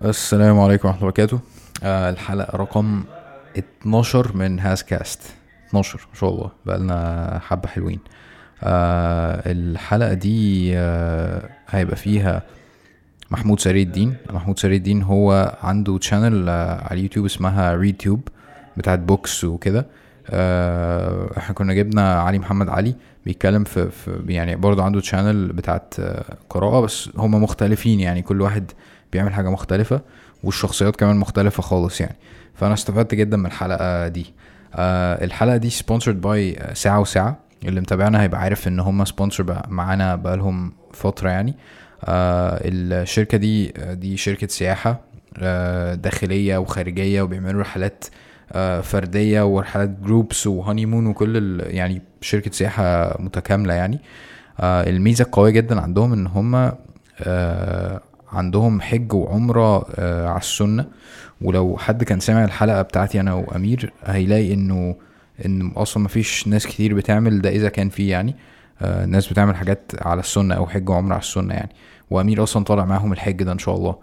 السلام عليكم ورحمة الله وبركاته. الحلقة رقم 12 من هاز كاست. 12 ما شاء الله، بقالنا حبة حلوين. الحلقة دي هيبقى فيها محمود سري الدين. محمود سري الدين هو عنده تشانل على اليوتيوب اسمها ريدتيوب بتاعت بوكس وكده. احنا كنا جبنا علي محمد علي بيتكلم في يعني برضه عنده تشانل بتاعت قراءة، بس هما مختلفين، يعني كل واحد بيعمل حاجة مختلفة والشخصيات كمان مختلفة خالص يعني. فأنا استفدت جدا من الحلقة دي. الحلقة دي sponsored by ساعة وساعة. اللي متابعنا هيبقى عارف ان هما سبونسر معانا بقالهم فترة يعني. الشركة دي شركة سياحة داخلية وخارجية، وبيعملوا رحلات فردية ورحلات جروبس وهانيمون وكل يعني شركة سياحة متكاملة يعني. الميزة القوية جدا عندهم ان هم عندهم حج وعمرة على السنة. ولو حد كان سمع الحلقة بتاعتي انا وامير هيلاقي ان اصلا مفيش ناس كتير بتعمل ده، اذا كان فيه يعني الناس بتعمل حاجات على السنة او حج وعمرة على السنة يعني. وامير اصلا طالع معاهم الحج ده ان شاء الله.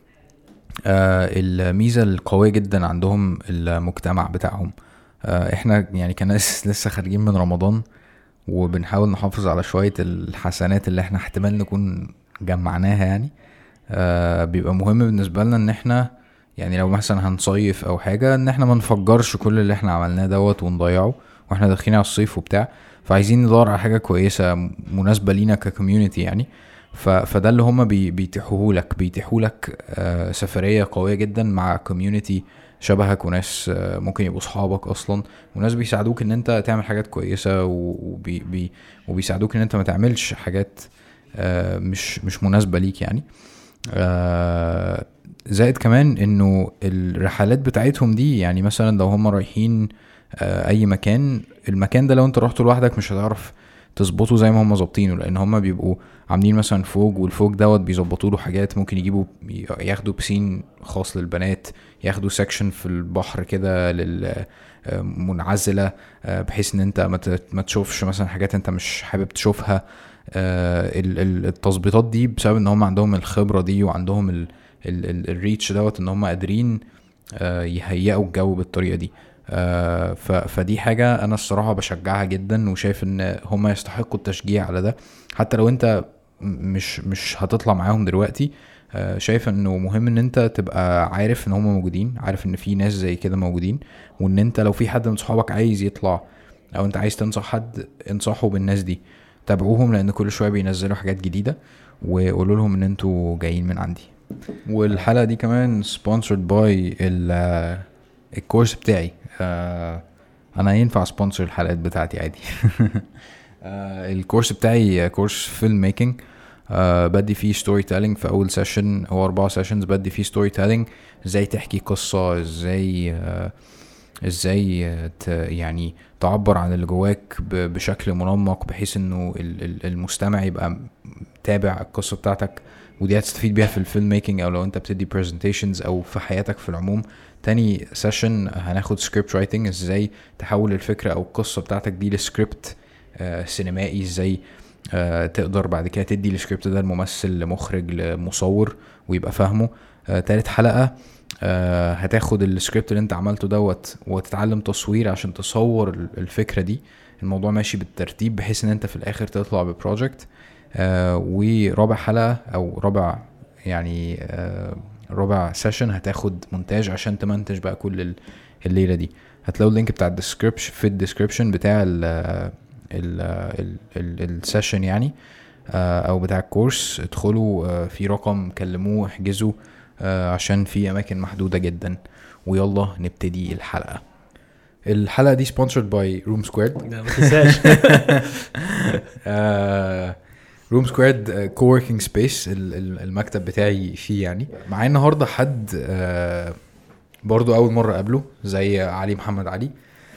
الميزة القوية جدا عندهم المجتمع بتاعهم. احنا يعني كناس لسه خارجين من رمضان، وبنحاول نحافظ على شوية الحسنات اللي احنا احتمال نكون جمعناها يعني. بيبقى مهم بالنسبة لنا ان احنا يعني لو مثلا هنصيف او حاجة ان احنا ما نفجرش كل اللي احنا عملناه دوت ونضيعه واحنا داخلين على الصيف وبتاع. فعايزين ندور على حاجة كويسة مناسبة لينا ككوميونيتي يعني. فده اللي هما بيتيحوه لك سفرية قوية جدا مع كوميونيتي شبهك، وناس ممكن يبقوا صحابك اصلا، وناس بيساعدوك ان انت تعمل حاجات كويسة وبيساعدوك ان انت ما تعملش حاجات مش مناسبة ليك يعني. زائد كمان انه الرحلات بتاعتهم دي يعني مثلا لو هم رايحين اي مكان، المكان ده لو انت رحت لوحدك مش هتعرف تظبطه زي ما هم ظابطينه، لان هم بيبقوا عاملين مثلا فوق، والفوق دوت بيظبطوا له حاجات. ممكن ياخدوا بسين خاص للبنات، ياخدوا سكشن في البحر كده منعزلة، بحيث ان انت ما تشوفش مثلا حاجات انت مش حابب تشوفها. التظبيطات دي بسبب ان هم عندهم الخبرة دي وعندهم الريتش دوت ان هم قادرين يهيئوا الجو بالطريقة دي. فدي حاجة انا الصراحة بشجعها جدا، وشايف ان هم يستحقوا التشجيع على ده. حتى لو انت مش هتطلع معاهم دلوقتي، شايف انه مهم ان انت تبقى عارف ان هم موجودين، عارف ان في ناس زي كده موجودين، وان انت لو في حد من صحابك عايز يطلع او انت عايز تنصح حد انصحه بالناس دي. تابعوهم لان كل شوية بينزلوا حاجات جديدة، وقولوا لهم ان انتوا جايين من عندي. والحلقة دي كمان sponsored by الكورس بتاعي. انا ينفع سبونسر الحلقات بتاعتي عادي. الكورس بتاعي كورس فيلم ميكنج. بدي فيه ستوري تيلينج في اول سيشن او 4 سيشنز. بدي فيه ستوري تيلينج، ازاي تحكي قصة، ازاي يعني تعبر عن اللي جواك بشكل منمق، بحيث انه المستمع يبقى تابع القصة بتاعتك، ودي هتستفيد بيها في الفيلم ميكنج او لو انت بتدي برزنتيشنز او في حياتك في العموم. تاني سيشن هناخد سكريبت رايتنج، ازاي تحول الفكرة او القصة بتاعتك دي لسكريبت سينمائي، ازاي تقدر بعد كده تدي السكريبت ده لممثل، لمخرج، لمصور، ويبقى فاهمه. تالت حلقة هتاخد السكريبت اللي انت عملته دوت وتتعلم تصوير عشان تصور الفكرة دي. الموضوع ماشي بالترتيب بحيث ان انت في الاخر تطلع ببروجكت. ورابع حلقة او رابع سيشن هتاخد مونتاج عشان تمنتج بقى كل الليلة دي. هتلاقوا اللينك بتاع الديسكريبشن في الديسكريبشن بتاع السيشن يعني، او بتاع الكورس. ادخلوا في رقم، كلموه، احجزوا، عشان في اماكن محدودة جدا. ويلا نبتدي الحلقة دي sponsored by Room Squared. لا ما تنساش. روم سكويرد كووركينج سبيس، المكتب بتاعي فيه يعني. معايا النهارده حد برضو اول مره قابله زي علي محمد علي.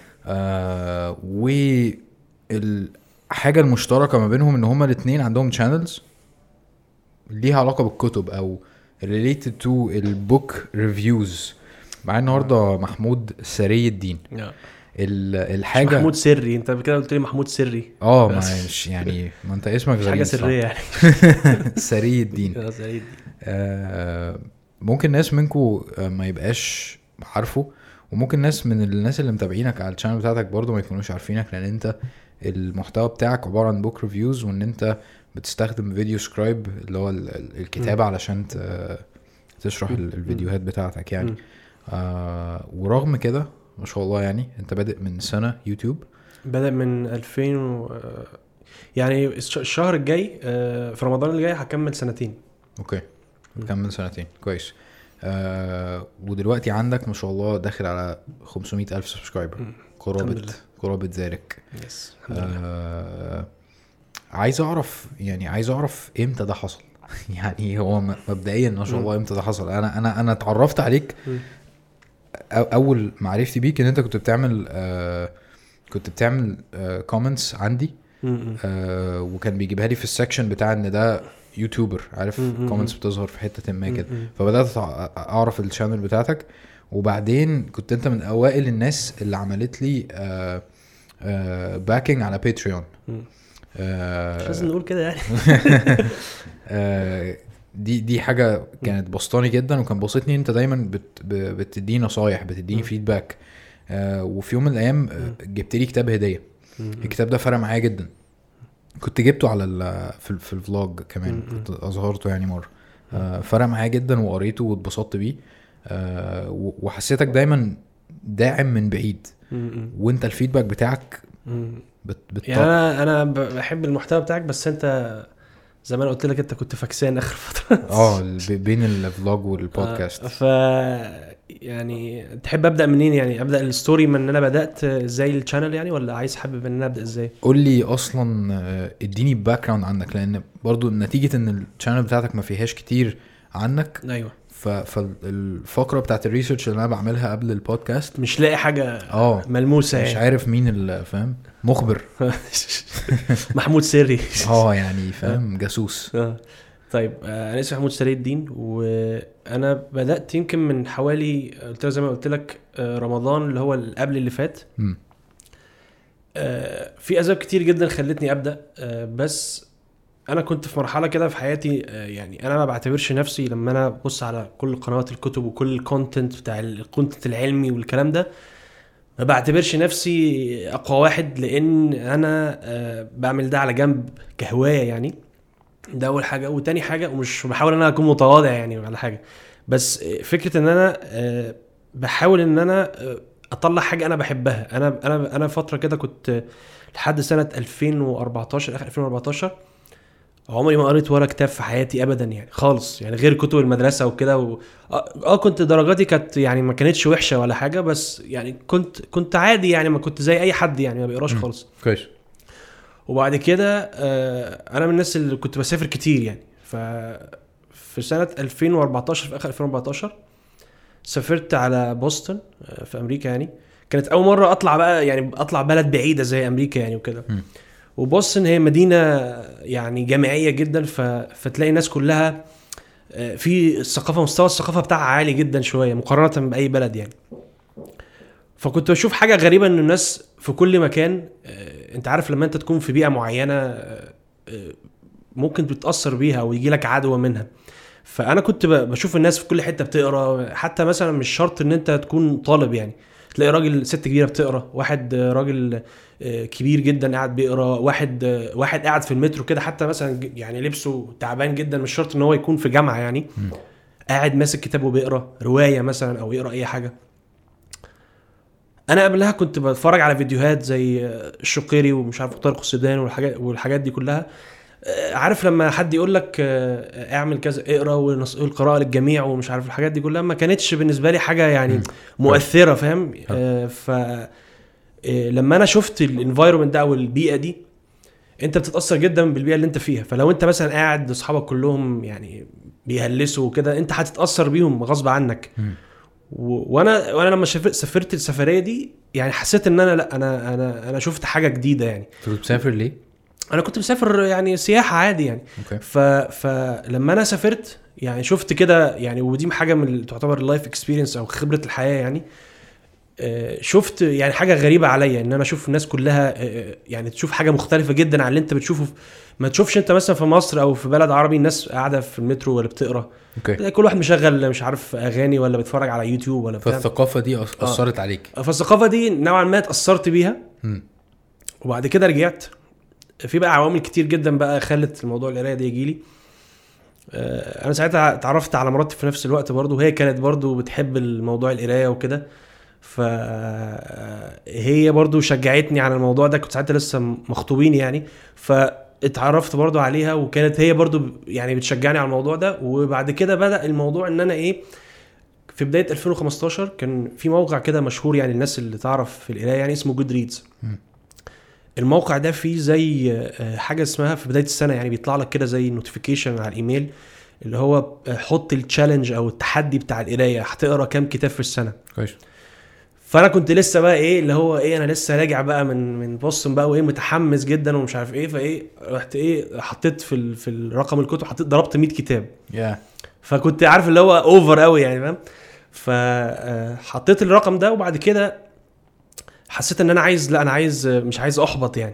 والحاجه المشتركه ما بينهم ان هما الاثنين عندهم channels ليها علاقه بالكتب او related to البوك ريفيوز. معايا النهارده محمود سري الدين. الحاجه مش محمود سري، انت كده قلت لي محمود سري. مش يعني ما انت اسمك غريب، حاجه سريه يعني. سري الدين. سري الدين. ممكن ناس منكم ما يبقاش عارفه، وممكن ناس من الناس اللي متابعينك على الشانل بتاعتك برضو ما يكونوش عارفينك، لان انت المحتوى بتاعك عبارة عن بوك ريفيوز، وان انت بتستخدم فيديو سكرايب اللي هو الكتابة علشان تشرح الفيديوهات بتاعتك يعني. ورغم كده ما شاء الله يعني انت بادئ من سنة يوتيوب. بدأ من 2000 يعني الشهر الجاي في رمضان اللي جاي هكمل سنتين. اوكي كمل سنتين كويس. ودلوقتي عندك ما شاء الله داخل على 500,000 سبسكرايبر، قرابة ذلك. يس عايز اعرف امتى ده حصل يعني هو مبدئيا ما شاء الله امتى ده حصل. انا اتعرفت عليك اول معرفتي بيك ان انت كنت بتعمل كومنتس عندي، وكان بيجيبها لي في السكشن بتاع ان ده يوتيوبر، عارف كومنتس بتظهر في حتة ما كده. فبدأت اعرف الشانل بتاعتك، وبعدين كنت انت من اوائل الناس اللي عملت لي باكينج على باتريون. مش لازم نقول كده يعني. دي حاجة كانت بسطاني جدا، وكان بسطني انت دايما بتديني نصايح، بتديني فيدباك. وفي يوم من الايام جبت لي كتاب هدية. الكتاب ده فرق معايا جدا، كنت جبته على في الفلوج كمان، كنت اظهرته يعني مرة. فرق معايا جدا وقريته واتبسطت بيه. وحسيتك دايما داعم من بعيد، وانت الفيدباك بتاعك يعني انا بحب المحتوى بتاعك، بس انت زي ما انا قلت لك انت كنت فاكسان اخر فتره بين الفلوج والبودكاست. يعني تحب ابدا منين؟ يعني ابدا الستوري من ان انا بدات ازاي الشانل يعني، ولا عايز حابب ان انا ابدا ازاي؟ قول لي اصلا، اديني باك جراوند عنك، لان برضو نتيجه ان الشانل بتاعتك ما فيهاش كتير عنك. ايوه. فالفقره بتاعت الريسيرش اللي انا بعملها قبل البودكاست مش لاقي حاجه ملموسه يعني. مش عارف مين اللي فاهم مخبر. محمود سري. يعني فاهم جاسوس. طيب انا اسمي محمود سري الدين، وانا بدات يمكن من حوالي قلت زي ما قلت لك رمضان اللي هو قبل اللي فات. في اسباب كتير جدا خلتني ابدا، بس انا كنت في مرحله كده في حياتي، يعني انا ما بعتبرش نفسي لما انا ببص على كل قنوات الكتب وكل الكونتنت بتاع الكونتنت العلمي والكلام ده، ما بعتبرش نفسي اقوى واحد، لان انا بعمل ده على جنب كهوايه يعني. ده اول حاجه. وتاني حاجه، ومش بحاول ان انا اكون متواضع يعني على حاجه، بس فكره ان انا بحاول ان انا اطلع حاجه انا بحبها. انا فتره كده كنت لحد سنه 2014 اخر 2014 عمري ما قريت ولا كتاب في حياتي ابدا يعني خالص، يعني غير كتب المدرسه وكده. كنت درجاتي كانت يعني ما كانتش وحشه ولا حاجه، بس يعني كنت عادي يعني، ما كنت زي اي حد يعني ما بيقراش خالص. كويس. وبعد كده انا من الناس اللي كنت بسافر كتير يعني. في سنه 2014 في اخر 2014 سافرت على بوسطن في امريكا يعني. كانت اول مره اطلع بقى يعني اطلع بلد بعيده زي امريكا يعني وكده. وبوسطن هي مدينه يعني جامعيه جدا، فتلاقي الناس كلها في الثقافه، مستوى الثقافه بتاعها عالي جدا شويه مقارنه باي بلد يعني. فكنت بشوف حاجه غريبه ان الناس في كل مكان، انت عارف لما انت تكون في بيئه معينه ممكن تتاثر بيها او يجي لك عدوى منها. فانا كنت بشوف الناس في كل حته بتقرا، حتى مثلا مش شرط ان انت تكون طالب يعني، تلاقي راجل ست كبيره بتقرا، واحد راجل كبير جدا قاعد بيقرا، واحد قاعد في المترو كده حتى مثلا يعني لبسه تعبان جدا، مش شرط ان هو يكون في جامعه يعني، قاعد ماسك كتاب وبيقرا روايه مثلا او يقرا اي حاجه. انا قبلها كنت بتفرج على فيديوهات زي الشقيري ومش عارف طارق السودان والحاجات دي كلها. عارف لما حد يقول لك اعمل كذا، اقرا والقراءه للجميع ومش عارف الحاجات دي كلها، ما كانتش بالنسبه لي حاجه يعني مؤثره، فاهم؟ لما انا شفت الانفايرمنت ده او البيئه دي، انت بتتاثر جدا بالبيئه اللي انت فيها. فلو انت مثلا قاعد اصحابك كلهم يعني بيهلسوا وكده، انت هتتاثر بيهم غصب عنك. وانا لما سافرت السفريه دي يعني حسيت ان انا لا انا شفت حاجه جديده يعني. كنت بتسافر ليه؟ انا كنت مسافر يعني سياحه عادي يعني. فلما انا سافرت يعني شفت كده يعني، ودي حاجه من تعتبر اللايف اكسبيرينس او خبره الحياه يعني. شفت يعني حاجه غريبه عليا ان انا اشوف الناس كلها يعني تشوف حاجه مختلفه جدا عن اللي انت بتشوفه ما تشوفش انت مثلا في مصر او في بلد عربي الناس قاعده في المترو ولا بتقرا. اوكي. كل واحد مشغل مش عارف اغاني ولا بيتفرج على يوتيوب ولا بتاع. فالثقافه دي اثرت عليك؟ فالثقافه دي نوعا ما اتاثرت بيها. وبعد كده رجعت في بقى عوامل كتير جدا بقى خلت الموضوع القرايه ده يجي لي. انا ساعتها اتعرفت على مراتي في نفس الوقت برضو وهي كانت برضو بتحب الموضوع القرايه وكده فهي برضو شجعتني على الموضوع ده. كنت ساعتها لسه مخطوبين يعني فاتعرفت برضو عليها وكانت هي برضو يعني بتشجعني على الموضوع ده. وبعد كده بدأ الموضوع ان انا ايه في بداية 2015 كان في موقع كده مشهور يعني الناس اللي تعرف في القرايه يعني اسمه جود ريدز. الموقع ده فيه زي حاجه اسمها في بدايه السنه يعني بيطلع لك كده زي نوتيفيكيشن على الايميل اللي هو حط التشالنج او التحدي بتاع القرايه هتقرا كام كتاب في السنه. كويس. فانا كنت لسه بقى ايه اللي هو ايه انا لسه راجع بقى من بوسطن بقى وايه متحمس جدا ومش عارف ايه فايه رحت ايه حطيت في الرقم الكتب حطيت ضربت 100 كتاب. فكنت عارف اللي هو اوفر قوي يعني فاهم. فحطيت الرقم ده وبعد كده حسيت ان انا عايز لا انا عايز مش عايز احبط يعني.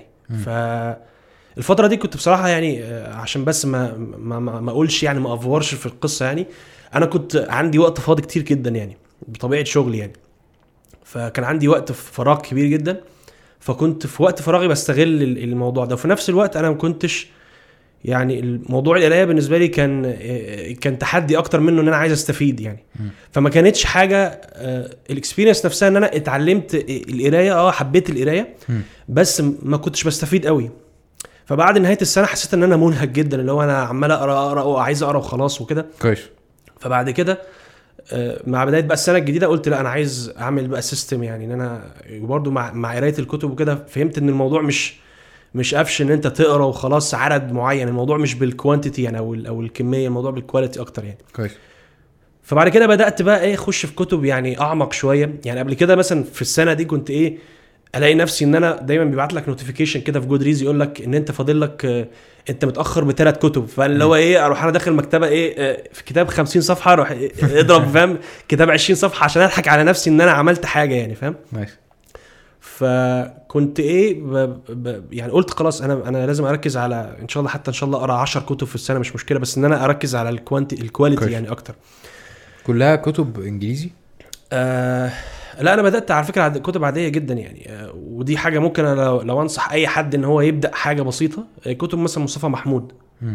فالفتره دي كنت بصراحه يعني عشان بس ما اقولش يعني ما افورش في القصه يعني انا كنت عندي وقت فاضي كتير جدا يعني بطبيعه شغلي يعني. فكان عندي وقت فراغ كبير جدا فكنت في وقت فراغي بستغل الموضوع ده. وفي نفس الوقت انا ما كنتش يعني الموضوع القرايه بالنسبه لي كان تحدي اكتر منه ان انا عايز استفيد يعني. فما كانتش حاجه الاكسبيرينس نفسها ان انا اتعلمت القرايه حبيت القرايه بس ما كنتش بستفيد قوي. فبعد نهايه السنه حسيت ان انا منهك جدا اللي هو انا عمال اقرا وعايز اقرا وخلاص وكده. كويس. فبعد كده مع بدايه بقى السنه الجديده قلت لا انا عايز اعمل بقى سيستم يعني ان انا برضو مع قرايه الكتب وكده فهمت ان الموضوع مش قفش ان انت تقرا وخلاص عدد معين. الموضوع مش بالكوانتيتي يعني او الكميه الموضوع بالكواليتي اكتر يعني. كويس. فبعد كده بدات بقى ايه اخش في كتب يعني اعمق شويه يعني. قبل كده مثلا في السنه دي كنت ايه الاقي نفسي ان انا دايما بيبعت لك نوتيفيكيشن كده في جود ريز يقول لك ان انت فاضل لك انت متاخر ب3 كتب. فاللي هو ايه اروح انا داخل مكتبه ايه في كتاب 50 صفحه اروح اضرب فاهم كتاب 20 صفحه عشان اضحك على نفسي ان انا عملت حاجه يعني فاهم. نايس. فكنت ايه يعني قلت خلاص انا لازم اركز على ان شاء الله حتى ان شاء الله اقرا 10 كتب في السنه مش مشكله بس ان انا اركز على الكواليتي يعني اكتر. كلها كتب انجليزي؟ لا انا بدات على فكره كتب عاديه جدا يعني. ودي حاجه ممكن أنا لو انصح اي حد ان هو يبدا حاجه بسيطه كتب مثلا مصطفى محمود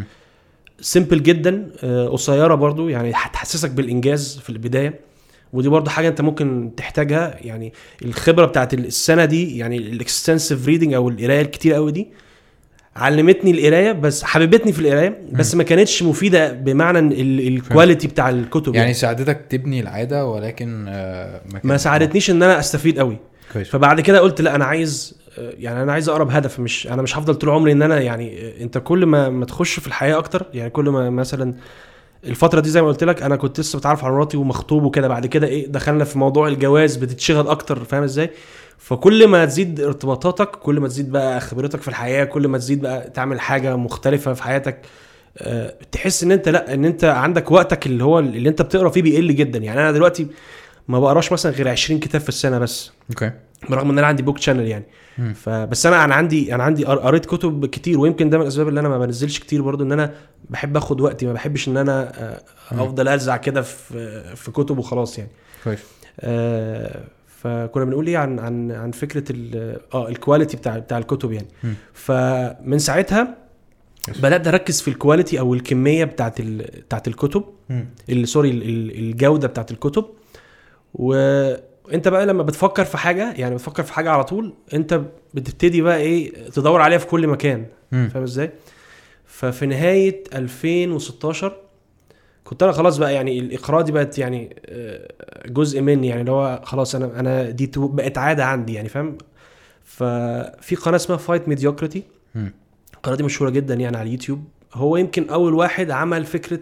سيمبل جدا قصيره برضو يعني هتحسسك بالانجاز في البدايه. ودي برضو حاجه انت ممكن تحتاجها يعني. الخبره بتاعت السنه دي يعني الاكستنسيف ريدنج او القرايه الكتير قوي دي علمتني القرايه بس حببتني في القرايه بس ما كانتش مفيده بمعنى الكواليتي بتاع الكتب يعني ساعدتك تبني العاده ولكن ما ساعدتنيش ان انا استفيد قوي. كويس. فبعد كده قلت لا انا عايز يعني انا عايز اقرب هدف انا مش هفضل طول عمري ان انا يعني انت كل ما تخش في الحياه اكتر يعني كل ما مثلا الفتره دي زي ما قلت لك انا كنت لسه بتعرف على مراتي ومخطوب وكده بعد كده ايه دخلنا في موضوع الجواز بتتشغل اكتر فاهم ازاي. فكل ما تزيد ارتباطاتك كل ما تزيد بقى خبرتك في الحياه كل ما تزيد بقى تعمل حاجه مختلفه في حياتك تحس ان انت لا ان انت عندك وقتك اللي هو اللي انت بتقرا فيه بيقل جدا يعني. انا دلوقتي ما بقراش مثلا غير 20 كتاب في السنه بس. اوكي. برغم ان انا عندي بوك شانل يعني. فبس انا عندي قريت كتب كتير ويمكن ده من الاسباب اللي انا ما بنزلش كتير برضو ان انا بحب اخد وقتي ما بحبش ان انا افضل ارزع كده في كتب وخلاص يعني. كويس. فكنا بنقول ايه عن فكره الكواليتي بتاع الكتب يعني. فمن ساعتها بدات اركز في الكواليتي او الكميه بتاعت الكتب سوري الجوده بتاعت الكتب. وانت بقى لما بتفكر في حاجه يعني بتفكر في حاجه على طول انت بتبتدي بقى ايه تدور عليها في كل مكان فاهم ازاي. ففي نهايه 2016 كنت انا خلاص بقى يعني الاقراء دي بقت يعني جزء مني يعني اللي هو خلاص انا دي بقت عاده عندي يعني فاهم. ففي قناه اسمها فايت ميديوكريتي القناه دي مشهوره جدا يعني على اليوتيوب. هو يمكن اول واحد عمل فكره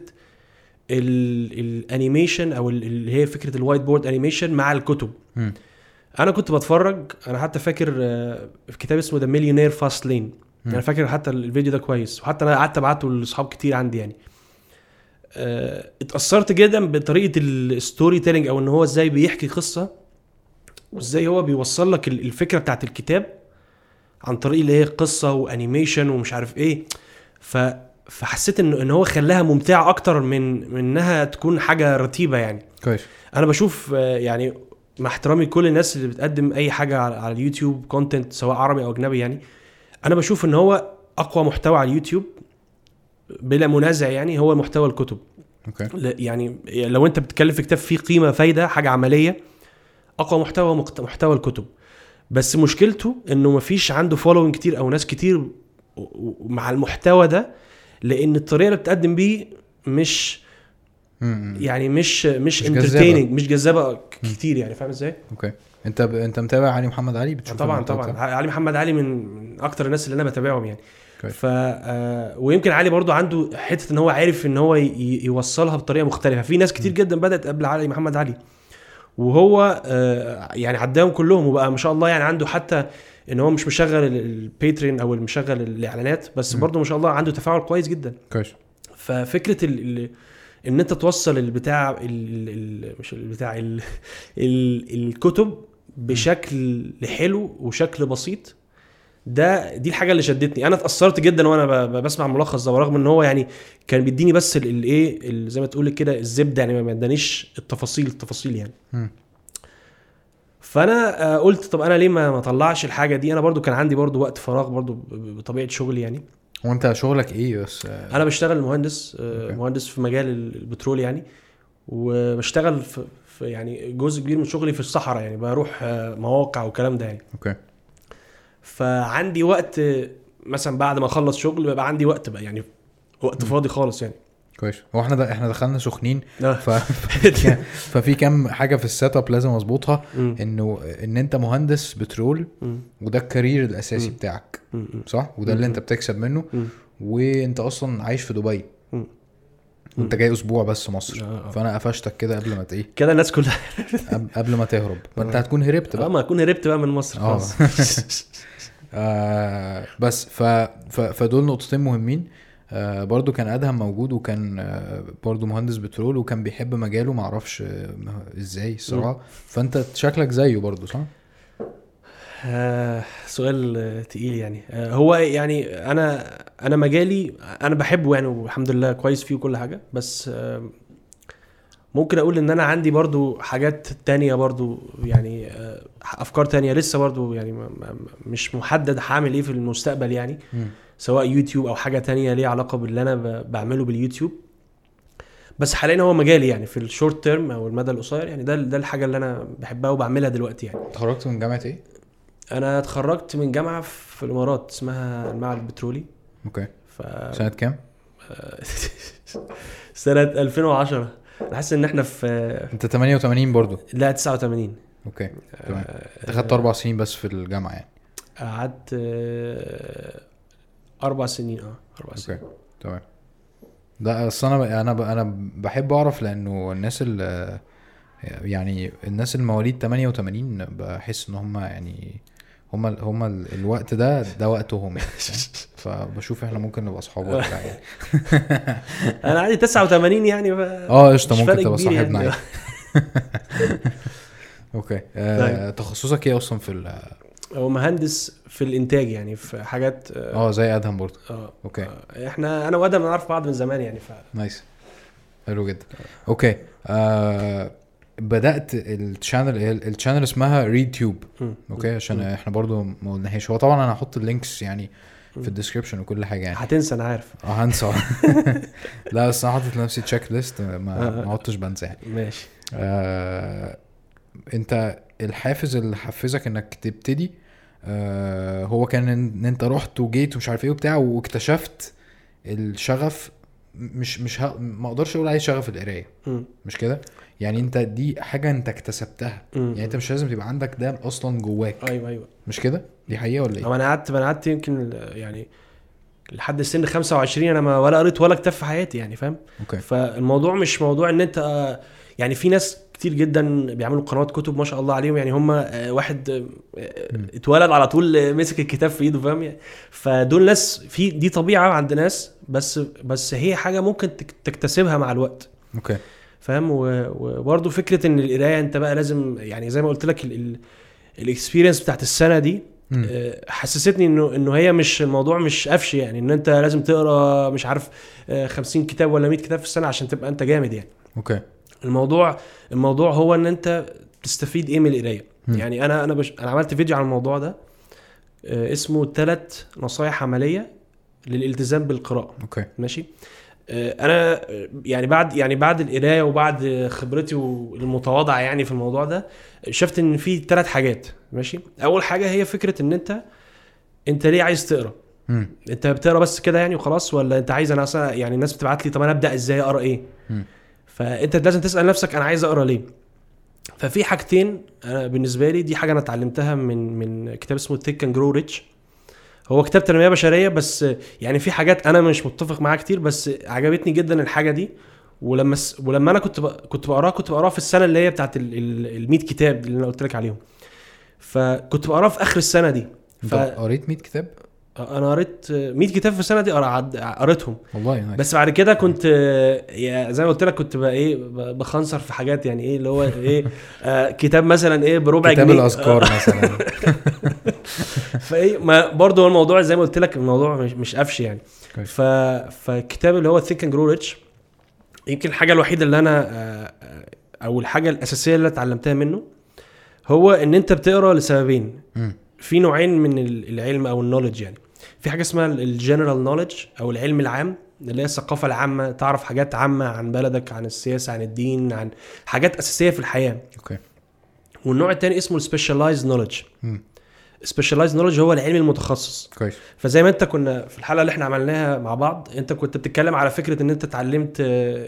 الانيميشن او اللي هي فكره الوايت بورد انيميشن مع الكتب. انا كنت بتفرج انا حتى فاكر في كتاب اسمه ذا مليونير فاست لين انا فاكر حتى الفيديو ده كويس وحتى انا قعدت ابعته لاصحاب كتير عندي يعني. اتأثرت جدا بطريقه الستوري تيلينج او ان هو ازاي بيحكي قصه وازاي هو بيوصل لك الفكره بتاعت الكتاب عن طريق اللي هي قصه وانيميشن ومش عارف ايه. فحسيت ان هو خلاها ممتعه اكتر من انها تكون حاجه رتيبه يعني. كويس. انا بشوف يعني مع احترامي لكل الناس اللي بتقدم اي حاجه على اليوتيوب كونتنت سواء عربي او اجنبي يعني، انا بشوف ان هو اقوى محتوى على اليوتيوب بلا منازع يعني هو محتوى الكتب. اوكي. يعني لو انت بتتكلم في كتاب فيه قيمه فايده حاجه عمليه، اقوى محتوى محتوى الكتب. بس مشكلته انه مفيش عنده فولوينج كتير او ناس كتير مع المحتوى ده، لان الطريقه اللي بتقدم بيه مش يعني مش انترتيننج، مش جذابه كتير يعني. فاهم ازاي؟ اوكي. انت متابع علي محمد علي؟ بتشوف طبعا علي محمد علي من اكتر الناس اللي انا بتابعهم يعني. ويمكن علي برضو عنده حته ان هو عارف ان هو يوصلها بطريقه مختلفه. في ناس كتير جدا بدات قبل علي محمد علي وهو يعني عداهم كلهم وبقى ما شاء الله يعني. عنده حتى ان هو مش مشغل الباتريون او مشغل الاعلانات بس برضو ما شاء الله عنده تفاعل كويس جدا. كويس. ففكره ان انت توصل البتاع مش البتاع الكتب بشكل حلو وشكل بسيط، دي الحاجه اللي شدتني. انا اتاثرت جدا وانا بسمع الملخص ده، ورغم ان هو يعني كان بيديني بس الايه زي ما تقول كده الزبده يعني، ما ادانيش التفاصيل يعني. فانا قلت طب انا ليه ما اطلعش الحاجه دي. انا برضو كان عندي برضو وقت فراغ برضو بطبيعه شغلي يعني. وانت شغلك ايه بس؟ انا بشتغل مهندس في مجال البترول يعني، وبشتغل في يعني جزء كبير من شغلي في الصحراء يعني، بروح مواقع والكلام ده يعني. اوكي. فعندي وقت مثلا بعد ما اخلص شغل بيبقى عندي وقت بقى يعني وقت فاضي خالص يعني. كويس. هو احنا دخلنا سخنين ففي كام حاجه في السيت اب لازم اظبطها. ان انت مهندس بترول وده الكارير الاساسي بتاعك صح، وده اللي انت بتكسب منه، وانت اصلا عايش في دبي وانت جاي اسبوع بس مصر. فانا قفشتك كده قبل ما ايه كده الناس كلها قبل ما تهرب. فانت هتكون هربت بقى. ما اكون هربت بقى من مصر خلاص. بس فدول نقطتين مهمين. برضو كان ادهم موجود وكان برضو مهندس بترول وكان بيحب مجاله، معرفش ازاي الصراحه. فانت شكلك زيه برضو صح؟ سؤال تقيل يعني. هو يعني انا مجالي انا بحبه يعني والحمد لله كويس فيه وكل حاجه، بس ممكن اقول ان انا عندي برضو حاجات تانية برضو يعني افكار تانية لسه برضو يعني مش محدد هعمل ايه في المستقبل يعني. سواء يوتيوب او حاجه تانية ليها علاقه باللي انا بعمله باليوتيوب. بس حاليا هو مجالي يعني في الشورت تيرم او المدى القصير يعني. ده الحاجه اللي انا بحبها وبعملها دلوقتي يعني. اتخرجت من جامعه ايه؟ انا اتخرجت من جامعه في الامارات اسمها المعهد البترولي. اوكي. سنه كام؟ سنه 2010. انا حاسس ان احنا في انت 88 برضو؟ لا 89. اوكي تمام. دخلت 4 سنين بس في الجامعه يعني؟ قعدت 4 سنين. 4 سنين. اوكي تمام. ده اصلا انا بحب اعرف، لانه الناس اللي يعني الناس المواليد 88 بحس ان هم يعني هم الوقت ده وقتهم يعني. فبشوف احنا ممكن نبقى اصحاب ولا يعني. انا عندي 89 يعني قشطه ممكن تبقى صاحبنا يعني. اوكي. تخصصك ايه اصلا في هو مهندس في الانتاج يعني في حاجات زي ادهم برضه. اوكي. انا وادهم نعرف بعض من زمان يعني نايس. حلو جدا. اوكي. بدات الشانل اسمها ريد تيوب. اوكي عشان احنا برضو ما قلناهاش. هو طبعا انا هحط اللينكس يعني في الديسكريبشن وكل حاجه يعني. هتنسى انا عارف. هنسى. لا بس انا حاطط لنفسي تشيك ليست ما عدتش بنسى يعني. ماشي. انت الحافز اللي حفزك انك تبتدي هو كان ان انت رحت وجيت ومش عارف ايه وبتاع واكتشفت الشغف. ما اقدرش اقول عليه شغف القرايه، مش كده يعني. انت دي حاجه انت اكتسبتها يعني. انت مش لازم تبقى عندك ده اصلا جواك. ايوه مش كده؟ دي حقيقه ولا ايه؟ انا قعدت يمكن يعني لحد سن 25 انا ما ولا قريت ولا كتاب في حياتي يعني. فاهم؟ فالموضوع مش موضوع ان انت يعني في ناس كتير جدا بيعملوا قنوات كتب ما شاء الله عليهم يعني. هم واحد اتولد على طول مسك الكتاب في ايده. فاهم يعني؟ فدول ناس في دي طبيعه عند ناس، بس هي حاجه ممكن تكتسبها مع الوقت. اوكي. فاهم. وبرضه فكره ان القرايه انت بقى لازم يعني زي ما قلت لك الاكسبيرينس بتاعت السنه دي حسستني انه هي مش الموضوع مش قفش يعني ان انت لازم تقرا مش عارف 50 كتاب ولا 100 كتاب في السنه عشان تبقى انت جامد يعني. اوكي. الموضوع هو ان انت تستفيد ايه من القرايه. يعني انا عملت فيديو عن الموضوع ده اسمه 3 نصايح عمليه للالتزام بالقراءه. اوكي ماشي. انا يعني بعد القرايه وبعد خبرتي المتواضعه يعني في الموضوع ده شفت ان في 3 حاجات. ماشي. اول حاجه هي فكره ان انت ليه عايز تقرا. انت بتقرا بس كده يعني وخلاص ولا انت عايز انا اصلا يعني الناس بتبعت لي طب انا ابدا ازاي اقرا ايه. فانت لازم تسال نفسك انا عايز اقرا ليه. ففي حاجتين انا بالنسبه لي دي حاجه انا اتعلمتها من كتاب اسمه Think and Grow Rich. هو كتاب تنميه بشريه بس يعني في حاجات انا مش متفق معاها كتير بس عجبتني جدا الحاجه دي. ولما انا كنت بقراها في السنه اللي هي بتاعت ال 100 كتاب اللي انا قلت لك عليهم. فكنت بقراها في اخر السنه دي. قريت 100 كتاب؟ انا قريت 100 كتاب في السنه دي قريتهم والله. بس بعد كده كنت زي ما قلت لك كنت بقى ايه بخنصر في حاجات يعني ايه اللي هو ايه كتاب مثلا ايه بربع جنيه كتاب الاذكار مثلا. فايه ما برضه الموضوع زي ما قلت لك الموضوع مش قفش يعني. فالكتاب اللي هو Think and Grow Rich يمكن الحاجه الوحيده اللي انا او الحاجه الاساسيه اللي اتعلمتها منه هو ان انت بتقرا لسببين. في نوعين من العلم او النوليدج يعني. في حاجه اسمها الجنرال نوليدج او العلم العام اللي هي الثقافه العامه تعرف حاجات عامه عن بلدك عن السياسه عن الدين عن حاجات اساسيه في الحياه. اوكي. والنوع الثاني اسمه السبيشالايزد نوليدج. السبيشالايزد نوليدج هو العلم المتخصص. كويس. فزي ما انت كنا في الحلقه اللي احنا عملناها مع بعض انت كنت بتتكلم على فكره ان انت اتعلمت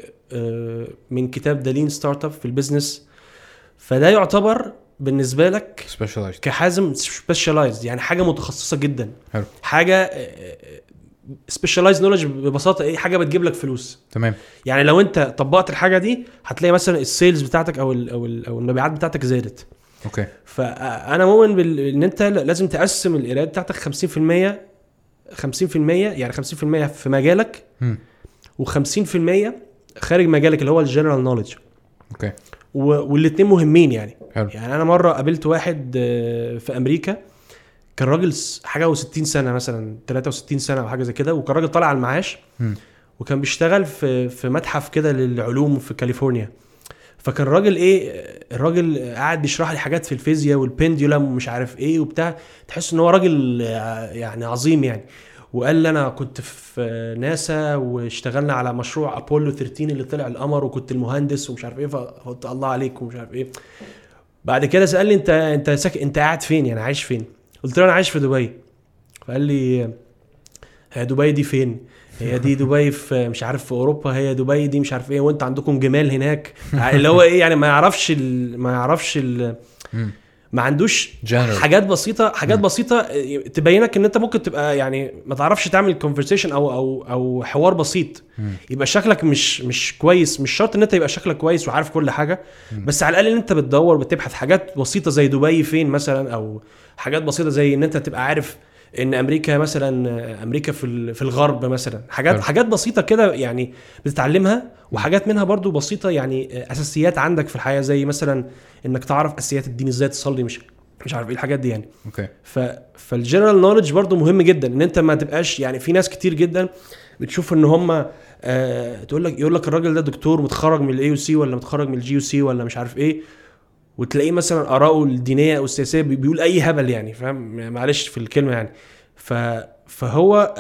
من كتاب دالين ستارت اب في البيزنس. فده يعتبر بالنسبه لك كحازم سبيشالايزد يعني حاجه متخصصه جدا. حلو. حاجه سبيشالايزد نوليدج ببساطه ايه حاجه بتجيب لك فلوس. تمام. يعني لو انت طبقت الحاجه دي هتلاقي مثلا السيلز بتاعتك او المبيعات بتاعتك زادت. اوكي. فانا مؤمن ان انت لازم تقسم القرايه بتاعتك 50% يعني 50% في مجالك و50% خارج مجالك اللي هو الجنرال نوليدج. اوكي. والاثنين مهمين يعني. حلو. يعني انا مره قابلت واحد في امريكا كان راجل حاجه و60 سنه مثلا 63 سنه او حاجه زي كده وكان راجل طالع على المعاش وكان بيشتغل في متحف كده للعلوم في كاليفورنيا. فكان الراجل قاعد بيشرح لي حاجات في الفيزياء والبنديولم ومش عارف ايه وبتاع تحس ان هو راجل يعني عظيم يعني. وقال لي انا كنت في ناسا واشتغلنا على مشروع ابولو 13 اللي طلع القمر وكنت المهندس ومش عارف ايه فقلت الله عليك ومش عارف ايه. بعد كده سألني انت قاعد فين يعني عايش فين. قلت له انا عايش في دبي. فقال لي هي دبي دي فين؟ هي دي دبي في مش عارف في اوروبا هي دبي دي مش عارف ايه وانت عندكم جمال هناك اللي هو ايه يعني ما يعرفش ما عندوش حاجات بسيطه تبينك ان انت ممكن تبقى يعني ما تعرفش تعمل كونفرسيشن او حوار بسيط يبقى شكلك مش كويس. مش شرط ان انت يبقى شكلك كويس وعارف كل حاجه بس على الاقل ان انت بتدور بتبحث حاجات بسيطه زي دبي فين مثلا او حاجات بسيطه زي ان انت تبقى عارف ان امريكا في الغرب مثلا حاجات بسيطه كده يعني بتتعلمها. وحاجات منها برضو بسيطه يعني اساسيات عندك في الحياه زي مثلا انك تعرف اساسيات الدين ازاي تصلي مش عارف ايه الحاجات دي يعني. اوكي. فالجنرال نوليدج برضو مهم جدا ان انت ما تبقاش يعني في ناس كتير جدا بتشوف ان هم يقول لك الراجل ده دكتور متخرج من الاي يو سي ولا متخرج من الجي يو سي ولا مش عارف ايه وتلاقيه مثلا آراءه الدينيه او السياسيه بيقول اي هبل يعني فاهم معلش في الكلمه يعني. فهو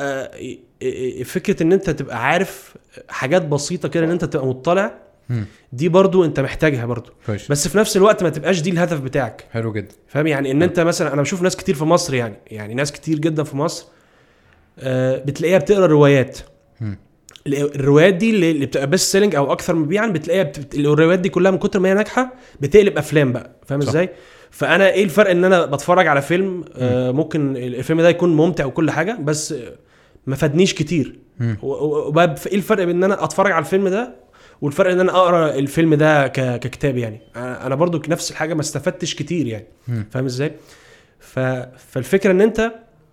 فكره ان انت تبقى عارف حاجات بسيطه كده ان انت تبقى مطلع دي برضو انت محتاجها برضو بس في نفس الوقت ما تبقاش دي الهدف بتاعك. حلو جدا. فاهم يعني ان انت مثلا انا بشوف ناس كتير في مصر يعني ناس كتير جدا في مصر بتلاقيها بتقرا روايات. الروايات دي اللي بتبقى بيست سيلينج او اكثر مبيعا بتلاقيها الروايات دي كلها من كتر ما هي ناجحه بتقلب افلام بقى. فاهم ازاي؟ فانا ايه الفرق ان انا بتفرج على فيلم ممكن الفيلم ده يكون ممتع وكل حاجه بس ما فادنيش كتير. ايه الفرق بين ان انا اتفرج على الفيلم ده والفرق ان انا اقرا الفيلم ده ككتاب يعني انا برضو نفس الحاجه ما استفدتش كتير يعني. فاهم ازاي؟ فالفكره ان انت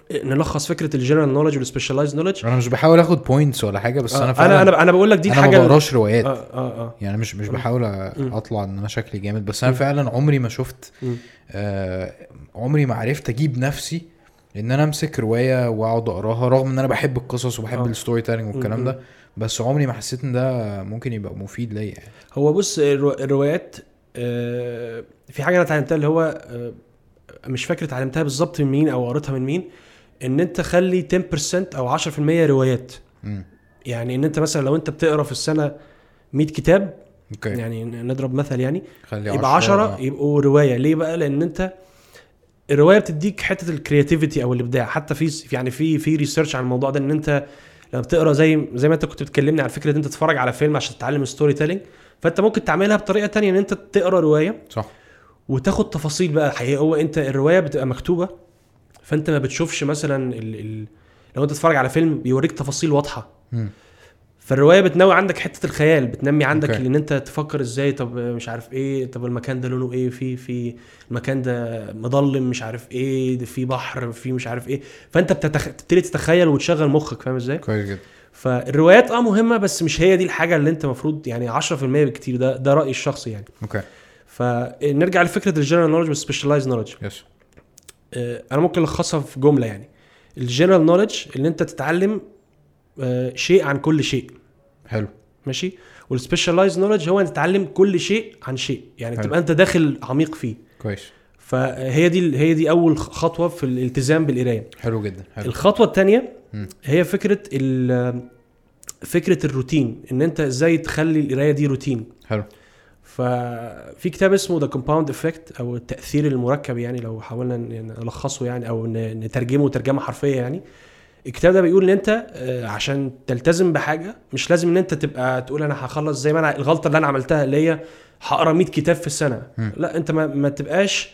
نلخص فكره الجنرال نوليدج والسبيشاليزد نوليدج. انا مش بحاول اخد بوينتس ولا حاجه، بس انا فعلا انا بقول لك دي أنا حاجه ما بقراش روايات. يعني مش بحاول م. اطلع ان انا شكلي جامد، بس انا فعلا عمري ما شفت عمري ما عرفت اجيب نفسي ان انا امسك روايه واقعد اقراها، رغم ان انا بحب القصص وبحب الستوري تيلينج والكلام ده، بس عمري ما حسيت ان ده ممكن يبقى مفيد ليا يعني. هو بص الروايات في حاجه انا اتعلمتها اللي هو مش فاكر اتعلمتها بالظبط من مين او قريتها من مين، ان انت خلي 10% او 10% روايات. يعني ان انت مثلا لو انت بتقرا في السنه 100 كتاب، أوكي. يعني نضرب مثل يعني خلي يبقى 10 يبقوا روايه. ليه بقى؟ لان انت الروايه بتديك حته الكرياتيفيتي او الابداع. حتى في يعني في ريسيرش عن الموضوع ده، ان انت لما بتقرا زي ما انت كنت بتكلمني على فكره ان انت تتفرج على فيلم عشان تتعلم ستوري تيلينج، فانت ممكن تعملها بطريقه تانية، ان انت تقرا روايه صح وتاخد تفاصيل بقى حقيقة. هو انت الروايه بتبقى مكتوبه، فانت ما بتشوفش مثلا لو انت تتفرج على فيلم بيوريك تفاصيل واضحه، فالروايه بتنوي عندك حته الخيال، بتنمي عندك ان انت تفكر ازاي، طب مش عارف ايه، طب المكان ده لونه ايه، في المكان ده مظلم مش عارف ايه، ده في بحر، في مش عارف ايه، فانت بتبتدي تتخيل وتشغل مخك. فاهم ازاي؟ كويس جدا. فالروايات مهمه، بس مش هي دي الحاجه اللي انت مفروض يعني 10% بكتير. ده رايي الشخصي يعني. اوكي. فنرجع لفكره الجنرال نوليدج والسبيشاليزد نوليدج. يس. انا ممكن الخصها في جمله يعني. الجنرال نوليدج اللي انت تتعلم شيء عن كل شيء. حلو. ماشي. والسبيشاليزد نوليدج هو انت تتعلم كل شيء عن شيء، يعني حلو. تبقى انت داخل عميق فيه. كويس. فهي دي اول خطوه في الالتزام بالقرايه. حلو جدا. حلو. الخطوه الثانيه هي فكره الروتين، ان انت ازاي تخلي القرايه دي روتين. حلو. ففي كتاب اسمه The Compound Effect او التأثير المركب، يعني لو حاولنا نلخصه يعني او نترجمه ترجمة حرفية، يعني الكتاب ده بيقول ان انت عشان تلتزم بحاجة مش لازم ان انت تبقى تقول انا هخلص زي ما انا الغلطة اللي انا عملتها اللي هي هقرا 100 كتاب في السنة. لا، انت ما تبقاش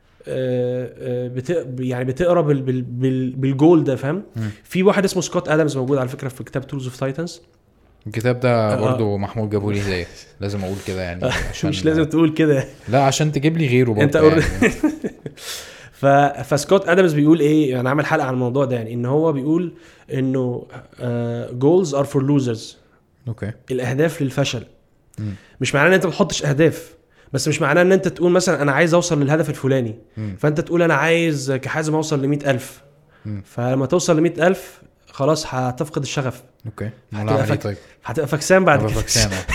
يعني بتقرا بالجول ده. فاهم؟ في واحد اسمه سكوت ادمز موجود على فكرة في كتاب تولز اوف تايتنز. الكتاب ده برضو محمود جابولي زي لازم اقول كده يعني عشان مش لازم تقول كده، لا عشان تجيب لي غيره برضو انت يعني. فسكوت ادمز بيقول ايه، انا عامل حلقه عن الموضوع ده، يعني ان هو بيقول انه goals are for losers. اوكي. الاهداف للفشل. مش معناه ان انت ما تحطش اهداف، بس مش معناه ان انت تقول مثلا انا عايز اوصل للهدف الفلاني، فانت تقول انا عايز كحازم اوصل ل100,000. فلما توصل ل100,000 خلاص هتفقد الشغف. اوكي. هتبقى فكسان بعد كده.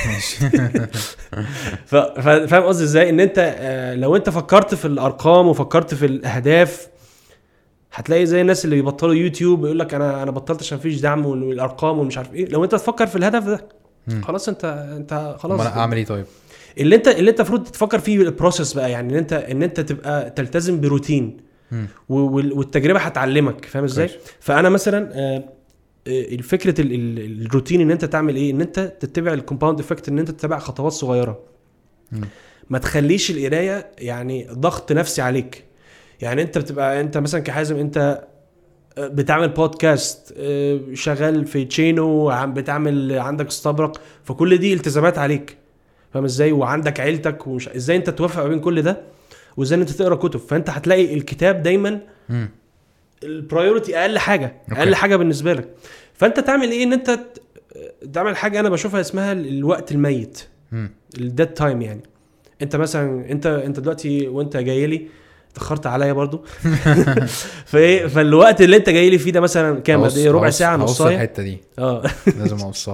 فاهم قصدي ازاي؟ ان انت لو انت فكرت في الارقام وفكرت في الاهداف، هتلاقي زي الناس اللي بيبطلوا يوتيوب يقول لك انا بطلت عشان مفيش دعم والارقام ومش عارف ايه. لو انت تفكر في الهدف ده خلاص انت خلاص. انا اعمل ايه طيب؟ اللي انت المفروض تفكر فيه البروسيس بقى، يعني ان انت تبقى تلتزم بروتين والتجربه هتعلمك. فاهم ازاي؟ فانا مثلا الفكره الروتين ان انت تعمل ايه، ان انت تتبع الكومباوند افكت، ان انت تتبع خطوات صغيره. ما تخليش القرايه يعني ضغط نفسي عليك. يعني انت بتبقى انت مثلا كحازم انت بتعمل بودكاست، شغال في تشينو، بتعمل عندك استبرق، فكل دي التزامات عليك. فاهم ازاي؟ وعندك عيلتك، ومش ازاي انت توفق بين كل ده، وازاي انت تقرا كتب. فانت هتلاقي الكتاب دايما البرايورتي اقل حاجه بالنسبه لك. فانت تعمل ايه؟ ان انت تعمل حاجه انا بشوفها اسمها الوقت الميت، الديد تايم. يعني انت مثلا انت دلوقتي وانت جاي لي اتاخرت عليا برضو فالوقت اللي انت جاي لي فيه ده مثلا كام قد ايه؟ ربع ساعه، نص ساعه. الحته دي لازم اوصلها.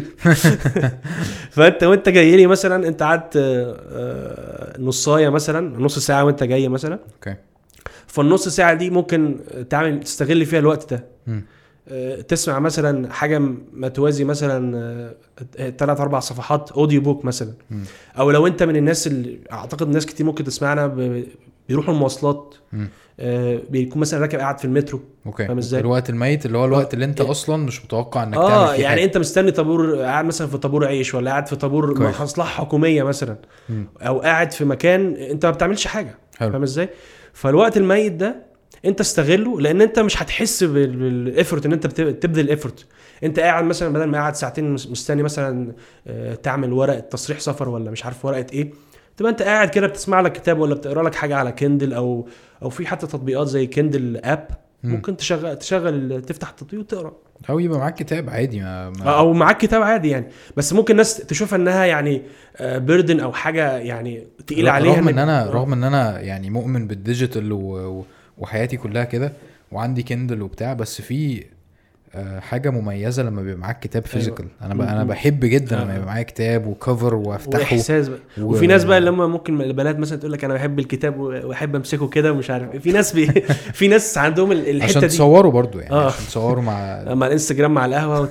فانت وانت جاي لي مثلا انت قعدت نصايه مثلا، نص ساعه وانت جاي مثلا. اوكي. فالنص ساعه دي ممكن تستغل فيها الوقت ده. تسمع مثلا حاجه ما توازي مثلا 3-4 صفحات اوديو بوك مثلا. او لو انت من الناس اللي اعتقد ناس كتير ممكن تسمعنا بيروحوا المواصلات، بيكون مثلا راكب قاعد في المترو. اوكي. الوقت الميت اللي هو الوقت اللي انت اصلا مش متوقع انك تعمل فيه يعني حاجة. انت مستني طابور، قاعد مثلا في طابور عيش، ولا قاعد في طابور مصلحه حكوميه مثلا، او قاعد في مكان انت ما بتعملش حاجه. فاهم ازاي؟ فالوقت الميت ده انت استغله، لان انت مش هتحس بالافورت ان انت تبذل الافورت. انت قاعد مثلا بدل ما قاعد ساعتين مستني مثلا تعمل ورقه تصريح سفر ولا مش عارف ورقه ايه، تبقى انت قاعد كده بتسمع لك كتاب ولا بتقرا لك حاجه على كندل، او في حتى تطبيقات زي كندل اب ممكن تشغل تفتح التطبيق وتقرا، او يبقى معاك كتاب عادي او معاك كتاب عادي يعني. بس ممكن ناس تشوفها انها يعني بيردن او حاجه يعني تقيله عليها. رغم ان انا يعني مؤمن بالديجيتال وحياتي كلها كده وعندي كندل وبتاع، بس في حاجه مميزه لما بيبقى معاك كتاب فيزيكال. انا بحب جدا لما يبقى معايا كتاب وكفر وافتحه واحساس وفي ناس بقى لما ممكن البنات مثلا تقول لك انا بحب الكتاب واحب امسكه كده ومش عارف. في ناس في ناس عندهم الحته دي عشان تصوروا برضو يعني عشان تصوروا مع الانستجرام مع القهوه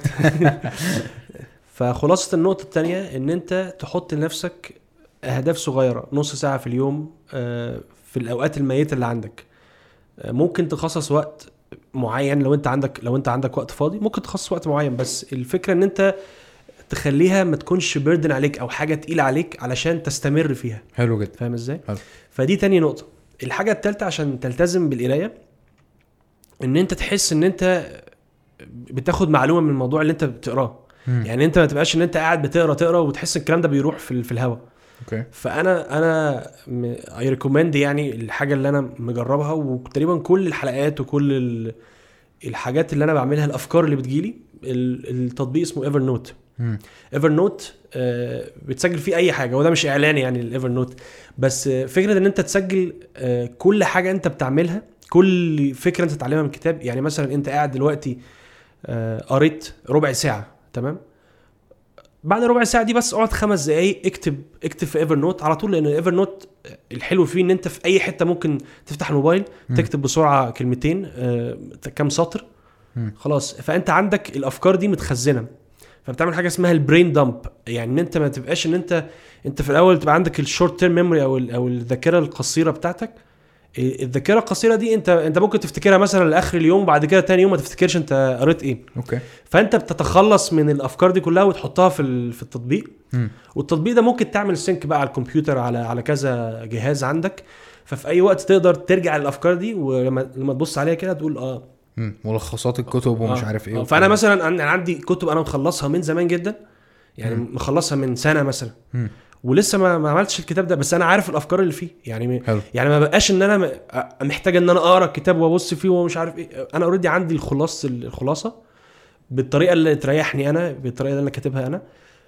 فخلاصه النقطه الثانيه ان انت تحط لنفسك اهداف صغيره، نص ساعه في اليوم في الاوقات الميته اللي عندك. ممكن تخصص وقت معين لو انت عندك وقت فاضي، ممكن تخصص وقت معين. بس الفكره ان انت تخليها ما تكونش بيردن عليك او حاجه تقيله عليك علشان تستمر فيها. حلو جدا. فاهم ازاي؟ حلو. فدي تاني نقطه. الحاجه الثالثه عشان تلتزم بالقرايه ان انت تحس ان انت بتاخد معلومه من الموضوع اللي انت بتقراه. يعني انت ما تبقاش ان انت قاعد بتقرا وتحس الكلام ده بيروح في الهواء. اوكي. فانا اي ريكومند يعني الحاجه اللي انا مجربها وتقريبا كل الحلقات وكل الحاجات اللي انا بعملها، الافكار اللي بتجيلي، التطبيق اسمه ايفر نوت. ايفر نوت بتسجل فيه اي حاجه، وده مش اعلان يعني الايفر نوت، بس فكره ان انت تسجل كل حاجه انت بتعملها، كل فكره انت تتعلمها من كتاب. يعني مثلا انت قاعد دلوقتي قريت ربع ساعه، تمام، بعد ربع ساعه دي بس اقعد 5 دقايق اكتب في ايفر نوت على طول. لان ايفر نوت الحلو فيه ان انت في اي حته ممكن تفتح الموبايل تكتب بسرعه كلمتين كام سطر خلاص. فانت عندك الافكار دي متخزنه، فبتعمل حاجه اسمها البرين دامب. يعني ان انت ما تبقاش ان انت في الاول تبقى عندك الشورت تيرم ميموري او الذاكره القصيره بتاعتك. الذاكره القصيره دي انت ممكن تفتكرها مثلا لاخر اليوم، بعد كده تاني يوم ما تفتكرش انت قريت ايه. اوكي. فانت بتتخلص من الافكار دي كلها وتحطها في التطبيق. والتطبيق ده ممكن تعمل سينك بقى على الكمبيوتر على كذا جهاز عندك، ففي اي وقت تقدر ترجع للافكار دي، ولما تبص عليها كده تقول ملخصات الكتب ومش عارف ايه. فانا مثلا انا عندي كتب انا مخلصها من زمان جدا، يعني مخلصها من سنه مثلا، ولسه ما عملتش الكتاب ده، بس انا عارف الافكار اللي فيه. يعني يعني ما بقاش ان انا محتاج ان انا اقرا الكتاب وابص فيه ومش عارف ايه. انا اوريدي عندي الخلاصه بالطريقه اللي تريحني انا، بالطريقه اللي انا كاتبها انا.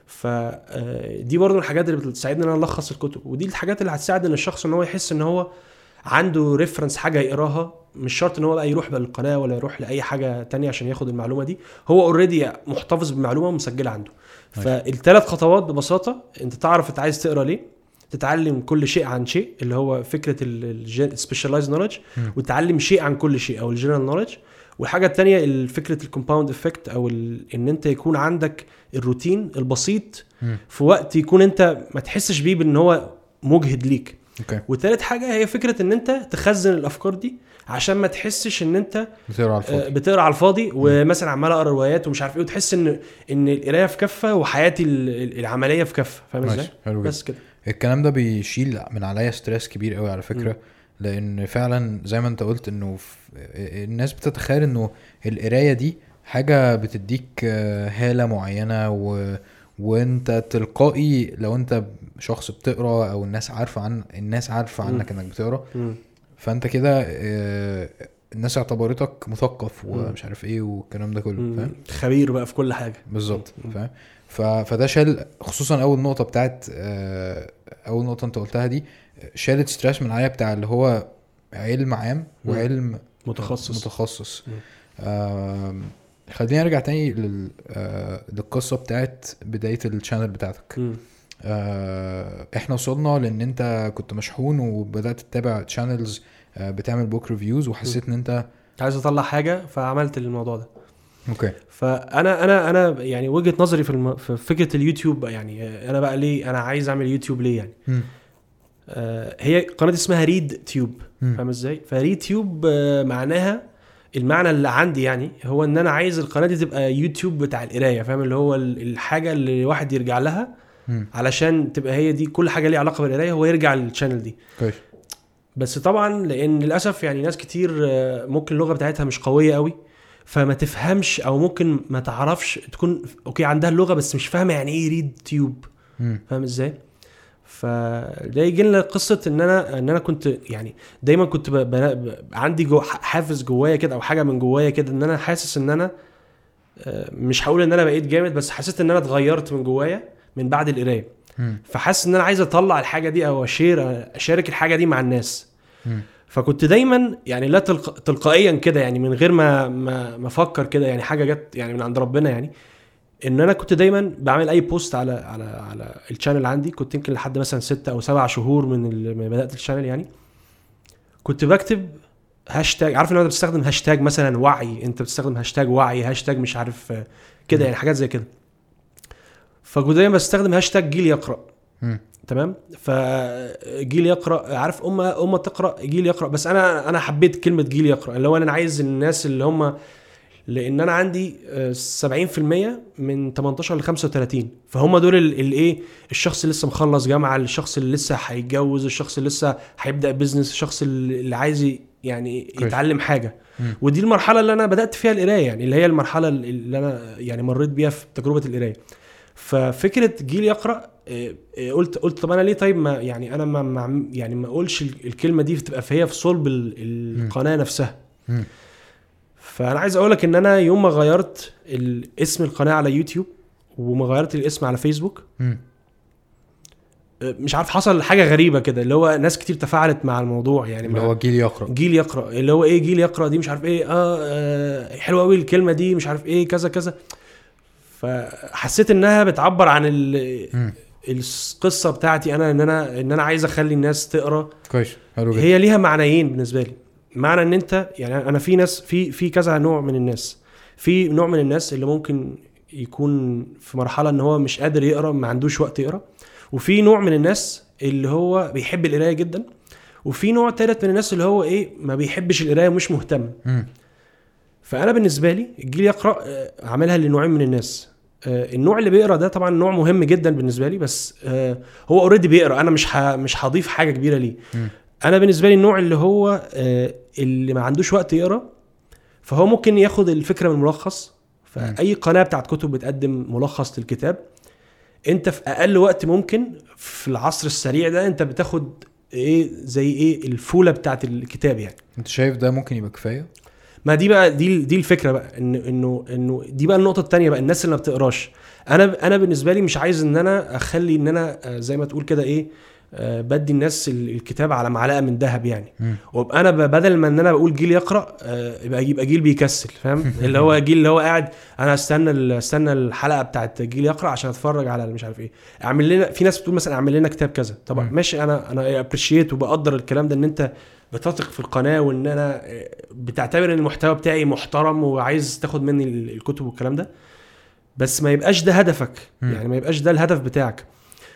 فدي برضو الحاجات اللي بتساعدني ان انا الخص الكتب، ودي الحاجات اللي هتساعد ان الشخص ان هو يحس ان هو عنده ريفرنس، حاجه يقراها. مش شرط ان هو بقى يروح بالقناه ولا يروح لاي حاجه تانية عشان ياخد المعلومه دي، هو اوريدي محتفظ بالمعلومه ومسجله عنده. فالثلاث خطوات ببساطه، انت تعرف انت عايز تقرا ليه، تتعلم كل شيء عن شيء اللي هو فكره السبيشالايزد نوليدج، وتتعلم شيء عن كل شيء او الجنرال نوليدج. والحاجه الثانيه فكره الكومباوند افكت، او ان انت يكون عندك الروتين البسيط في وقت يكون انت ما تحسش بيه بان هو مجهد ليك. وثالث حاجه هي فكره ان انت تخزن الافكار دي عشان ما تحسش ان انت بتقرا على الفاضي ومثلا عمال اقرا روايات ومش عارف ايه، وتحس ان القرايه في كفه وحياتي العمليه في كفه. فاهم ازاي؟ بس كده. الكلام ده بيشيل من عليا ستريس كبير قوي على فكره. لان فعلا زي ما انت قلت انه الناس بتتخيل انه القرايه دي حاجه بتديك هاله معينه وانت تلقائي لو انت شخص بتقرا او الناس عارفه عنك انك بتقرا، فانت كده الناس اعتبرتك مثقف ومش عارف ايه والكلام ده كله. فاهم؟ خبير بقى في كل حاجه بالظبط. فاهم؟ فده شال خصوصا اول نقطه بتاعت اول نقطه انت قلتها دي، شالت ستريس من عليا بتاع اللي هو علم عام وعلم متخصص. خلينا نرجع تاني للقصه بتاعت بدايه الشانل بتاعتك. احنا وصلنا لان انت كنت مشحون وبدات تتابع تشانلز بتعمل بوك ريفيوز، وحسيت ان انت عايز اطلع حاجه فعملت الموضوع ده. اوكي. فانا يعني وجهه نظري في فكره اليوتيوب، يعني انا بقى ليه انا عايز اعمل يوتيوب ليه يعني. هي قناه اسمها ريد تيوب. فاهم ازاي؟ فريد تيوب معناها المعنى اللي عندي يعني هو ان انا عايز القناه دي تبقى يوتيوب بتاع القرايه. فاهم؟ اللي هو الحاجه اللي واحد يرجع لها علشان تبقى هي دي كل حاجه ليها علاقه بالقرايه، هو يرجع للشانل دي. كويس. بس طبعا لان للاسف يعني ناس كتير ممكن اللغه بتاعتها مش قويه قوي، فما تفهمش او ممكن ما تعرفش تكون اوكي عندها اللغه بس مش فاهمه يعني ايه ريد تيوب. فاهم ازاي؟ فده يجي لنا قصه ان انا كنت يعني دايما كنت عندي حافز جوايا كده او حاجه من جوايا كده ان انا حاسس ان انا مش هقول ان انا بقيت جامد بس حسيت ان انا اتغيرت من جوايا من بعد القرايه. فحاسس ان انا عايز اطلع الحاجه دي او اشارك الحاجه دي مع الناس. فكنت دايما يعني لا تلقائيا كده يعني من غير ما افكر كده يعني حاجه جت يعني من عند ربنا يعني ان انا كنت دايما بعمل اي بوست على الشانل عندي. كنت يمكن لحد مثلا 6 أو 7 شهور من ما بدات الشانل يعني كنت بكتب هاشتاج. عارف ان انت بتستخدم هاشتاج مثلا وعي، انت بتستخدم هاشتاج وعي، هاشتاج مش عارف كده يعني حاجات زي كده. فكنت دايما بستخدم هاشتاج جيل يقرأ. تمام. فجيل يقرأ، عارف أمة تقرأ جيل يقرأ. بس انا حبيت كلمة جيل يقرأ اللي هو انا عايز الناس اللي هم، لان انا عندي 70% من 18 ل 35 فهم دول الايه الشخص اللي لسه مخلص جامعة، الشخص اللي لسه هيتجوز، الشخص اللي لسه هيبدأ بيزنس، الشخص اللي عايز يعني يتعلم حاجة. ودي المرحلة اللي انا بدأت فيها القراية يعني اللي هي المرحلة اللي انا يعني مريت بيها في تجربة القراية. ففكرة جيل يقرأ قلت طب انا ليه طيب ما يعني انا ما يعني ما اقولش الكلمة دي تبقى فيها في صلب القناة نفسها. فانا عايز اقولك ان انا يوم ما غيرت اسم القناة على يوتيوب وما غيرت الاسم على فيسبوك مش عارف حصل حاجة غريبة كده اللي هو ناس كتير تفاعلت مع الموضوع يعني اللي هو جيل يقرأ اللي هو ايه جيل يقرأ دي مش عارف ايه حلوة قوي الكلمة دي مش عارف ايه كذا كذا. فحسيت انها بتعبر عن القصة بتاعتي انا ان انا عايز اخلي الناس تقرأ كويس. هي ليها معنيين بالنسبة لي. معنى ان انت يعني انا في ناس في كذا نوع من الناس. في نوع من الناس اللي ممكن يكون في مرحلة ان هو مش قادر يقرأ ما عندوش وقت يقرأ. وفي نوع من الناس اللي هو بيحب القراية جدا. وفي نوع ثالث من الناس اللي هو ايه ما بيحبش القراية ومش مهتم. فانا بالنسبة لي الجيل يقرأ عاملها لنوعين من الناس. النوع اللي بيقرأ ده طبعا نوع مهم جدا بالنسبة لي بس هو اوريدي بيقرأ انا مش هضيف حاجة كبيرة ليه. انا بالنسبة لي النوع اللي هو اللي ما عندوش وقت يقرأ فهو ممكن ياخد الفكرة من ملخص. فأي قناة بتاعت كتب بتقدم ملخص للكتاب انت في اقل وقت ممكن في العصر السريع ده انت بتاخد ايه زي ايه الفولة بتاعت الكتاب يعني. انت شايف ده ممكن يبقى كفاية؟ ما دي بقى دي الفكرة بقى انه دي بقى النقطة التانية بقى الناس اللي ما بتقراش. انا بالنسبة لي مش عايز ان انا اخلي ان انا زي ما تقول كده ايه بدي الناس الكتاب على معلقة من ذهب يعني. وابقى انا بدل ما ان انا بقول جيل يقرأ يبقى جيل بيكسل فاهم اللي هو جيل اللي هو قاعد انا استنى الحلقة بتاعت جيل يقرأ عشان اتفرج على مش عارف ايه. اعمل لنا في ناس بتقول مثلا اعمل لنا كتاب كذا. طبعا ماشي انا ابريشيت وبقدر الكلام ده ان انت بتثق في القناة وان انا بتعتبر ان المحتوى بتاعي محترم وعايز تاخد مني الكتب والكلام ده. بس ما يبقاش ده هدفك يعني ما يبقاش ده الهدف بتاعك.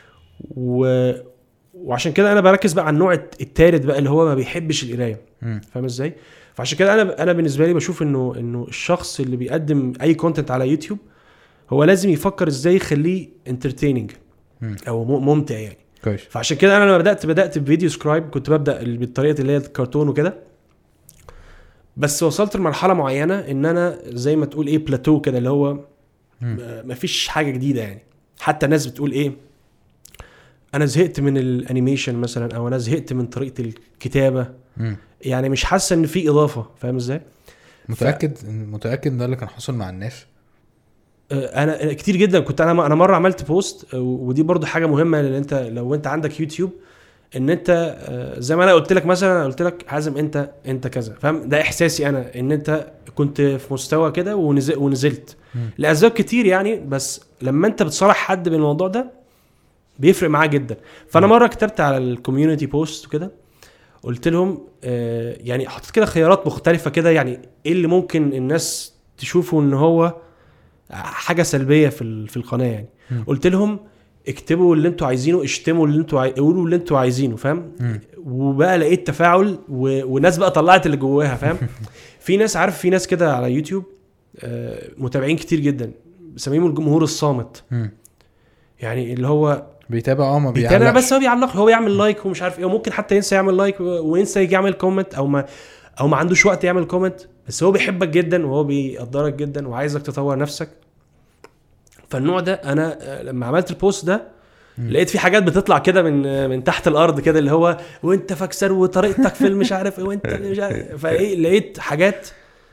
وعشان كده انا بركز بقى على النوع الثالث بقى اللي هو ما بيحبش القرايه فاهم ازاي. فعشان كده انا بالنسبه لي بشوف انه الشخص اللي بيقدم اي كونتنت على يوتيوب هو لازم يفكر ازاي يخليه انترتيننج او ممتع يعني. كويس. فعشان كده انا لما بدات بفيديو سكرايب كنت ببدا بالطريقه اللي هي الكرتون وكده. بس وصلت لمرحله معينه ان انا زي ما تقول ايه بلاتو كده اللي هو مفيش حاجه جديده يعني. حتى الناس بتقول ايه انا زهقت من الانيميشن مثلا او انا زهقت من طريقه الكتابه يعني مش حاسه ان في اضافه فاهم ازاي. متاكد ان ده اللي كان حصل مع الناس. انا كتير جدا كنت انا مره عملت بوست ودي برضو حاجه مهمه لان انت لو انت عندك يوتيوب ان انت زي ما انا قلت لك مثلا قلت لك حازم انت كذا فاهم. ده احساسي انا ان انت كنت في مستوى كده ونزلت لاسباب كتير يعني. بس لما انت بتصارح حد بالموضوع ده بيفرق معاه جدا. فانا مره كتبت على الكوميونتي بوست وكده قلت لهم يعني حطيت كده خيارات مختلفه كده يعني ايه اللي ممكن الناس تشوفه ان هو حاجه سلبيه في القناه يعني. قلت لهم اكتبوا اللي انتوا عايزينه اشتموا اللي انتوا قولوا اللي انتوا عايزينه فاهم. وبقى لقيت تفاعل وناس بقى طلعت اللي جواها فاهم. في ناس عارف في ناس كده على يوتيوب متابعين كتير جدا بسميهم الجمهور الصامت يعني اللي هو بيتابع ما بيعلقش بس هو بيعلق هو يعمل لايك ومش عارف ايه وممكن حتى ينسى يعمل لايك وينسى يجي يعمل كومنت او ما عندوش وقت يعمل كومنت. بس هو بيحبك جدا وهو بيقدرك جدا وعايزك تطور نفسك. فالنوع ده انا لما عملت البوست ده لقيت في حاجات بتطلع كده من تحت الارض كده اللي هو وانت فاكسر وطريقتك في مش عارف ايه وانت مش عارف. فايه لقيت حاجات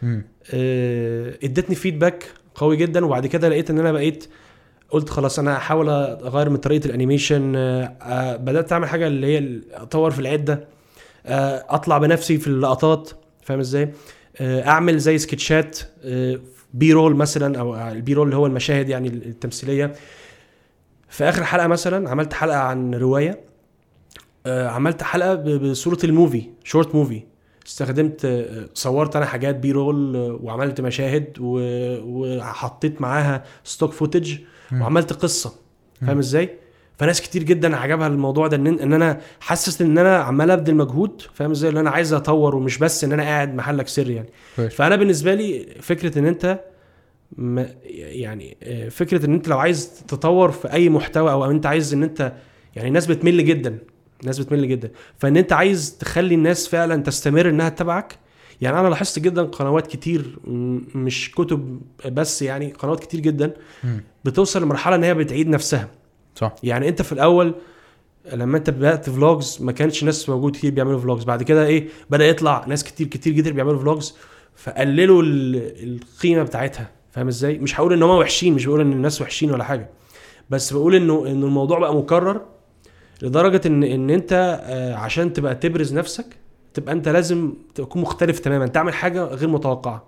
ادتني فيدباك قوي جدا. وبعد كده لقيت ان انا بقيت قلت خلاص انا هحاول اغير من طريقه الانيميشن. بدات اعمل حاجه اللي هي اطور في العده، اطلع بنفسي في اللقطات، فاهم ازاي؟ اعمل زي سكتشات بي رول مثلا، او البي رول اللي هو المشاهد يعني التمثيليه. في اخر حلقه مثلا عملت حلقه عن روايه، عملت حلقه بصوره الموفي، شورت موفي. استخدمت صورت انا حاجات بي رول وعملت مشاهد وحطيت معاها ستوك فوتج وعملت قصه، فاهم ازاي؟ فناس كتير جدا عجبها الموضوع ده، ان انا حاسس ان انا عمال ابذل مجهود، فاهم ازاي؟ اللي انا عايز اطور ومش بس ان انا قاعد محلك سر يعني. فانا بالنسبه لي فكره ان انت يعني فكره ان انت لو عايز تطور في اي محتوى، او انت عايز ان انت يعني الناس بتمل جدا، فان انت عايز تخلي الناس فعلا تستمر انها تتابعك. يعني انا لاحظت جدا قنوات كتير مش كتب بس، يعني قنوات كتير جدا بتوصل لمرحله ان هي بتعيد نفسها. صح. يعني انت في الاول لما انت بدات فلوجز ما كانش ناس موجود كتير بيعملوا فلوجز، بعد كده ايه بدا يطلع ناس كتير جدا بيعملوا فلوجز، فقللوا القيمه بتاعتها، فاهم ازاي؟ مش هقول ان هم وحشين، مش بقول ان الناس وحشين ولا حاجه، بس بقول انه الموضوع بقى مكرر لدرجه ان انت عشان تبقى تبرز نفسك تبقى انت لازم تكون مختلف تماما، تعمل حاجه غير متوقعه.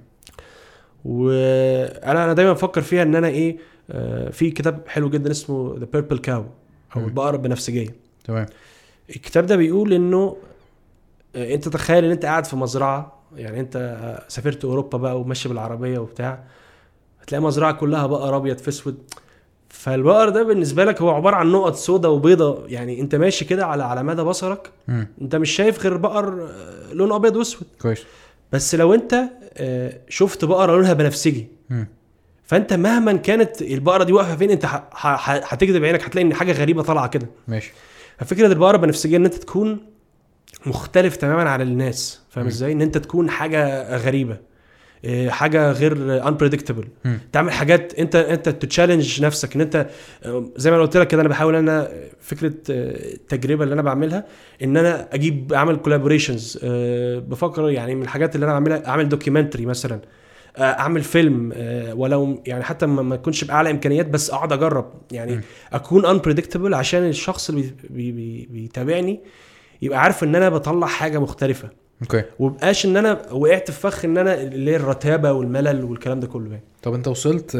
وانا دايما بفكر فيها ان انا ايه، في كتاب حلو جدا اسمه The Purple Cow او البقره البنفسجيه. تمام. الكتاب ده بيقول انه انت تخيل ان انت قاعد في مزرعه، يعني انت سافرت اوروبا بقى وماشي بالعربيه وبتاع، هتلاقي مزرعه كلها بقر ابيض في اسود. فالبقر ده بالنسبه لك هو عباره عن نقط سودة وبيضة، يعني انت ماشي كده على مدى بصرك انت مش شايف غير بقر لونه ابيض واسود. كويس. بس لو انت شفت بقره لونها بنفسجي، فانت مهما كانت البقره دي واقفه فين انت هتجذب عينك، هتلاقي ان حاجه غريبه طالعه كده. ماشي. ففكره البقره البنفسجيه ان انت تكون مختلف تماما عن الناس، فاهم ازاي؟ ان انت تكون حاجه غريبه، حاجه غير unpredictable، تعمل حاجات انت تتشالنج نفسك. ان انت زي ما انا قلت لك كده، انا بحاول انا فكره التجربه اللي انا بعملها ان انا اعمل كولابوريشنز. بفكر يعني من الحاجات اللي انا بعملها اعمل دوكيومنتري مثلا، اعمل فيلم، ولو يعني حتى ما يكونش باعلى امكانيات بس اقعد اجرب يعني اكون unpredictable عشان الشخص اللي بيتابعني يبقى عارف ان انا بطلع حاجه مختلفه. اوكي. وبقاش ان انا وقعت في فخ ان انا اللي هي الرتابه والملل والكلام ده كله. طب انت وصلت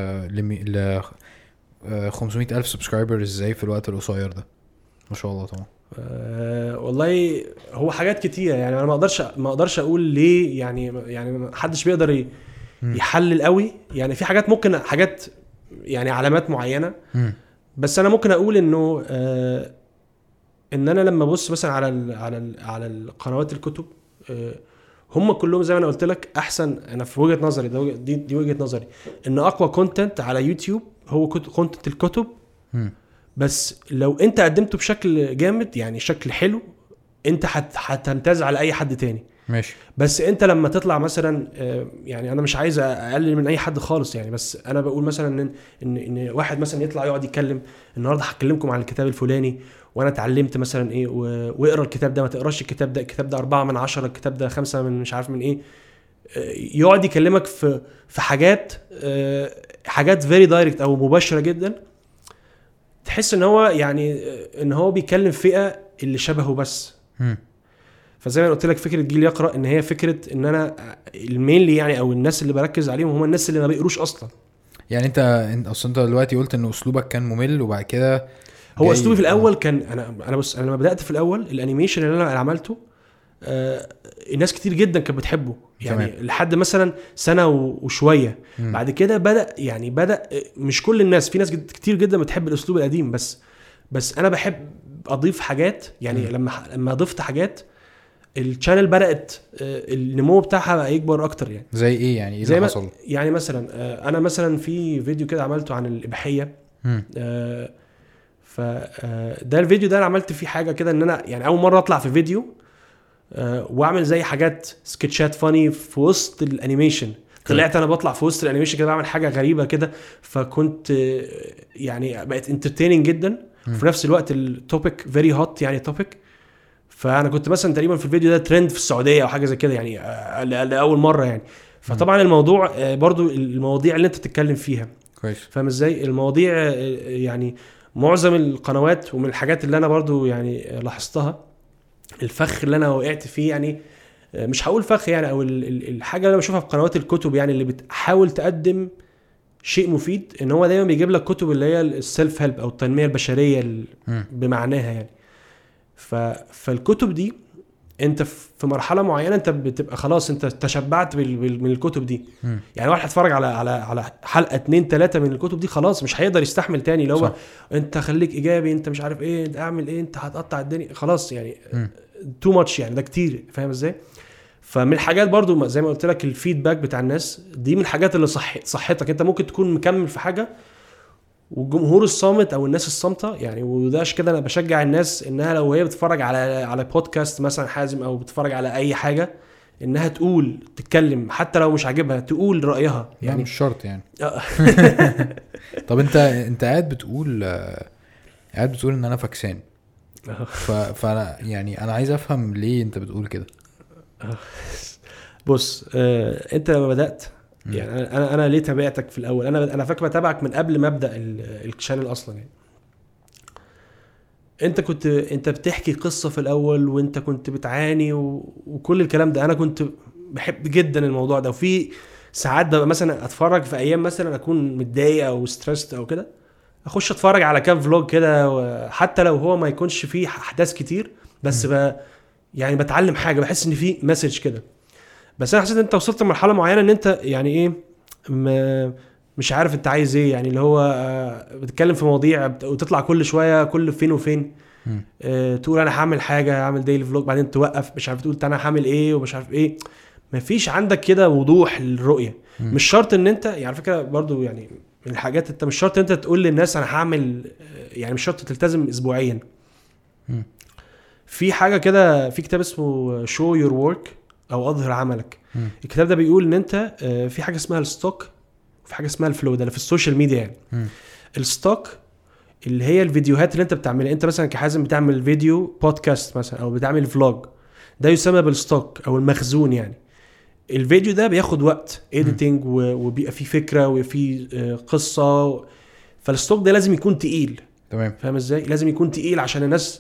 ل 500,000 سبسكرايبر ازاي في الوقت القصير ده؟ ما شاء الله طبعا. والله هو حاجات كتيره يعني انا ما اقدرش اقول ليه، يعني ما حدش بيقدر يحلل قوي. يعني في حاجات ممكن حاجات يعني علامات معينه، بس انا ممكن اقول انه ان انا لما ابص مثلا على القنوات الكتب، هم كلهم زي ما انا قلت لك احسن. انا في وجهه نظري دي وجهه نظري ان اقوى كونتنت على يوتيوب هو كونتنت الكتب. بس لو انت قدمته بشكل جامد يعني شكل حلو انت هتمتاز على اي حد تاني. ماشي. بس انت لما تطلع مثلا يعني انا مش عايز اقلل من اي حد خالص يعني، بس انا بقول مثلا ان واحد مثلا يطلع يقعد يتكلم النهارده هكلمكم عن الكتاب الفلاني وانا اتعلمت مثلا ايه، واقرا الكتاب ده، ما تقراش الكتاب ده 4 من 10، الكتاب ده 5 من مش عارف من ايه. يقعد يكلمك في حاجات فيري دايركت او مباشره جدا، تحس ان هو يعني ان هو بيكلم فئه اللي شبهه بس. فزي ما قلت لك فكره جيل يقرا ان هي فكره ان انا المينلي يعني او الناس اللي بركز عليهم هم الناس اللي ما بيقروش اصلا. يعني انت اصلا انت دلوقتي قلت ان اسلوبك كان ممل وبعد كده هو اسلوبي في الاول كان انا بص، انا لما بدات في الاول الانيميشن اللي انا عملته الناس كتير جدا كانت بتحبه يعني تمام. لحد مثلا سنه وشويه بعد كده بدا مش كل الناس، في ناس كتير جدا بتحب الاسلوب القديم، بس انا بحب اضيف حاجات يعني. لما ضفت حاجات الشانل بدات النمو بتاعها بقى يكبر اكتر يعني. زي ايه يعني؟ ايه اللي حصل؟ يعني مثلا انا مثلا في فيديو كده عملته عن الاباحيه، فده الفيديو ده انا عملت فيه حاجه كده ان انا يعني اول مره اطلع في فيديو واعمل زي حاجات سكتشات فاني في وسط الانيميشن، طلعت انا بطلع في وسط الانيميشن كده بعمل حاجه غريبه كده، فكنت يعني بقت انترتيننج جدا وفي نفس الوقت التوبيك فيري هوت يعني توبيك. فانا كنت مثلا تقريبا في الفيديو ده ترند في السعوديه او حاجه زي كده يعني لاول مره يعني. فطبعا الموضوع برضو المواضيع اللي انت بتتكلم فيها كويس. فاهم ازاي المواضيع يعني معظم القنوات ومن الحاجات اللي انا برضو يعني لاحظتها الفخ اللي انا وقعت فيه يعني مش هقول فخ يعني او الحاجه اللي انا بشوفها في قنوات الكتب يعني اللي بتحاول تقدم شيء مفيد ان هو دايما بيجيب لك كتب اللي هي السيلف هيلب او التنميه البشريه بمعناها يعني. فالكتب دي انت في مرحله معينه انت بتبقى خلاص انت تشبعت من الكتب دي. يعني واحد هيتفرج على حلقه 2-3 من الكتب دي خلاص مش هيقدر يستحمل تاني لو انت خليك ايجابي انت مش عارف ايه انت اعمل ايه انت هتقطع الدنيا خلاص يعني تو ماتش يعني ده كتير فاهم ازاي. فمن الحاجات برضو زي ما قلت لك الفيدباك بتاع الناس دي من الحاجات اللي صحتك انت ممكن تكون مكمل في حاجه والجمهور الصامت او الناس الصامته يعني. وداش كده انا بشجع الناس انها لو هي بتتفرج على بودكاست مثلا حازم او بتتفرج على اي حاجه انها تقول تتكلم حتى لو مش عاجبها تقول رايها يعني مش شرط يعني. طب انت قاعد بتقول ان انا فكسان فانا يعني انا عايز افهم ليه انت بتقول كده. بص انت لما بدات يعني انا ليه تابعتك في الاول انا فاكر بتابعك من قبل ما ابدا الشانل اصلا يعني. انت بتحكي قصه في الاول وانت كنت بتعاني وكل الكلام ده انا كنت بحب جدا الموضوع ده. وفي ساعات ببقى مثلا اتفرج في ايام مثلا اكون متضايق او ستريسد او كده اخش اتفرج على كام فلوج كده حتى لو هو ما يكونش فيه احداث كتير بس يعني بتعلم حاجه بحس ان في مسج كده. بس انا حسيت انت وصلت لمرحله معينه ان انت يعني ايه مش عارف انت عايز ايه يعني اللي هو بتتكلم في مواضيع وتطلع كل شويه كل فين وفين تقول انا هعمل حاجه هعمل ديلي فلوج بعدين توقف مش عارف تقول انا هعمل ايه ومش عارف ايه. مفيش عندك كده وضوح للرؤيه. مش شرط ان انت يعني فكره برضو يعني من الحاجات انت مش شرط انت تقول للناس انا هعمل يعني مش شرط تلتزم اسبوعيا. في حاجه كده في كتاب اسمه شو يور ورك او اظهر عملك. الكتاب ده بيقول ان انت في حاجه اسمها الستوك وفي حاجه اسمها الفلو ده في السوشيال ميديا يعني. الستوك اللي هي الفيديوهات اللي انت بتعملها انت مثلا كحازم بتعمل فيديو بودكاست مثلا او بتعمل فلوج ده يسمى بالستوك او المخزون يعني. الفيديو ده بياخد وقت editing وبيبقى فيه فكره وفيه قصه فالستوك ده لازم يكون تقيل تمام فاهم ازاي لازم يكون تقيل عشان الناس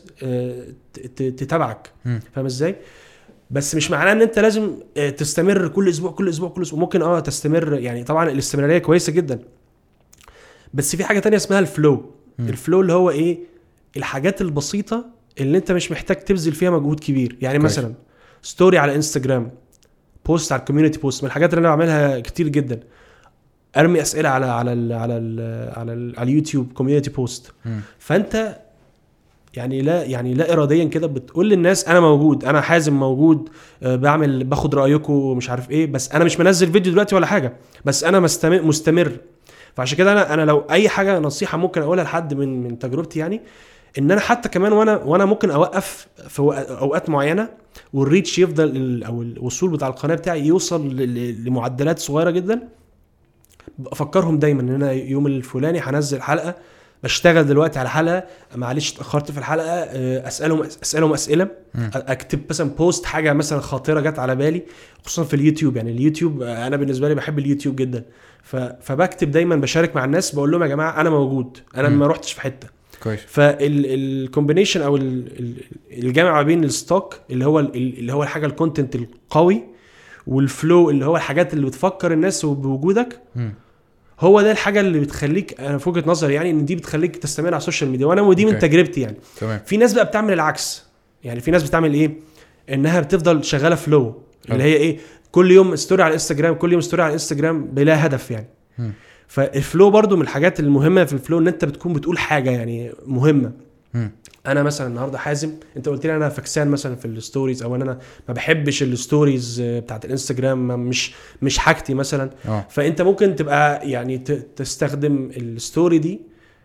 تتابعك فاهم ازاي. بس مش معناه ان انت لازم تستمر كل اسبوع ممكن تستمر يعني طبعا الاستمراريه كويسه جدا بس في حاجه تانية اسمها الفلو. الفلو اللي هو ايه الحاجات البسيطه اللي انت مش محتاج تبذل فيها مجهود كبير يعني كويس. مثلا ستوري على انستجرام بوست على الكوميونتي بوست من الحاجات اللي انا بعملها كتير جدا. ارمي اسئله على اليوتيوب كوميونتي بوست فانت يعني لا اراديا كده بتقول للناس انا موجود انا حازم موجود باخد رايكم مش عارف ايه بس انا مش منزل فيديو دلوقتي ولا حاجه بس انا مستمر. فعشان كده انا لو اي حاجه نصيحه ممكن اقولها لحد من تجربتي يعني ان انا حتى كمان وانا ممكن اوقف في اوقات معينه والريتش يفضل او الوصول بتاع القناه بتاعي يوصل لمعدلات صغيره جدا. بفكرهم دايما ان انا يوم الفلاني هنزل حلقه بشتغل دلوقتي على حلقه معلش اتاخرت في الحلقه اسالهم اسئله اكتب مثلا بوست حاجه مثلا خاطره جت على بالي خصوصا في اليوتيوب يعني اليوتيوب انا بالنسبه لي بحب اليوتيوب جدا فبكتب دايما بشارك مع الناس بقول لهم يا جماعه انا موجود انا ما روحتش في حته كويس. فالكومبينيشن او الجامعه بين الستوك اللي هو الحاجه الكونتنت القوي والفلو اللي هو الحاجات اللي بتفكر الناس بوجودك هو ده الحاجه اللي بتخليك انا في وجهه نظري يعني ان دي بتخليك تستمر على السوشيال ميديا وانا ودي من تجربتي يعني. تمام. في ناس بقى بتعمل العكس يعني في ناس بتعمل ايه انها بتفضل شغاله فلو اللي هي ايه كل يوم ستوري على الانستجرام كل يوم ستوري على الانستجرام بلا هدف يعني. فالفلو برضو من الحاجات المهمه في الفلو ان انت بتكون بتقول حاجه يعني مهمه. انا مثلا النهارده حازم انت قلت لي انا فكسان مثلا في الستوريز او انا ما بحبش الستوريز بتاعت الانستجرام مش حاجتي مثلا. فانت ممكن تبقى يعني تستخدم الستوري دي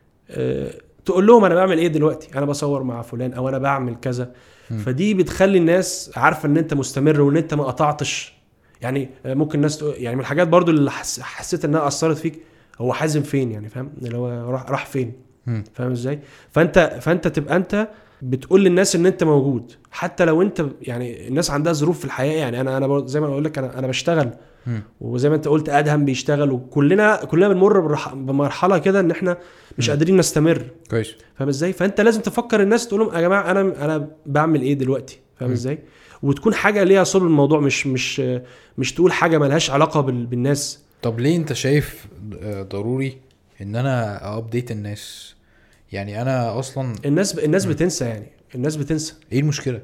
تقول لهم انا بعمل ايه دلوقتي انا بصور مع فلان او انا بعمل كذا. فدي بتخلي الناس عارفه ان انت مستمر وان انت ما قطعتش يعني ممكن الناس يعني من الحاجات برضو اللي حسيت انها اثرت فيك هو حازم فين يعني فاهم اللي هو راح فين فاهم ازاي. فانت تبقى انت بتقول للناس ان انت موجود حتى لو انت يعني الناس عندها ظروف في الحياه يعني انا زي ما اقول لك انا بشتغل وزي ما انت قلت ادهم بيشتغل وكلنا بنمر بمرحله كده ان احنا مش قادرين نستمر كويس فاهم ازاي. فانت لازم تفكر الناس تقول لهم يا جماعه انا بعمل ايه دلوقتي فاهم ازاي وتكون حاجه ليها صلب الموضوع مش تقول حاجه ملهاش علاقه بالناس. طب ليه انت شايف ضروري ان انا ابديت الناس يعني انا اصلا الناس بتنسى يعني الناس بتنسى ايه المشكله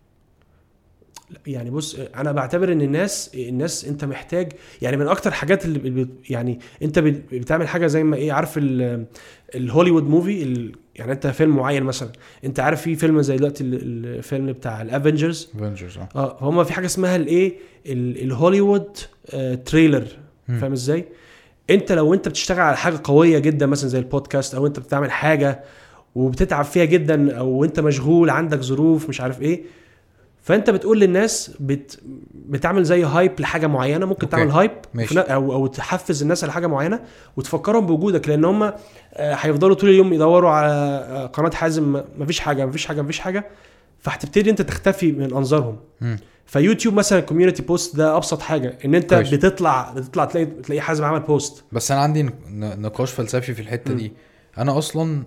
يعني بص انا بعتبر ان الناس انت محتاج يعني من اكتر حاجات اللي يعني انت بتعمل حاجه زي ما ايه عارف الهوليوود موفي يعني انت فيلم معين مثلا انت عارف في فيلم زي دلوقتي الفيلم بتاع الافنجرز هم في حاجه اسمها الايه الهوليوود تريلر فاهم ازاي. انت لو انت بتشتغل على حاجه قويه جدا مثلا زي البودكاست او انت بتعمل حاجه وبتتعب فيها جدا او انت مشغول عندك ظروف مش عارف ايه فانت بتقول للناس بتعمل زي هايب لحاجه معينه ممكن أوكي. تعمل هايب او تحفز الناس على حاجه معينه وتفكرهم بوجودك لان هم هيفضلوا طول اليوم يدوروا على قناه حازم مفيش حاجه فهتبتدي انت تختفي من انظارهم. فيوتيوب مثلا الكوميونتي بوست ده ابسط حاجه ان انت كويش. بتطلع تلاقي حازم عمل بوست. بس انا عندي نقاش فلسفي في الحته دي. انا اصلا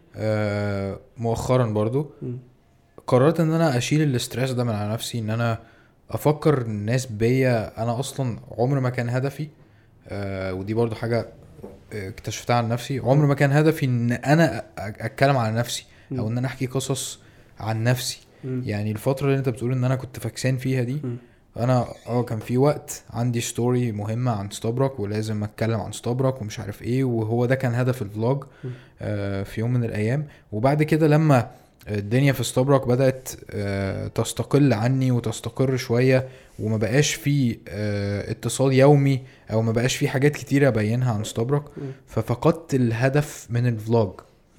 مؤخرا برضو قررت ان انا اشيل الاسترس ده من على نفسي ان انا افكر الناس بيا. انا اصلا عمر ما كان هدفي ودي برضو حاجه اكتشفتها عن نفسي عمر ما كان هدفي ان انا اتكلم على نفسي او ان انا احكي قصص عن نفسي. يعني الفتره اللي انت بتقول ان انا كنت فاكسان فيها دي انا كان في وقت عندي ستوري مهمه عن ستوبرك ولازم اتكلم عن ستوبرك ومش عارف ايه وهو ده كان هدف الفلوج في يوم من الايام. وبعد كده لما الدنيا في ستوبرك بدأت تستقل عني وتستقر شوية وما بقاش في اتصال يومي او ما بقاش في حاجات كتيرة ابينها عن ستوبرك ففقدت الهدف من الفلوج.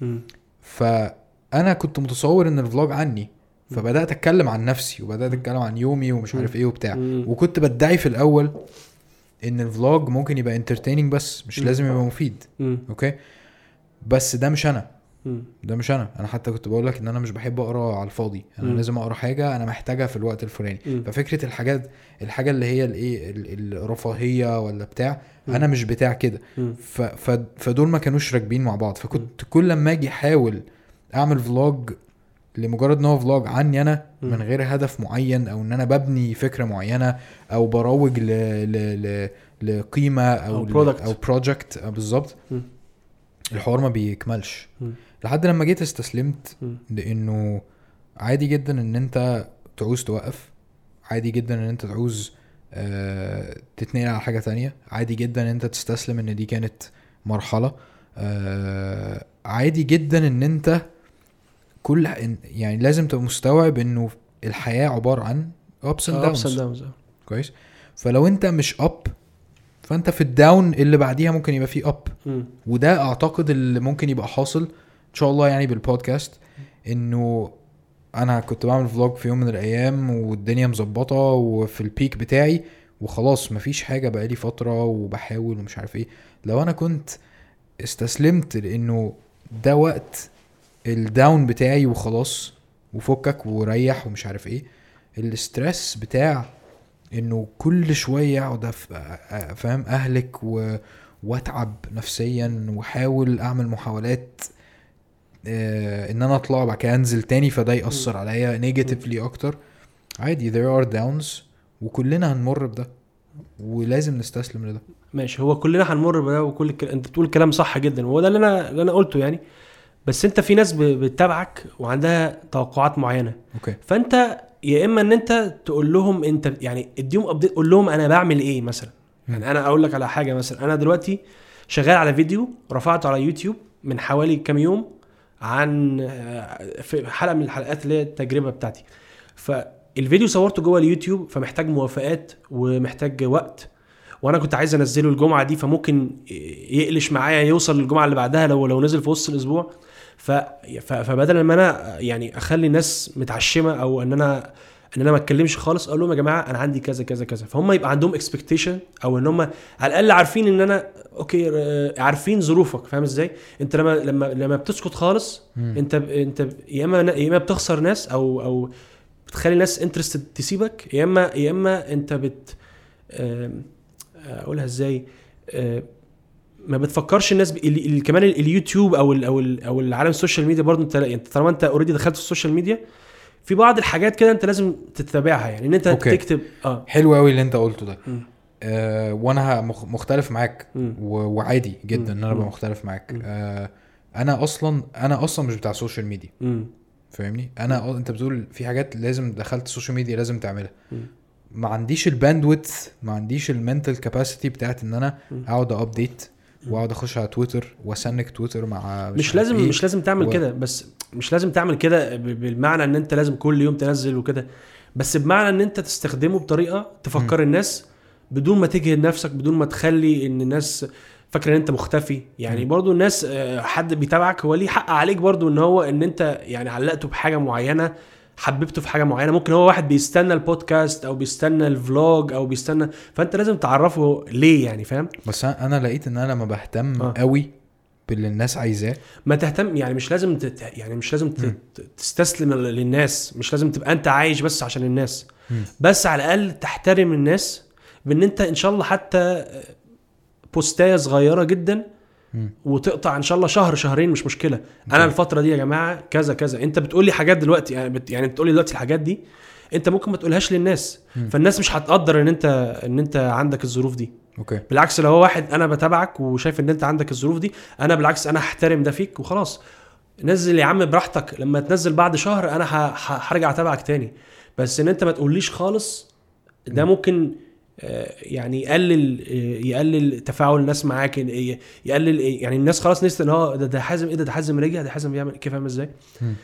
فانا كنت متصور ان الفلوج عني فبدأت اتكلم عن نفسي وبدأت اتكلم عن يومي ومش عارف ايه وبتاع وكنت بدعي في الاول ان الفلوج ممكن يبقى انترتيننج بس مش لازم يبقى مفيد. اوكي بس ده مش انا انا حتى كنت بقولك ان انا مش بحب اقرا على الفاضي انا لازم اقرا حاجه انا محتاجها في الوقت الفلاني. ففكره الحاجه اللي هي الايه الرفاهيه ولا بتاع انا مش بتاع كده. فدول ما كانوش راكبين مع بعض. فكنت كل لما اجي احاول اعمل فلوج لمجرد ان هو فلوج عني انا من غير هدف معين او ان انا ببني فكره معينه او بروج لقيمه او بروجكت بالظبط الحوار ما بيكملش لحد لما جيت استسلمت لانه عادي جدا ان انت تعوز توقف عادي جدا ان انت تعوز تتنقل على حاجة تانية عادي جدا ان انت تستسلم ان دي كانت مرحلة عادي جدا ان انت يعني لازم تبقى مستوعب انه الحياة عبارة عن ups and downs كويس. فلو انت مش up فانت في الداون اللي بعديها ممكن يبقى فيه up وده اعتقد اللي ممكن يبقى حاصل ان شاء الله يعني بالبودكاست. انه انا كنت بعمل فلوج في يوم من الايام والدنيا مزبطة وفي البيك بتاعي وخلاص مفيش حاجة بقالي فترة وبحاول ومش عارف ايه. لو انا كنت استسلمت لانه ده وقت الداون بتاعي وخلاص وفكك وريح ومش عارف ايه الاسترس بتاع انه كل شوية اقعد فاهم اهلك واتعب نفسيا وحاول اعمل محاولات ان انا اطلع بعد كده انزل تاني فده يأثر عليا نيجاتيفلي اكتر. عادي there are downs وكلنا هنمر بده ولازم نستسلم لده. ماشي هو كلنا هنمر بده انت بتقول كلام صح جدا وهو ده اللي انا قلته يعني. بس انت في ناس بتتابعك وعندها توقعات معينة أوكي. فانت يا اما ان انت تقول لهم انت يعني اديهم ابديت قول لهم انا بعمل ايه مثلا. يعني انا اقول لك على حاجة مثلا انا دلوقتي شغال على فيديو رفعته على يوتيوب من حوالي كام يوم عن في حلقة من الحلقات اللي هي التجربة بتاعتي. فالفيديو صورته جوه اليوتيوب فمحتاج موافقات ومحتاج وقت وانا كنت عايز انزله الجمعة دي فممكن يقلش معايا يوصل للجمعة اللي بعدها لو نزل في وسط الاسبوع. فبدل ما انا يعني اخلي الناس متعشمة او ان انا ان انا ما اتكلمش خالص، اقول لهم يا جماعه انا عندي كذا كذا كذا، فهم يبقى عندهم اكسبكتيشن، او ان هم على الاقل عارفين ان انا اوكي، عارفين ظروفك. فاهم ازاي؟ انت لما بتسكت خالص انت يا اما بتخسر ناس او بتخلي ناس انترستد تسيبك، يا اما انت اقولها ازاي، ما بتفكرش الناس كمان اليوتيوب او العالم السوشيال ميديا برضو. انت طالما انت اوريدي دخلت في السوشيال ميديا، في بعض الحاجات كده انت لازم تتبعها، يعني ان انت تكتب. حلو قوي اللي انت قلته ده. وانا مختلف معاك وعادي جدا ان انا ابقى مختلف معاك. انا اصلا مش بتاع السوشيال ميديا. فاهمني؟ انت بتقول في حاجات لازم دخلت السوشيال ميديا لازم تعملها. ما عنديش الباندويث، ما عنديش المنتال كاباسيتي بتاعت ان انا اقعد ابديت واقعد اخش على تويتر واسنك تويتر مع مش لازم تعمل كده، بس مش لازم تعمل كده بالمعنى ان انت لازم كل يوم تنزل وكده، بس بمعنى ان انت تستخدمه بطريقه تفكر الناس بدون ما تجهد نفسك، بدون ما تخلي ان الناس فاكره ان انت مختفي. يعني برضو الناس حد بيتابعك هو ليه حق عليك برضو ان هو ان انت يعني علقته بحاجه معينه، حببته في حاجه معينه. ممكن هو واحد بيستنى البودكاست او بيستنى الفلوج او بيستنى، فانت لازم تعرفه ليه يعني. فاهم؟ بس انا لقيت ان انا لما بهتم قوي باللي الناس عايزاه، ما تهتم يعني مش لازم تستسلم للناس، مش لازم تبقى انت عايش بس عشان الناس. بس على الاقل تحترم الناس بان انت ان شاء الله حتى بوستايه صغيره جدا وتقطع ان شاء الله شهر شهرين مش مشكله. انا الفتره دي يا جماعه كذا كذا، انت بتقول لي حاجات دلوقتي يعني بتقول لي دلوقتي الحاجات دي انت ممكن ما تقولهاش للناس، فالناس مش هتقدر ان انت عندك الظروف دي. بالعكس لو هو واحد انا بتابعك وشايف ان انت عندك الظروف دي، انا بالعكس انا هحترم ده فيك وخلاص. نزل يا عم براحتك، لما تنزل بعد شهر انا هرجع اتابعك تاني. بس ان انت ما تقوليش خالص ده ممكن يعني يقلل تفاعل الناس معاك، يقلل يعني الناس خلاص نسيت ان هو ده حازم، ايه ده حازم رجع، ده حازم بيعمل كيف، فاهم ازاي؟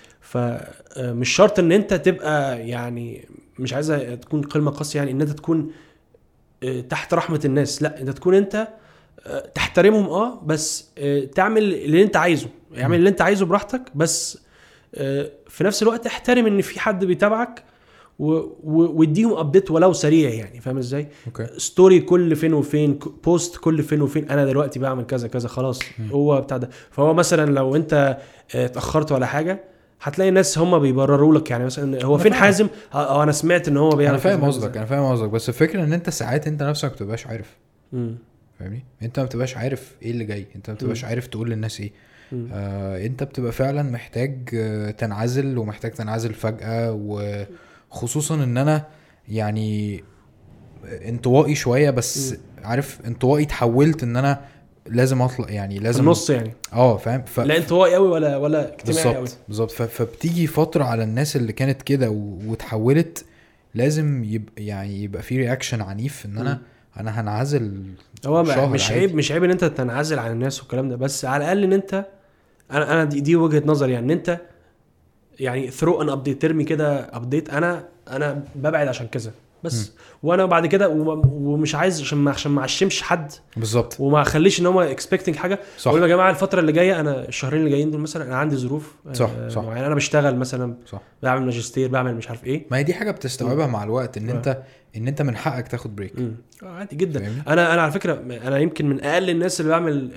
فمش شرط ان انت تبقى يعني مش عايزه تكون كلمه قاسيه، يعني ان انت تكون تحت رحمه الناس، لا انت تكون انت تحترمهم بس تعمل اللي انت عايزه، اعمل اللي انت عايزه براحتك، بس في نفس الوقت احترم ان في حد بيتابعك واديهم ابديت ولو سريع يعني. فاهم ازاي؟ ستوري كل فين وفين، بوست كل فين وفين، انا دلوقتي بعمل كذا كذا خلاص. هو بتاع ده. فهو مثلا لو انت اتاخرت ولا حاجه هتلاقي الناس هم بيبرروا لك، يعني مثلا هو فين حازم، انا سمعت ان هو بيعمل. انا فاهم قصدك بس الفكره ان انت ساعات انت نفسك ما بتبقاش عارف. فاهمني؟ انت ما بتبقاش عارف ايه اللي جاي، انت ما بتبقاش عارف تقول للناس ايه. انت بتبقى فعلا محتاج تنعزل، ومحتاج تنعزل فجأة، وخصوصا ان انا يعني انطوائي شوية، بس عارف انطوائي تحولت ان انا لازم اطلع، يعني لازم النص يعني فاهم. لا انطوائي قوي ولا اجتماعي قوي بالظبط. فبتيجي فترة على الناس اللي كانت كده وتحولت، لازم يبقى في رياكشن عنيف ان انا هنعزل. هو مش عيب ان انت تنعزل عن الناس والكلام ده، بس على الاقل ان انت انا دي وجهة نظري، يعني ان انت يعني ثرو ان ابديت، ترمي كده ابديت، انا ببعد عشان كذا بس. وانا بعد كده ومش عايز عشان ما اعشمش حد بالظبط، وما اخليش ان هم اكسبكتنج حاجه. اقول يا جماعه الفتره اللي جايه، انا الشهرين اللي جايين دول مثلا انا عندي ظروف معينه، انا بشتغل مثلا، بعمل ماجستير، بعمل مش عارف ايه. ما هي دي حاجه بتستوعبها مع الوقت، ان انت من حقك تاخد بريك. عادي جدا. انا على فكره انا يمكن من اقل الناس اللي بعمل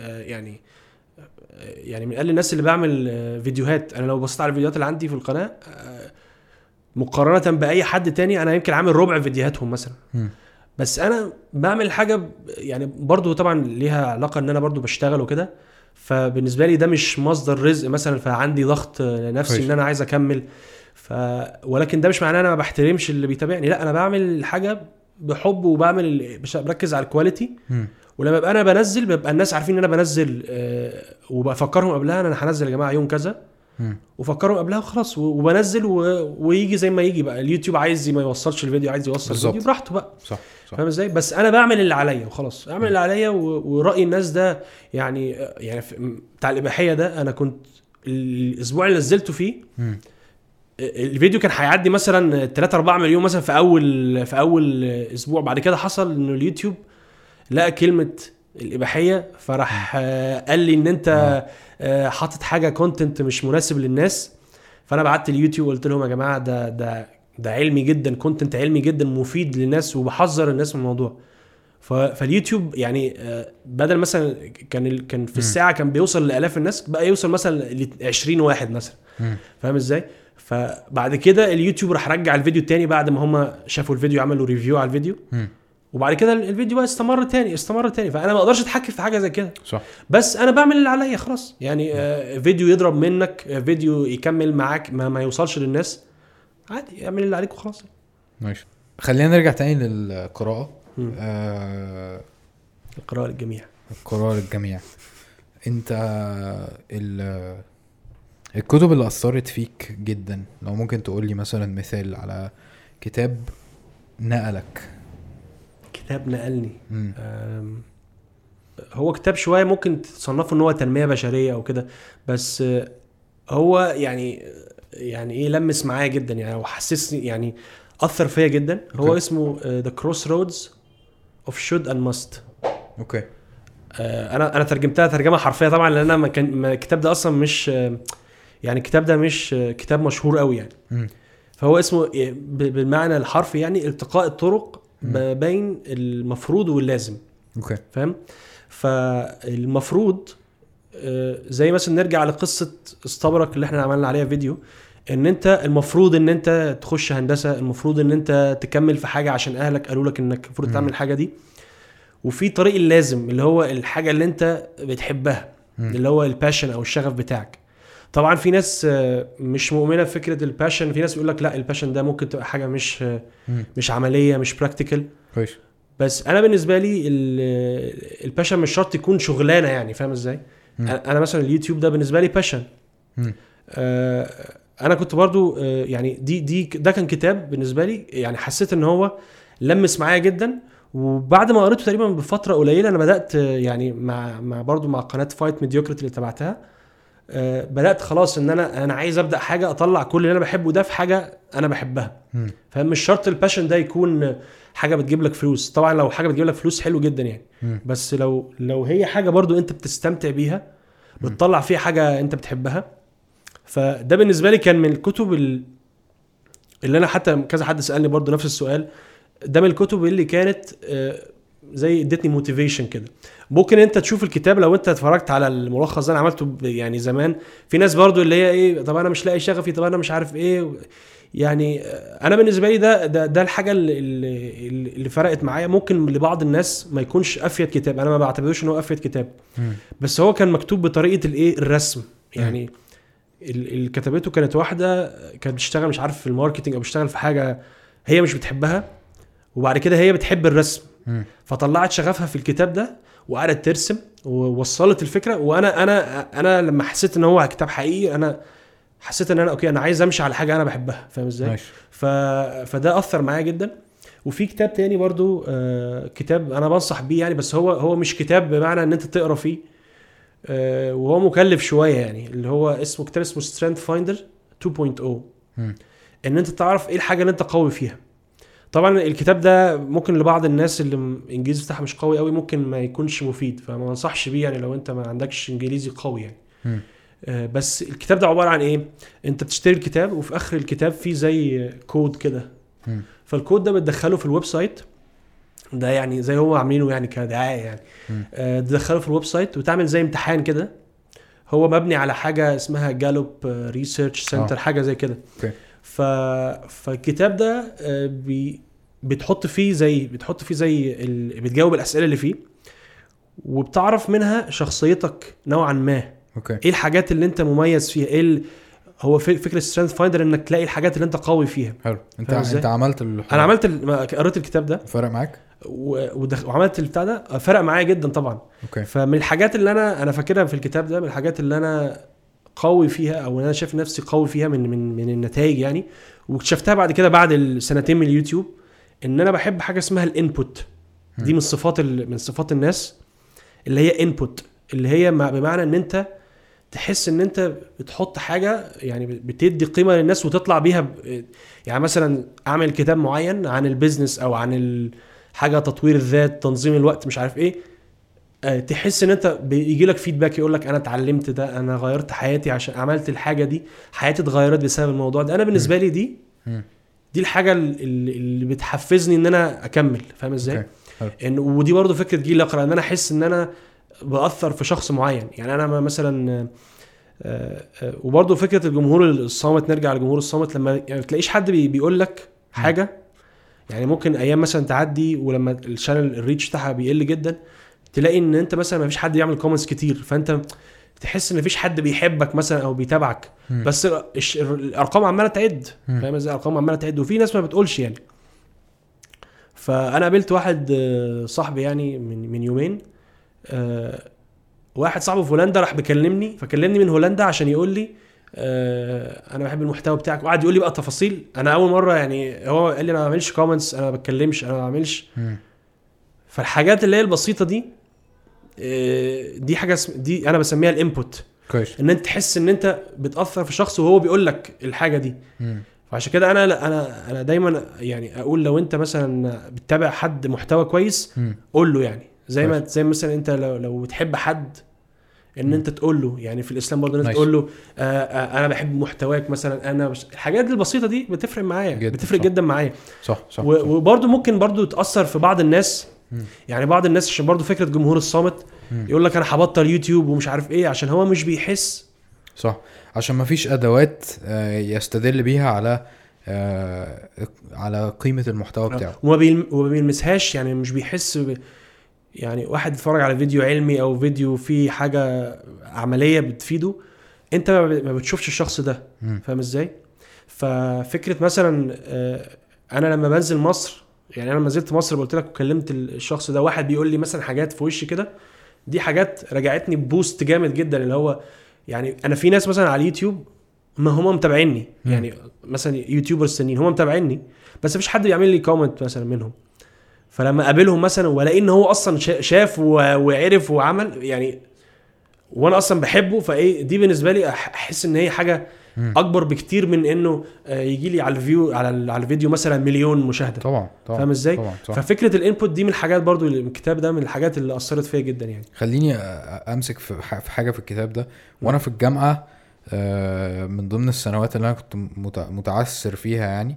يعني من اقل الناس اللي بعمل فيديوهات. انا لو بصيت على الفيديوهات اللي عندي في القناه مقارنه باي حد تاني، انا يمكن عامل ربع فيديوهاتهم مثلا. بس انا بعمل حاجه يعني برضو طبعا ليها علاقه ان انا برضو بشتغل وكده، فبالنسبه لي ده مش مصدر رزق مثلا، فعندي ضغط لنفسي ان انا عايز اكمل. ولكن ده مش معناه انا ما بحترمش اللي بيتابعني، لا انا بعمل حاجه بحب وبعمل بركز على الكواليتي. ولما ببقى انا بنزل ببقى الناس عارفين ان انا بنزل، وبفكرهم قبلها انا هنزل يا جماعه يوم كذا، وفكروا قبلها وخلاص، وبنزل ويجي زي ما يجي بقى. اليوتيوب عايز ما يوصلش الفيديو، عايز يوصل الفيديو براحته بقى. صح. فاهم ازاي؟ بس انا بعمل اللي عليا وخلاص، اعمل اللي عليا. ورأي الناس ده يعني بتاع الإباحية ده، انا كنت الاسبوع اللي نزلته فيه الفيديو كان هيعدي مثلا 3-4 مليون مثلا في اول اسبوع. بعد كده حصل انه اليوتيوب لقى كلمة الإباحية، فرح قال لي ان انت حاطط حاجة كونتنت مش مناسب للناس. فانا بعت اليوتيوب وقلت لهم يا جماعة ده علمي جدا، كونتنت علمي جدا مفيد للناس وبحذر الناس من الموضوع. فاليوتيوب يعني بدل مثلا كان في الساعه كان بيوصل لالاف الناس، بقى يوصل مثلا ل 20 واحد مثلا. فاهم ازاي؟ فبعد كده اليوتيوب راح رجع الفيديو التاني بعد ما هم شافوا الفيديو عملوا ريفيو على الفيديو. وبعد كده الفيديو بقى استمر تاني. فانا ما اقدرش اتحكم في حاجه زي كده. صح. بس انا بعمل اللي عليا خلاص يعني. فيديو يضرب منك، فيديو يكمل معاك ما يوصلش للناس، عادي اعمل اللي عليك وخلاص. ماشي. خلينا نرجع تاني للقراءه. القراءه للجميع. القراءه للجميع. انت الكتب اللي اثرت فيك جدا، لو ممكن تقول لي مثلا مثال على كتاب نقلك. كتاب نقلني. هو كتاب شويه ممكن تصنفه ان هو تنميه بشريه او كده، بس هو يعني ايه لمس معايا جدا يعني، وحسسني يعني اثر فيا جدا. هو اسمه The Crossroads of Should and Must. اوكي. انا ترجمتها ترجمه حرفيه طبعا، لان انا الكتاب ده اصلا مش يعني الكتاب ده مش كتاب مشهور قوي يعني. فهو اسمه بالمعنى الحرفي يعني التقاء الطرق بين المفروض واللازم. اوكي. فاهم؟ فالمفروض زي مثلا نرجع لقصه استبرك اللي احنا عملنا عليها فيديو، ان انت المفروض ان انت تخش هندسه، المفروض ان انت تكمل في حاجه عشان اهلك قالوا لك انك المفروض تعمل الحاجه دي. وفي طريق اللازم اللي هو الحاجه اللي انت بتحبها، اللي هو الباشن او الشغف بتاعك. طبعا في ناس مش مؤمنه بفكره الباشن، في ناس بيقول لك لا الباشن ده ممكن تبقى حاجه مش عمليه، مش براكتيكال. كويس. بس انا بالنسبه لي الباشن مش شرط يكون شغلانه يعني. فاهم ازاي؟ انا مثلا اليوتيوب ده بالنسبه لي باشن. انا كنت برضو يعني ده كان كتاب بالنسبه لي يعني حسيت ان هو لمس معايا جدا. وبعد ما قريته تقريبا بفتره قليله انا بدات يعني مع برضو مع قناه فايت ميديوكريتي اللي تبعتها، بدات خلاص ان انا عايز ابدا حاجه اطلع كل اللي انا بحبه ده في حاجه انا بحبها. فمش شرط الباشن ده يكون حاجه بتجيب لك فلوس. طبعا لو حاجه بتجيب لك فلوس حلو جدا يعني. بس لو هي حاجه برضو انت بتستمتع بيها، بتطلع فيها حاجه انت بتحبها. فده بالنسبه لي كان من الكتب اللي انا حتى كذا حد سالني برضو نفس السؤال. ده من الكتب اللي كانت زي ادتني موتيفيشن كده. ممكن انت تشوف الكتاب لو انت اتفرجت على الملخص ده انا عملته يعني زمان. في ناس برضو اللي هي ايه، طب انا مش لاقي شغفي، طب انا مش عارف ايه يعني. انا بالنسبه لي ده الحاجه اللي فرقت معايا. ممكن لبعض الناس ما يكونش افيد كتاب، انا ما بعتبروش انه افيد كتاب، بس هو كان مكتوب بطريقه الايه الرسم يعني. اللي كتبته كانت واحده كانت بتشتغل مش عارف في الماركتنج او بتشتغل في حاجه هي مش بتحبها، وبعد كده هي بتحب الرسم فطلعت شغفها في الكتاب ده وقعدت ترسم ووصلت الفكره. وانا لما حسيت ان هو كتاب حقيقي انا حسيت ان انا اوكي انا عايز امشي على حاجه انا بحبها. فاهم ازاي؟ فده اثر معايا جدا. وفي كتاب تاني برضو كتاب انا بنصح بيه يعني، بس هو مش كتاب بمعنى ان انت تقرا فيه وهو مكلف شويه يعني، اللي هو اسمه كتاب اسمه Strength Finder 2.0. ان انت تعرف ايه الحاجه اللي انت قوي فيها. طبعا الكتاب ده ممكن لبعض الناس اللي الانجليزي بتاعها مش قوي قوي ممكن ما يكونش مفيد، فما انصحش بيه يعني لو انت ما عندكش انجليزي قوي يعني. بس الكتاب ده عباره عن ايه؟ انت بتشتري الكتاب وفي اخر الكتاب فيه زي كود كده، فالكود ده بتدخله في الويب سايت ده يعني زي هو عاملينه يعني كدعايه يعني. تدخله في الويب سايت وتعمل زي امتحان كده. هو مبني على حاجه اسمها جالوب ريسيرش سنتر حاجه زي كده. فالكتاب ده بتحط فيه زي بتجاوب الاسئله اللي فيه وبتعرف منها شخصيتك نوعا ما. ايه الحاجات اللي انت مميز فيها، ايه هو فكره سترينث فايندر انك تلاقي الحاجات اللي انت قوي فيها. حلو. انت عملت انا قريت الكتاب ده فرق معاك وعملت البتاع ده فرق معايا جدا طبعا. فمن الحاجات اللي انا فاكرها في الكتاب ده، من الحاجات اللي انا قوي فيها او انا شايف نفسي قوي فيها من النتائج يعني، واكتشفتها بعد كده بعد السنتين من اليوتيوب، ان انا بحب حاجه اسمها الانبوت. دي من صفات الناس اللي هي انبوت، اللي هي بمعنى ان انت تحس ان انت بتحط حاجه يعني بتدي قيمه للناس وتطلع بيها يعني مثلا اعمل كتاب معين عن البيزنس او عن حاجه تطوير الذات، تنظيم الوقت، مش عارف ايه، تحس ان انت بيجي لك فيدباك يقول لك انا اتعلمت ده، انا غيرت حياتي عشان عملت الحاجه دي، حياتي اتغيرت بسبب الموضوع ده. انا بالنسبه لي دي دي الحاجه اللي بتحفزني ان انا اكمل. فاهم ازاي؟ ان ودي برضو فكره جيل اقرا، ان انا احس ان انا باثر في شخص معين. يعني انا مثلا وبرضو فكره الجمهور الصامت، نرجع للجمهور الصامت. لما يعني تلاقيش حد بيقول لك حاجه، يعني ممكن ايام مثلا تعدي ولما الشانل الريتش بتاعها بيقل جدا تلاقي ان انت مثلا ما فيش حد يعمل كومنتس كتير، فانت تحس ان مفيش حد بيحبك مثلا او بيتابعك. بس الارقام عماله تعد. فاهم ازاي؟ الارقام عماله تعد وفي ناس ما بتقولش يعني. فانا قابلت واحد صاحبي يعني من يومين، واحد صاحبه في هولندا راح بيكلمني، فكلمني من هولندا عشان يقول لي انا بحب المحتوى بتاعك، وقعد يقول لي بقى تفاصيل. انا اول مره يعني هو قال لي انا ما بعملش كومنتس، انا ما بتكلمش، انا ما بعملش. فالحاجات اللي هي البسيطه دي حاجه دي انا بسميها الانبوت. كويس. ان انت تحس ان انت بتاثر في شخص وهو بيقول لك الحاجه دي. فعشان كده انا دايما يعني اقول لو انت مثلا بتتابع حد محتوى كويس قول له، يعني زي مثلا انت لو بتحب حد ان انت تقول له، يعني في الاسلام برضه انت تقول له انا بحب محتواك مثلا. انا الحاجات البسيطه دي بتفرق معايا، بتفرق جدا معايا. صح. وبرضه ممكن برضه تاثر في بعض الناس. يعني بعض الناس عشان برضه فكره جمهور الصامت يقول لك انا هبطل يوتيوب ومش عارف ايه، عشان هو مش بيحس. صح، عشان ما فيش ادوات يستدل بيها على قيمه المحتوى بتاعه، وما بيلمسهاش. يعني مش بيحس يعني واحد يتفرج على فيديو علمي او فيديو فيه حاجه عمليه بتفيده، انت ما بتشوفش الشخص ده. فاهم ازاي؟ ففكره مثلا انا لما بنزل مصر، يعني انا لما نزلت مصر قلت لك وكلمت الشخص ده، واحد بيقول لي مثلا حاجات في وشي كده، دي حاجات رجعتني ببوست جامد جدا. اللي هو يعني انا في ناس مثلا على اليوتيوب ما هم متابعيني، يعني مثلا يوتيوبر سنين هم متابعيني، بس مفيش حد بيعمل لي كومنت مثلا منهم. فلما اقابلهم مثلا والاقي ان هو اصلا شاف وعرف وعمل يعني، وانا اصلا بحبه، فايه دي بالنسبه لي احس ان هي حاجه اكبر بكتير من انه يجي لي على الفيو على الفيديو مثلا مليون مشاهده. طبعا. فاهم ازاي؟ ففكره الانبوت دي من الحاجات برضو، الكتاب ده من الحاجات اللي اثرت فيا جدا يعني. خليني امسك في حاجه في الكتاب ده. وانا في الجامعه من ضمن السنوات اللي انا كنت متعثر فيها يعني،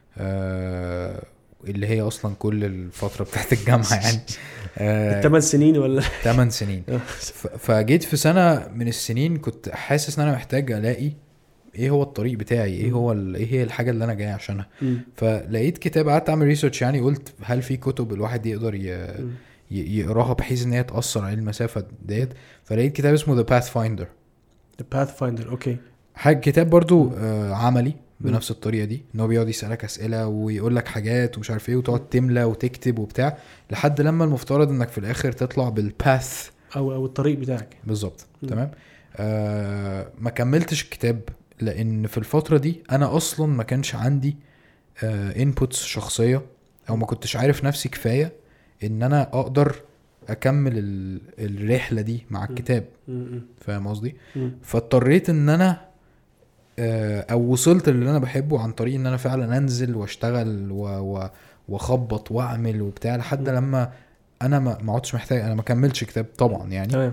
اللي هي اصلا كل الفتره بتاعت الجامعه يعني 8 سنين ولا 8 سنين. فجيت في سنه من السنين كنت حاسس ان انا محتاج الاقي ايه هو الطريق بتاعي، ايه هي الحاجه اللي انا جاي عشانها. فلقيت كتاب، قعدت اعمل ريسيرش يعني، قلت هل في كتب الواحد يقدر يقراها بحيث ان هي تاثر على المسافه ديت. فلقيت كتاب اسمه The Pathfinder. اوكي. حاجه كتاب برضو عملي بنفس الطريقه دي، ان هو بيقعد يسالك اسئله ويقول لك حاجات ومش عارف ايه، وتقعد تملى وتكتب وبتاع لحد لما المفترض انك في الاخر تطلع بالباث او الطريق بتاعك بالظبط. تمام. ما كملتش الكتاب لان في الفتره دي انا اصلا ما كانش عندي انبوتس شخصيه، او ما كنتش عارف نفسي كفايه ان انا اقدر اكمل الرحله دي مع الكتاب. فاهم قصدي؟ فاضطريت ان انا او وصلت اللي انا بحبه عن طريق ان انا فعلا انزل واشتغل واخبط واعمل وبتاع لحد لما انا ما عدتش محتاج، انا ما كملتش كتاب طبعا يعني.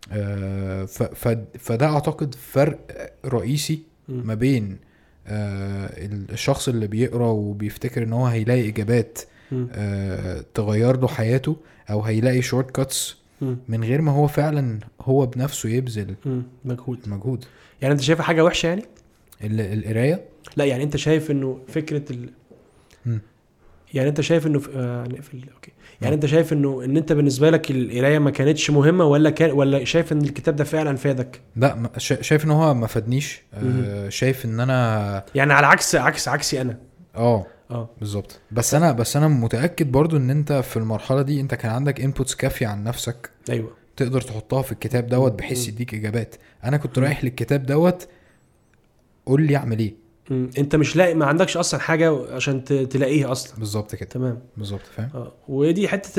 فده اعتقد فرق رئيسي ما بين الشخص اللي بيقرأ وبيفتكر ان هو هيلاقي اجابات تغير له حياته، او هيلاقي شورت كاتس من غير ما هو فعلا هو بنفسه يبذل مجهود. يعني انت شايفه حاجه وحشه يعني القرايه؟ لا يعني انت شايف انه فكره يعني انت شايف انه اوكي، يعني انت شايف انه ان انت بالنسبه لك القرايه ما كانتش مهمه، ولا شايف ان الكتاب ده فعلا فادك؟ لا شايف ان هو ما فادنيش. شايف ان انا يعني على عكسي انا بالظبط. بس انا متاكد برضو ان انت في المرحله دي انت كان عندك انبوتس كافيه عن نفسك. ايوه، تقدر تحطها في الكتاب دوت بحيث يديك اجابات. انا كنت رايح للكتاب دوت قول لي اعمل ايه. انت مش لاقي، ما عندكش اصلا حاجه عشان تلاقيها اصلا. بالظبط كده. تمام بالظبط. فاهم. ودي حته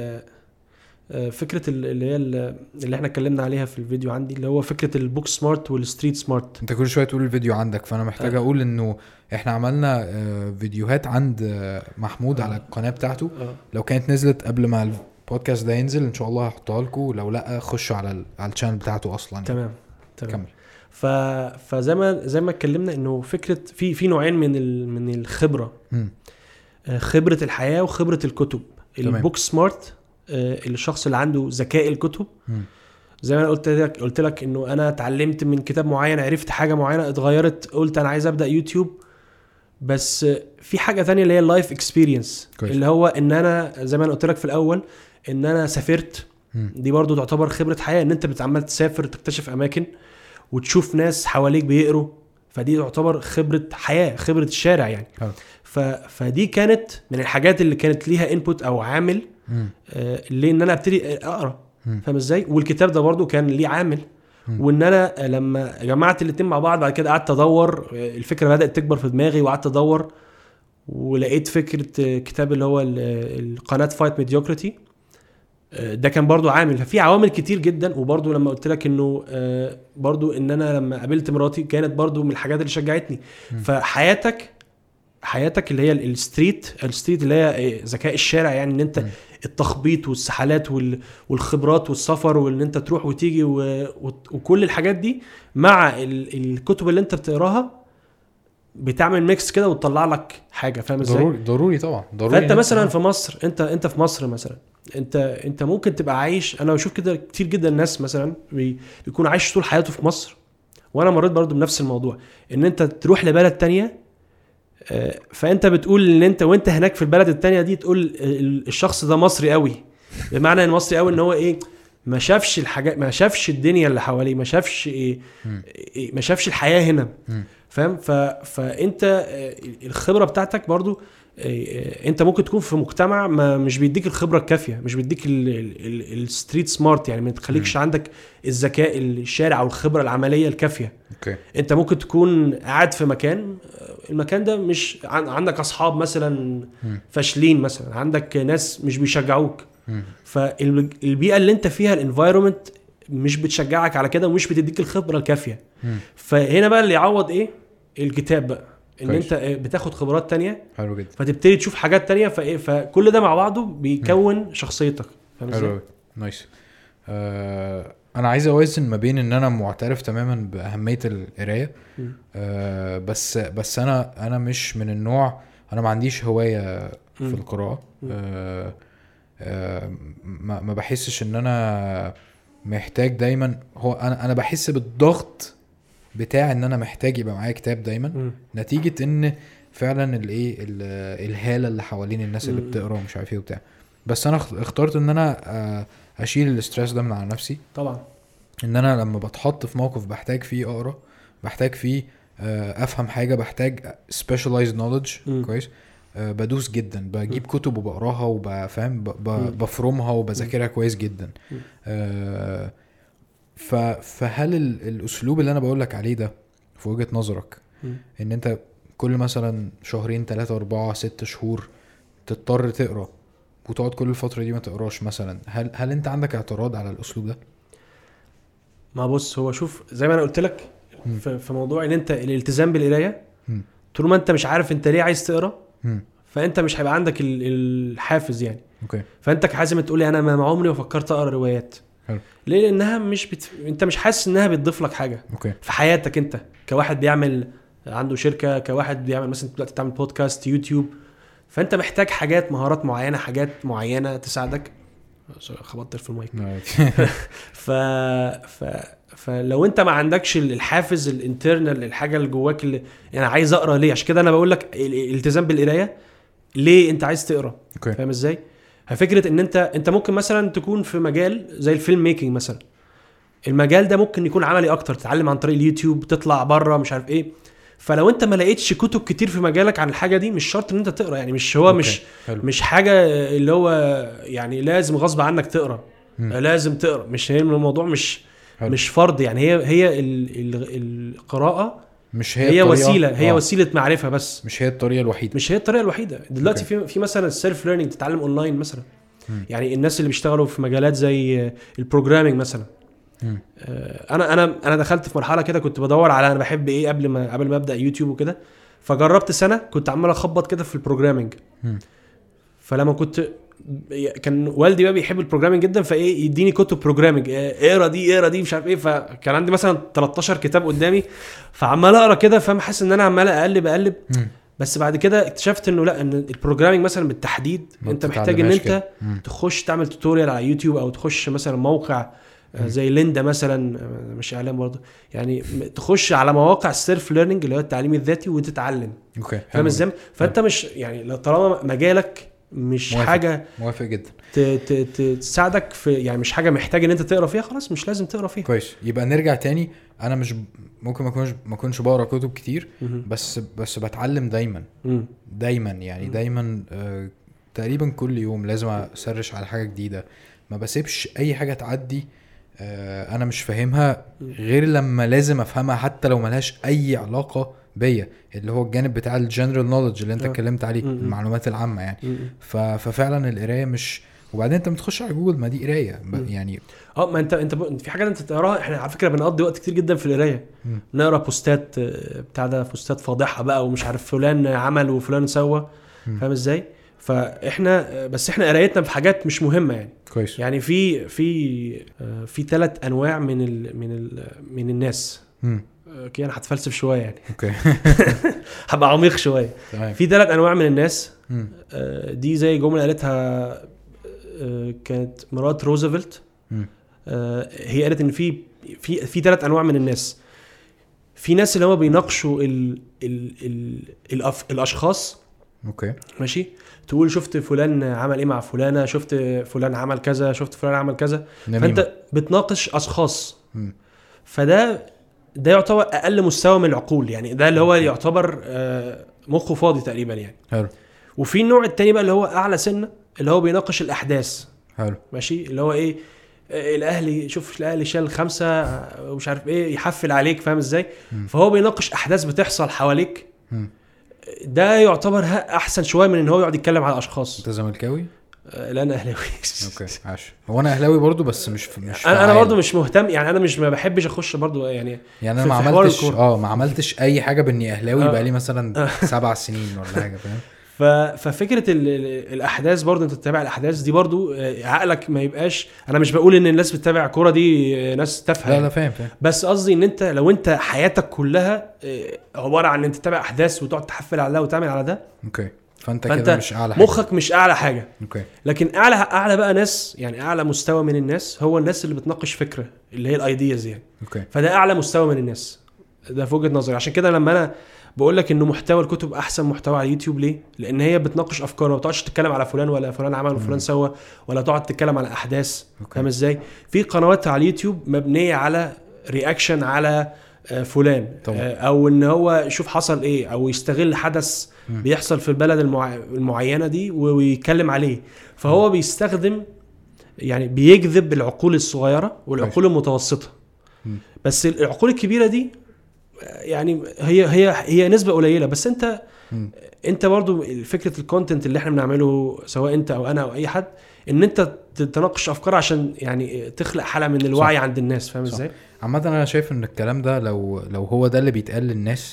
فكره اللي هي اللي احنا اتكلمنا عليها في الفيديو عندي، اللي هو فكره البوك سمارت والستريت سمارت. انت كل شويه تقول الفيديو عندك، فانا محتاج اقول انه احنا عملنا فيديوهات عند محمود على القناه بتاعته. لو كانت نزلت قبل ما البودكاست ده ينزل ان شاء الله هحطها لكم، لو لا خشوا على الشانل بتاعته اصلا. تمام. كمل. فزي ما اتكلمنا انه فكره في نوعين من الخبره، خبره الحياه وخبره الكتب. البوك سمارت، الشخص اللي عنده ذكاء الكتب. زي ما انا قلت لك انه انا اتعلمت من كتاب معين، عرفت حاجه معينه اتغيرت، قلت انا عايز ابدا يوتيوب. بس في حاجه تانية اللي هي اللايف اكسبيرينس، اللي هو ان انا زي ما انا قلت لك في الاول ان انا سافرت. دي برضو تعتبر خبره حياه، ان انت بتعمل تسافر تكتشف اماكن وتشوف ناس حواليك بيقروا، فدي تعتبر خبره حياه، خبره الشارع يعني. فدي كانت من الحاجات اللي كانت ليها انبوت او عامل اللي ان انا ابتدي اقرا. فاهم ازاي؟ والكتاب ده برضو كان ليه عامل. وان انا لما جمعت الاتنين مع بعض بعد كده قعدت ادور، الفكره بدات تكبر في دماغي وقعدت ادور ولقيت فكره كتاب اللي هو القناه فايت ميديوكريتي. ده كان برضو عامل. ففي عوامل كتير جدا. وبرضو لما قلت لك انه برضو ان انا لما قابلت مراتي كانت برضو من الحاجات اللي شجعتني. فحياتك اللي هي الستريت اللي هي ذكاء الشارع، يعني ان انت التخبيط والسحالات والخبرات والسفر وان انت تروح وتيجي وكل الحاجات دي مع الكتب اللي انت بتقراها بتعمل ميكس كده وتطلع لك حاجه. فاهم ازاي؟ ضروري طبعا ضروري. فانت مثلا في مصر، انت في مصر مثلا، انت ممكن تبقى عايش. انا بشوف كده كتير جدا الناس مثلا بيكون عايش طول حياته في مصر، وانا مريت برضو بنفس الموضوع، ان انت تروح لبلد تانية فانت بتقول ان انت وانت هناك في البلد التانية دي تقول الشخص ده مصري قوي. بمعنى ان مصري قوي ان هو ايه، ما شافش الحاجات، ما شافش الدنيا اللي حواليه، ما شافش الحياة هنا. فاهم؟ فانت الخبرة بتاعتك برضو انت ممكن تكون في مجتمع ما مش بيديك الخبرة الكافية، مش بيديك الستريت سمارت، يعني ما تخليكش عندك الذكاء الشارع والخبرة العملية الكافية. انت ممكن تكون قاعد في مكان، المكان ده مش عندك اصحاب مثلا فاشلين، مثلا عندك ناس مش بيشجعوك، فالبيئة اللي انت فيها الانفايرومنت مش بتشجعك على كده ومش بتديك الخبرة الكافية. فهنا بقى اللي يعوض ايه؟ الكتاب بقى، ان انت بتاخد خبرات تانية. حلو جدا. فتبتدي تشوف حاجات تانية، فكل ده مع بعضه بيكون شخصيتك. فاهم ازاي؟ نايس. انا عايز اوازن ما بين ان انا معترف تماما باهميه القرايه، بس انا مش من النوع، انا ما عنديش هوايه في القراءه. ما بحسش ان انا محتاج دايما، هو انا بحس بالضغط بتاع ان انا محتاج يبقى معايا كتاب دايما، نتيجه ان فعلا الايه الهاله اللي حوالين الناس اللي بتقرا ومش عارف ايه وبتاع. بس انا اخترت ان انا اشيل الاسترس ده من على نفسي. طبعا ان انا لما بتحط في موقف بحتاج فيه اقرا، بحتاج فيه افهم حاجه، بحتاج specialized knowledge كويس، بدوس جدا، بجيب كتب وبقراها وبفهم بفرمها وبذاكرها كويس جدا. فهل الاسلوب اللي انا بقول لك عليه ده في وجهة نظرك ان انت كل مثلا شهرين 3 4 6 شهور تضطر تقرا وتقعد كل الفترة دي ما تقراش مثلا، هل انت عندك اعتراض على الاسلوب ده؟ ما بص، هو شوف زي ما انا قلت لك في موضوع ان انت الالتزام بالقرايه، طول ما انت مش عارف انت ليه عايز تقرا فانت مش هيبقى عندك الحافز يعني. فانت كحازم تقول لي انا ما عمري ما فكرت اقرا روايات. ليه؟ لانها انت مش حاسس انها بتضيف لك حاجه في حياتك. انت كواحد بيعمل عنده شركه، كواحد بيعمل مثلا دلوقتي تعمل بودكاست يوتيوب، فانت محتاج حاجات، مهارات معينه، حاجات معينه تساعدك. خبطت في المايك. فلو انت ما عندكش الحافز الانترنال، الحاجه اللي جواك اللي يعني عايز اقرا ليه، عشان كده انا بقول لك الالتزام بالقرايه. ليه انت عايز تقرا؟ فاهم ازاي؟ فكره ان انت ممكن مثلا تكون في مجال زي الفيلم ميكينج مثلا، المجال ده ممكن يكون عملي اكتر، تتعلم عن طريق اليوتيوب، تطلع بره مش عارف ايه. فلو انت ما لقيتش كتب كتير في مجالك عن الحاجه دي، مش شرط ان انت تقرا يعني. مش هو مش حاجه اللي هو يعني لازم غصب عنك تقرا، لازم تقرا. مش هي الموضوع، مش فرض يعني. هي القراءه مش هي وسيله، هي وسيله معرفه، بس مش هي الطريقه الوحيده. دلوقتي في مثلا السيلف ليرنينج، تتعلم اونلاين مثلا. يعني الناس اللي بيشتغلوا في مجالات زي البروجرامينج مثلا. انا دخلت في مرحله كده، كنت بدور على انا بحب ايه قبل ما ابدا يوتيوب وكده. فجربت سنه كنت عمال اخبط كده في البروجرامينج. فلما كنت كان والدي بقى بيحب البروجرامينج جدا، فايه يديني كتب بروجرامينج، اقرا دي مش عارف ايه. فكان عندي مثلا 13 كتاب قدامي، فعمال اقرا كده، فاهم، حاسس ان انا عمال اقلب. بس بعد كده اكتشفت انه لا، ان البروجرامينج مثلا بالتحديد انت محتاج ان انت تخش تعمل توتوريال على يوتيوب، او تخش مثلا موقع زي ليندا مثلا، مش اعلام برضه يعني، تخش على مواقع السيلف ليرنينج اللي هو التعليم الذاتي وتتعلم. اوكي فاهم ازاي؟ فانت مش يعني لو طالما مجالك مش حاجه موافق جدا تساعدك في، يعني مش حاجه محتاج ان انت تقرا فيها، خلاص مش لازم تقرا فيها. كويس. يبقى نرجع تاني، انا مش ممكن ما اكونش بقرا كتب كتير، بس بتعلم دايما يعني دايما تقريبا كل يوم لازم اسرش على حاجه جديده. ما بسيبش اي حاجه تعدي انا مش فاهمها غير لما لازم افهمها، حتى لو ملهاش اي علاقه بيا، اللي هو الجانب بتاع الجنرال نوليدج اللي انت اتكلمت عليه، المعلومات العامه يعني. ففعلا القرايه مش، وبعدين انت بتخش على جوجل، ما دي قرايه يعني. ما انت في حاجات انت تقراها. احنا على فكره بنقضي وقت كتير جدا في القرايه، نقرا بوستات بتاع ده، بوستات فاضحه بقى ومش عارف فلان عمل وفلان سوى، فاهم ازاي؟ فاحنا بس احنا قرايتنا في حاجات مش مهمه يعني. كويس. يعني في 3 انواع من الناس. اوكي انا هتفلسف شويه يعني. اوكي هبقى عميق شويه. في 3 انواع من الناس. دي زي جمله قالتها كانت مرات روزفلت. هي قالت ان في 3 انواع من الناس. في ناس اللي هم بيناقشوا الاشخاص. اوكي ماشي، تقول شفت فلان عمل ايه مع فلانه، شفت فلان عمل كذا، شفت فلان عمل كذا، فانت بتناقش اشخاص. فده يعتبر اقل مستوى من العقول يعني، ده اللي هو يعتبر مخه فاضي تقريبا يعني. حلو. وفي النوع التاني بقى اللي هو اعلى سنه، اللي هو بيناقش الاحداث. حلو. ماشي، اللي هو ايه، الاهلي، شوف الاهلي شال 5 ومش عارف ايه، يحفل عليك، فاهم ازاي؟ فهو بيناقش احداث بتحصل حواليك. ده يعتبر احسن شويه من ان هو يقعد يتكلم على اشخاص. انت زملكاوي؟ لا انا اهلاوي. اوكي عاش. هو انا اهلاوي برضو، بس مش انا برضو مش مهتم يعني، انا مش ما بحبش اخش برضو يعني انا ما عملتش اي حاجه باني اهلاوي بقالي مثلا 7 سنين ولا حاجه، فاهم؟ ففكره الاحداث برضو، انت تتابع الاحداث دي برضو، عقلك ما يبقاش، انا مش بقول ان الناس بتتابع كوره دي ناس تافهه، لا فاهم. بس قصدي ان انت لو انت حياتك كلها عباره عن ان انت تتابع احداث وتقعد تحفل على ده وتعمل على ده، اوكي، فانت كده مش اعلى حاجه، مخك مش اعلى حاجه. اوكي. لكن اعلى بقى ناس يعني، اعلى مستوى من الناس هو الناس اللي بتناقش فكره، اللي هي الايدياز يعني. اوكي. فده اعلى مستوى من الناس، ده في وجهه نظري. عشان كده لما انا بقول لك انه محتوى الكتب احسن محتوى على اليوتيوب، ليه؟ لان هي بتناقش افكار، ما بتقعدش تتكلم على فلان ولا فلان عمل وفلان سوى، ولا تقعد تتكلم على احداث. فاهم ازاي؟ في قنوات على اليوتيوب مبنيه على رياكشن على فلان، او ان هو يشوف حصل ايه، او يستغل حدث بيحصل في البلد المعينه دي ويتكلم عليه. فهو بيستخدم يعني، بيجذب العقول الصغيره والعقول المتوسطه. بس العقول الكبيره دي يعني هي نسبه قليله. بس انت برضو فكره الكونتنت اللي احنا بنعمله، سواء انت او انا او اي حد، ان انت تتناقش افكار عشان يعني تخلق حاله من الوعي عند الناس. فاهم ازاي؟ عامه انا شايف ان الكلام ده لو هو ده اللي بيتقال للناس،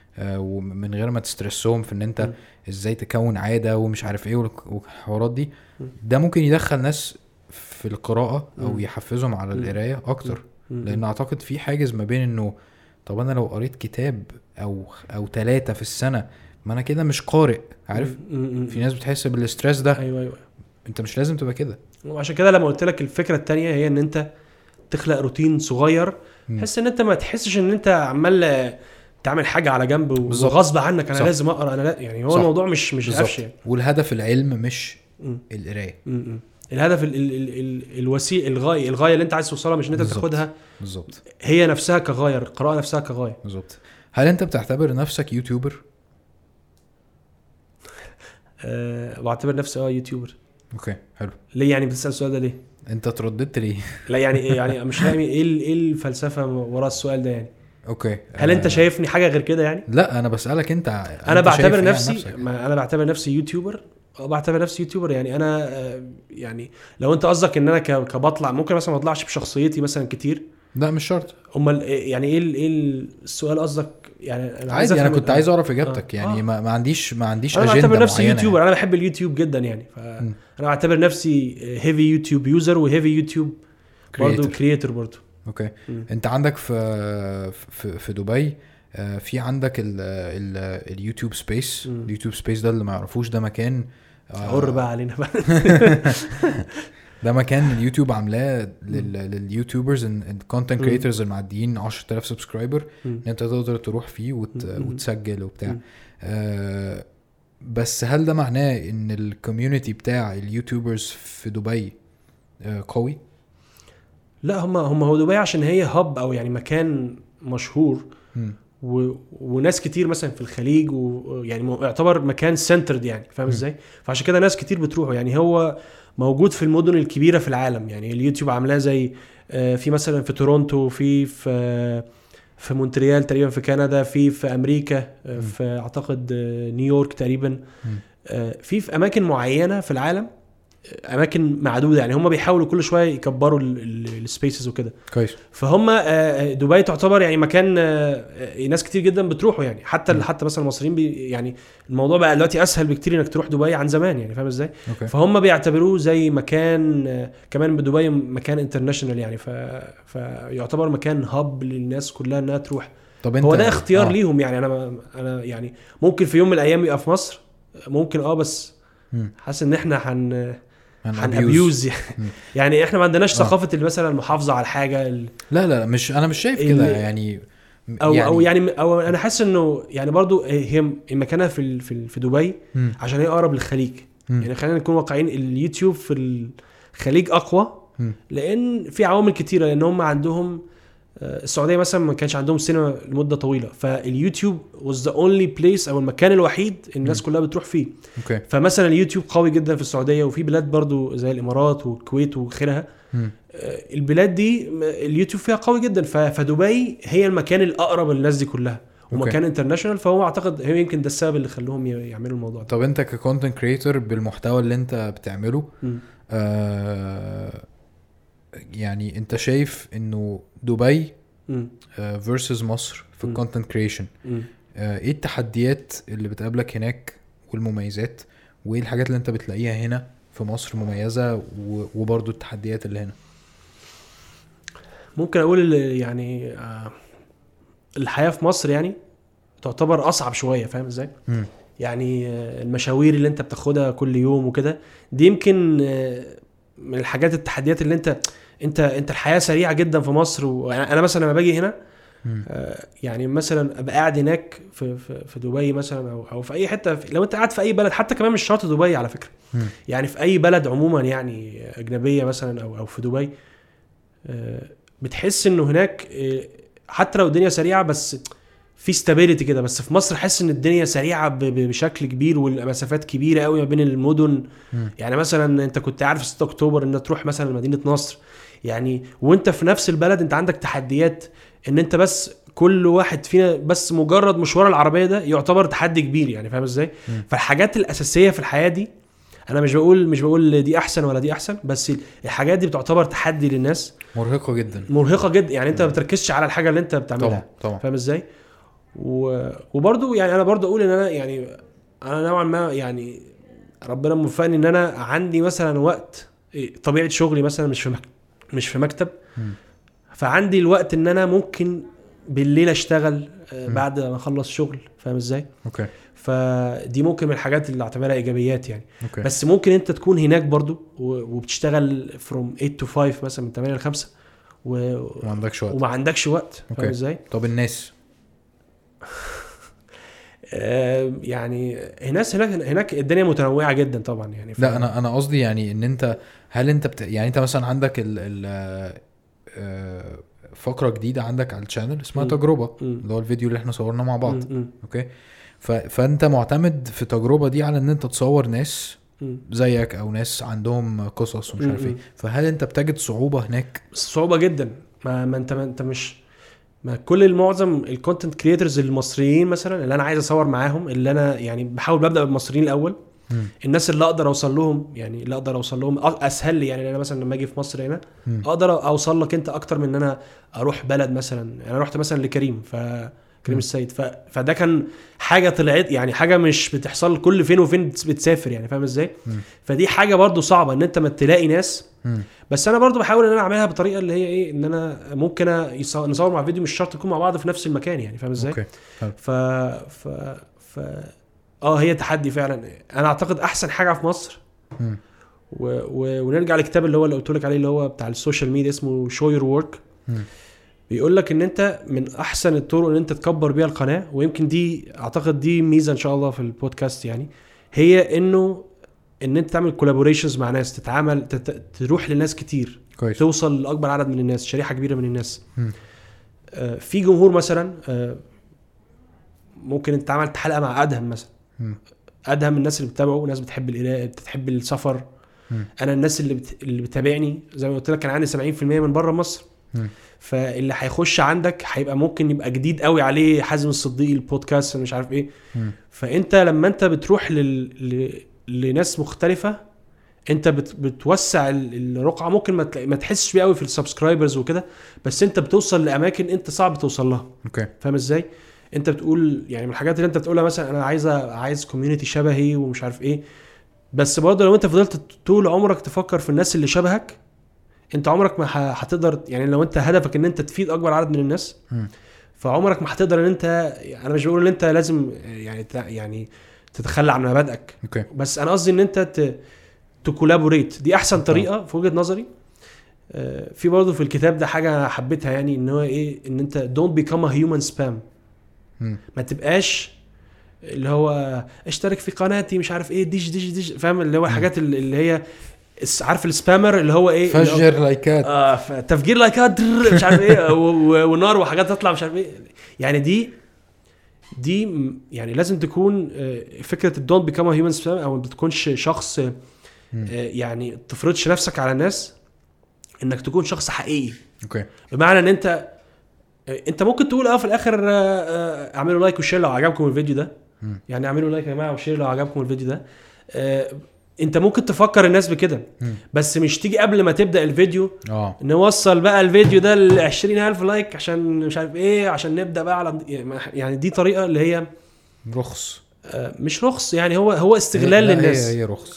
ومن غير ما تسترسهم في ان انت ازاي تكون عاده ومش عارف ايه والحوارات دي، ده ممكن يدخل ناس في القراءه او يحفزهم على القرايه اكتر. لان اعتقد في حاجز ما بين انه طب انا لو قريت كتاب او 3 في السنه، ما انا كده مش قارئ، عارف؟ في ناس بتحس بالاسترس ده. ايوه انت مش لازم تبقى كده. وعشان كده لما قلت لك الفكره التانية هي ان انت تخلق روتين صغير، تحس ان انت ما تحسش ان انت عمال تعمل حاجه على جنب وغصب عنك انا لازم اقرا، انا لا يعني. هو الموضوع مش قفش يعني. والهدف العلم مش القرايه. الهدف الوسيله، الغايه اللي انت عايز توصلها، مش ان انت تاخدها بالظبط هي نفسها كغايه، القراءه نفسها كغايه. بالظبط. هل انت بتعتبر نفسك يوتيوبر؟ بعتبر نفسي يوتيوبر. اوكي حلو. ليه يعني بتسال السؤال ده ليه؟ انت ترددت ليه؟ لا يعني مش فاهم ايه الفلسفه وراء السؤال ده يعني. اوكي. هل انت شايفني حاجه غير كده يعني؟ لا انا بسالك انت. انا بعتبر نفسي انا بعتبر نفسي يوتيوبر. بعتبر نفسي يوتيوبر يعني. انا يعني لو انت قصدك ان انا كبطلع، ممكن مثلا ما اطلعش بشخصيتي مثلا كتير، لا مش شرط. امال يعني ايه السؤال قصدك يعني؟ انا عادي انا كنت عايز اعرف اجابتك. يعني ما عنديش انا اجنده بعتبر نفسي معينه يوتيوبر يعني. انا بحب اليوتيوب جدا يعني فانا بعتبر نفسي هيفي يوتيوب يوزر وهيفي يوتيوب برضه كرييتور برضه. اوكي. انت عندك في دبي في عندك اليوتيوب سبيس. اليوتيوب سبيس ده اللي ما يعرفوش ده مكان حر بقى علينا بقى. ده مكان اليوتيوب عاملاه لليوتيوبرز الكونتنت كريتورز المعديين 10000 سبسكرايبر ان انت تقدر تروح فيه وتسجل وبتاع. بس هل ده معناه ان الكوميونتي بتاع اليوتيوبرز في دبي قوي؟ لا هو دبي عشان هي هاب او يعني مكان مشهور وناس كتير مثلا في الخليج ويعني يعتبر مكان سنترد يعني فاهم ازاي. فعشان كده ناس كتير بتروحه يعني. هو موجود في المدن الكبيره في العالم يعني. اليوتيوب عاملاه زي في مثلا في تورونتو في مونتريال تقريبا في كندا في امريكا في اعتقد نيويورك تقريبا في اماكن معينه في العالم اماكن معدوده يعني. هم بيحاولوا كل شويه يكبروا السبيسز وكده كويس. فهم دبي تعتبر يعني مكان ناس كتير جدا بتروحوا يعني. حتى مثلا المصريين يعني الموضوع بقى دلوقتي اسهل بكتير انك تروح دبي عن زمان يعني فاهم ازاي. فهم بيعتبروه زي مكان كمان بدبي مكان انترناشونال يعني فيعتبر مكان هاب للناس كلها انها تروح. طب هو ده اختيار ليهم يعني. انا يعني ممكن في يوم من الايام يبقى في مصر ممكن بس حاسس ان احنا هنابيوز يعني احنا ما عندناش ثقافه اللي مثلا المحافظه على حاجه لا مش انا مش شايف كده يعني او انا حاسس انه يعني برضو هي مكانها في دبي عشان هي اقرب للخليج يعني. خلينا نكون واقعيين اليوتيوب في الخليج اقوى لان في عوامل كتيره. لان هم عندهم السعوديه مثلا ما كانش عندهم سينما لمده طويله فاليوتيوب was the only place او المكان الوحيد الناس كلها بتروح فيه. فمثلا اليوتيوب قوي جدا في السعوديه وفي بلاد برضو زي الامارات والكويت وغيرها. البلاد دي اليوتيوب فيها قوي جدا فدبي هي المكان الاقرب للناس دي كلها ومكان انترناشونال. فهو اعتقد هي يمكن ده السبب اللي خلوهم يعملوا الموضوع ده. طب انت ككونتنت كريتور بالمحتوى اللي انت بتعمله يعني انت شايف انه دبي versus مصر في الكونتنت كريشن ايه التحديات اللي بتقابلك هناك والمميزات وايه الحاجات اللي انت بتلاقيها هنا في مصر مميزة وبرضو التحديات اللي هنا؟ ممكن اقول يعني الحياة في مصر يعني تعتبر اصعب شوية فاهم ازاي. يعني المشاوير اللي انت بتاخدها كل يوم وكده دي يمكن من الحاجات التحديات اللي انت الحياة سريعة جدا في مصر. وانا مثلا لما باجي هنا يعني مثلا ابقى قاعد هناك في دبي مثلا او في اي حته لو انت قاعد في اي بلد حتى كمان مش شرط دبي على فكره يعني في اي بلد عموما يعني اجنبيه مثلا او في دبي بتحس انه هناك حتى لو الدنيا سريعه بس في ستابيليتي كده. بس في مصر حس ان الدنيا سريعه بشكل كبير والمسافات كبيره قوي ما بين المدن. يعني مثلا انت كنت عارف 6 اكتوبر ان تروح مثلا مدينه نصر يعني وانت في نفس البلد انت عندك تحديات ان انت بس كل واحد فينا بس مجرد مشوار العربيه ده يعتبر تحدي كبير يعني فاهم ازاي. فالحاجات الاساسيه في الحياه دي انا مش بقول دي احسن ولا دي احسن بس الحاجات دي بتعتبر تحدي للناس مرهقه جدا يعني انت ما بتركزش على الحاجه اللي انت بتعملها طبعا. فاهم ازاي. وبرضو يعني انا برضو اقول ان انا يعني انا نوعا ما يعني ربنا موفقني ان انا عندي مثلا وقت طبيعه شغلي مثلا مش في مكتب فعندي الوقت ان انا ممكن بالليل اشتغل بعد ما اخلص شغل فاهم ازاي. فدي ممكن من الحاجات اللي اعتبرها ايجابيات يعني. بس ممكن انت تكون هناك برضو وبتشتغل from 8 to 5 مثلا من 8 ل 5 وما عندكش وقت فاهم ازاي. طب الناس يعني هناك الدنيا متنوعه جدا طبعا يعني. لا انا قصدي يعني ان انت هل انت يعني انت مثلا عندك فقره جديده عندك على الشانل اسمها تجربه اللي هو الفيديو اللي احنا صورناه مع بعض. اوكي فانت معتمد في التجربه دي على ان انت تصور ناس زيك او ناس عندهم قصص ومش عارف ايه. فهل انت بتجد صعوبه هناك؟ صعوبه جدا. ما انت مش ما كل المعظم الكونتنت كرييترز المصريين مثلا اللي انا عايز اصور معاهم اللي انا يعني بحاول ببدا بالمصريين الاول الناس اللي اقدر اوصل لهم، يعني اللي اقدر اوصل لهم اسهل لي. يعني انا مثلا لما اجي في مصر هنا اقدر اوصل لك انت اكتر من ان انا اروح بلد مثلا. يعني انا رحت مثلا لكريم كريم السيد فده كان حاجه طلعت، يعني حاجه مش بتحصل كل فين وفين بتسافر، يعني فاهم ازاي. فدي حاجه برضو صعبه ان انت ما تلاقي ناس. بس انا برضو بحاول ان انا اعملها بطريقه اللي هي ايه، ان انا ممكن نصور مع فيديو، مش شرط نكون مع بعض في نفس المكان، يعني فاهم ازاي. اوكي. ف هي تحدي فعلا. انا اعتقد احسن حاجه في مصر ونرجع للكتاب اللي قلت لك عليه، اللي هو بتاع السوشيال ميديا، اسمه شو يور ورك. بيقول لك ان انت من احسن الطرق ان انت تكبر بيها القناه، ويمكن دي اعتقد دي ميزه ان شاء الله في البودكاست، يعني هي ان انت تعمل كولابوريشنز مع ناس، تتعامل تروح لناس كتير كويس. توصل لاكبر عدد من الناس، شريحه كبيره من الناس. في جمهور مثلا ممكن انت عملت حلقه مع ادهم مثلا. ادهم الناس اللي بتتابعه ناس بتحب القراءه، بتحب السفر. انا الناس اللي بتابعني زي ما قلت لك كان عندي 70% من بره مصر. فاللي هيخش عندك هيبقى ممكن يبقى جديد قوي عليه حازم الصديقي البودكاست مش عارف ايه. فانت لما انت بتروح لناس مختلفه، انت بتوسع الرقعه. ممكن ما تحسش بيه قوي في السبسكرايبرز وكده، بس انت بتوصل لاماكن انت صعب توصل لها. اوكي. فاهم ازاي. انت بتقول يعني من الحاجات اللي انت بتقولها مثلا انا عايز كوميونتي شبهي ومش عارف ايه، بس برضه لو انت فضلت طول عمرك تفكر في الناس اللي شبهك، انت عمرك ما هتقدر. يعني لو انت هدفك ان انت تفيد اكبر عدد من الناس، فعمرك ما هتقدر ان انت، انا مش بقول ان انت لازم يعني تتخلى عن مبادئك. اوكي. بس انا قصدي ان انت تكولابوريت. دي احسن طريقه في وجهه نظري. في برضه في الكتاب ده حاجه حبيتها، يعني ان هو ايه، ان انت don't become a human spam. ما تبقاش اللي هو اشترك في قناتي مش عارف ايه ديش فاهم، اللي هو الحاجات اللي هي عارف السبامر اللي هو ايه، فجر لايكات، تفجير لايكات مش عارف ايه ونار وحاجات تطلع مش عارف ايه. يعني دي يعني لازم تكون فكره الدونت بيكام هيومن سبام، او ما تكونش شخص يعني تفرضش نفسك على الناس، انك تكون شخص حقيقي. اوكي. بمعنى ان انت ممكن تقول في الاخر اعملوا لايك وشير لو عجبكم الفيديو ده. يعني اعملوا لايك يا جماعه وشير لو عجبكم الفيديو ده. انت ممكن تفكر الناس بكده، بس مش تيجي قبل ما تبدا الفيديو نوصل بقى الفيديو ده ل 20,000 لايك عشان مش عارف ايه، عشان نبدا بقى على يعني دي طريقه اللي هي رخص. مش رخص، يعني هو استغلال للناس. هي رخص.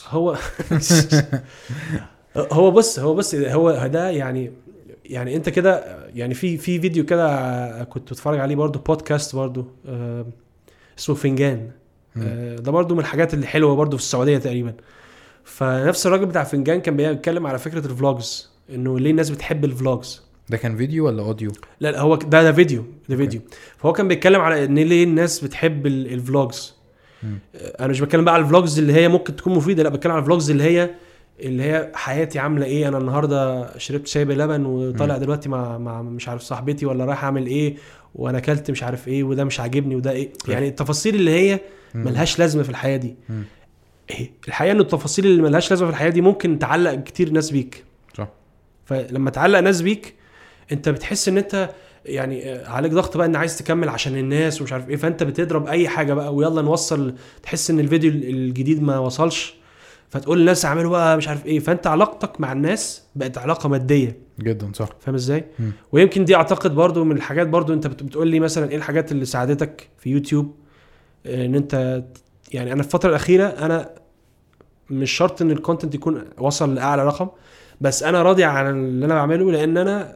هو بص هو ده يعني انت كده. يعني في فيديو كده كنت بتفرج عليه برضو، بودكاست برضو اسمه فنجان. ده برضو من الحاجات اللي حلوه برضو في السعوديه تقريبا. فنفس الراجل بتاع فنجان كان بيتكلم على فكره الفلوجز، انه ليه الناس بتحب الفلوجز. ده كان فيديو ولا اوديو؟ لا هو ده فيديو. فهو كان بيتكلم على ان ليه الناس بتحب الفلوجز. انا مش بتكلم بقى على الفلوجز اللي هي ممكن تكون مفيده، لا بتكلم على الفلوجز اللي هي حياتي عامله ايه. انا النهارده شربت شاي بلبن وطالع دلوقتي مع مش عارف صاحبتي، ولا رايح اعمل ايه، وانا اكلت مش عارف ايه، وده مش عاجبني وده ايه. يعني التفاصيل اللي هي ملهاش لازمه في الحياه دي. الحقيقه ان التفاصيل اللي ملهاش لازمه في الحياه دي ممكن تعلق كتير ناس بيك. صح. فلما تعلق ناس بيك انت بتحس ان انت يعني عليك ضغط بقى ان عايز تكمل عشان الناس ومش عارف ايه، فانت بتضرب اي حاجه بقى ويلا نوصل. تحس ان الفيديو الجديد ما وصلش، فتقول للناس اعملوا بقى مش عارف ايه. فانت علاقتك مع الناس بقت علاقه ماديه جدا. صح. فاهم ازاي. ويمكن دي اعتقد برضو من الحاجات، برضو انت بتقول لي مثلا ايه الحاجات اللي ساعدتك في يوتيوب ان انت يعني. انا في الفتره الاخيره انا مش شرط ان الكونتنت يكون وصل لاعلى رقم، بس انا راضي عن اللي انا بعمله. لان انا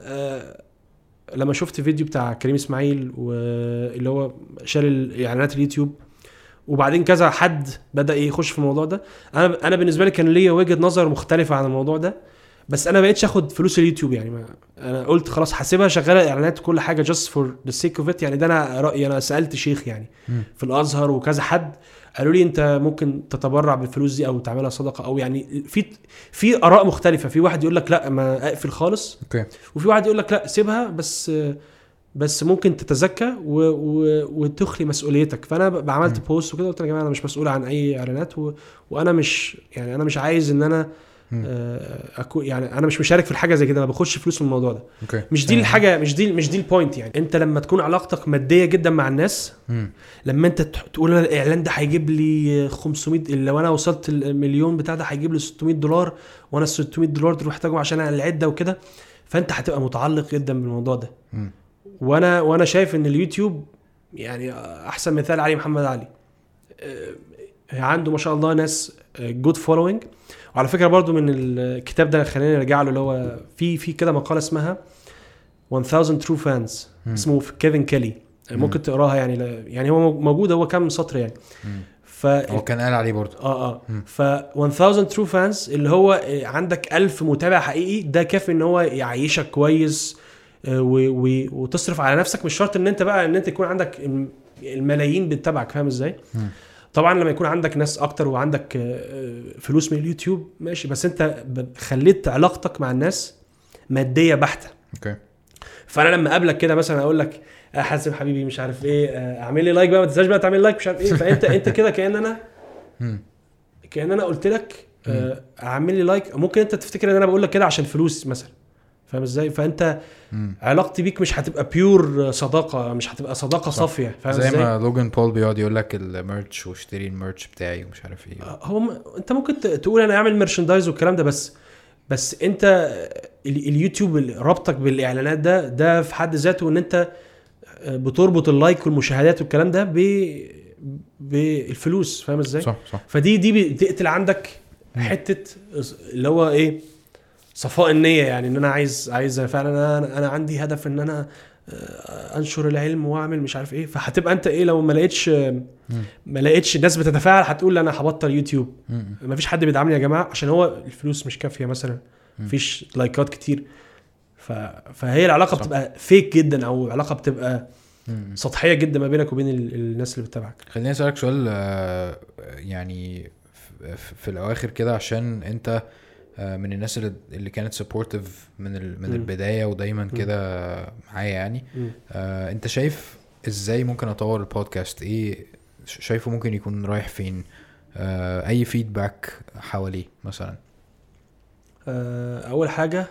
لما شفت فيديو بتاع كريم اسماعيل واللي هو شال اعلانات اليوتيوب، وبعدين كذا حد بدأ يخش في الموضوع ده، انا بالنسبه لي كان ليا وجهه نظر مختلفه عن الموضوع ده. بس انا بقيتش اخد فلوس اليوتيوب. يعني انا قلت خلاص حاسبها شغاله اعلانات كل حاجه just for the sake of it. يعني ده انا رايي. انا سالت شيخ يعني في الازهر وكذا حد قالوا لي انت ممكن تتبرع بالفلوس دي او تعملها صدقه، او يعني في اراء مختلفه. في واحد يقول لك لا ما اقفل خالص. اوكي. وفي واحد يقول لك لا سيبها بس ممكن تتزكى وتخلي مسؤوليتك. فانا عملت بوست وكده قلت يا جماعه انا مش مسؤول عن اي اعلانات وانا مش يعني انا مش عايز ان انا يعني انا مش مشارك في الحاجه زي كده، ما باخدش فلوس من الموضوع ده. اوكي. مش دي الحاجه، مش دي البوينت. يعني انت لما تكون علاقتك ماديه جدا مع الناس، لما انت تقول الاعلان ده هيجيب لي 500، لو انا وصلت المليون بتاع ده هيجيب لي $600، وانا $600 دول محتاجهم عشان العده وكده، فانت هتبقى متعلق جدا بالموضوع ده. وانا شايف ان اليوتيوب يعني احسن مثال علي محمد علي، عنده ما شاء الله ناس جود فولوينج. وعلى فكره برضو من الكتاب ده خلينا نرجع له، اللي هو في كده مقاله اسمها 1000 True Fans، اسمه كيفن كيلي، ممكن تقراها يعني هو موجود، هو كام سطر يعني. هو كان قال عليه برضو ف 1000 True Fans اللي هو عندك 1000 متابع حقيقي، ده كافي ان هو يعيشك كويس وتصرف على نفسك. مش شرط ان انت بقى ان انت يكون عندك الملايين بتتابعك، فاهم ازاي؟ طبعا لما يكون عندك ناس اكتر وعندك فلوس من اليوتيوب ماشي، بس انت خليت علاقتك مع الناس ماديه بحته. اوكي. فانا لما اقابلك كده مثلا اقول لك حازم حبيبي مش عارف ايه، اعمل لي لايك بقى، ما تنساش بقى تعمل لايك مش عارف ايه، فانت كده كأن انا قلت لك اعمل لي لايك. ممكن انت تفتكر ان انا بقول لك كده عشان فلوس مثلا، فاهم ازاي؟ فانت علاقتي بيك مش هتبقى بيور صداقه، مش هتبقى صداقه صافيه، فاهم ازاي؟ زي ما لوجان بول بيقعد يقول لك الميرش واشتري الميرش بتاعي ومش عارف ايه. انت ممكن تقول انا اعمل ميرشندايز والكلام ده، بس انت اليوتيوب ربطك بالاعلانات ده في حد ذاته، ان انت بتربط اللايك والمشاهدات والكلام ده بالفلوس، فاهم ازاي؟ صح. فدي بتقتل عندك حته اللي هو ايه، صفاء النيه. يعني ان انا عايز فعلا انا عندي هدف ان انا انشر العلم واعمل مش عارف ايه. فهتبقى انت ايه لو ما لقيتش الناس بتتفاعل، هتقول انا هبطل يوتيوب، ما فيش حد بيدعمني يا جماعه عشان هو الفلوس مش كافيه مثلا، مفيش لايكات كتير. فهي العلاقه بتبقى فيك جدا، او علاقه بتبقى سطحيه جدا ما بينك وبين الناس اللي بتتابعك. خليني اسالك سؤال يعني في الاواخر كده، عشان انت من الناس اللي كانت سبورتيف من البدايه ودايما كده معايا يعني. انت شايف ازاي ممكن اطور البودكاست؟ ايه شايفه ممكن يكون رايح فين؟ اي فيدباك حواليه مثلا؟ اول حاجه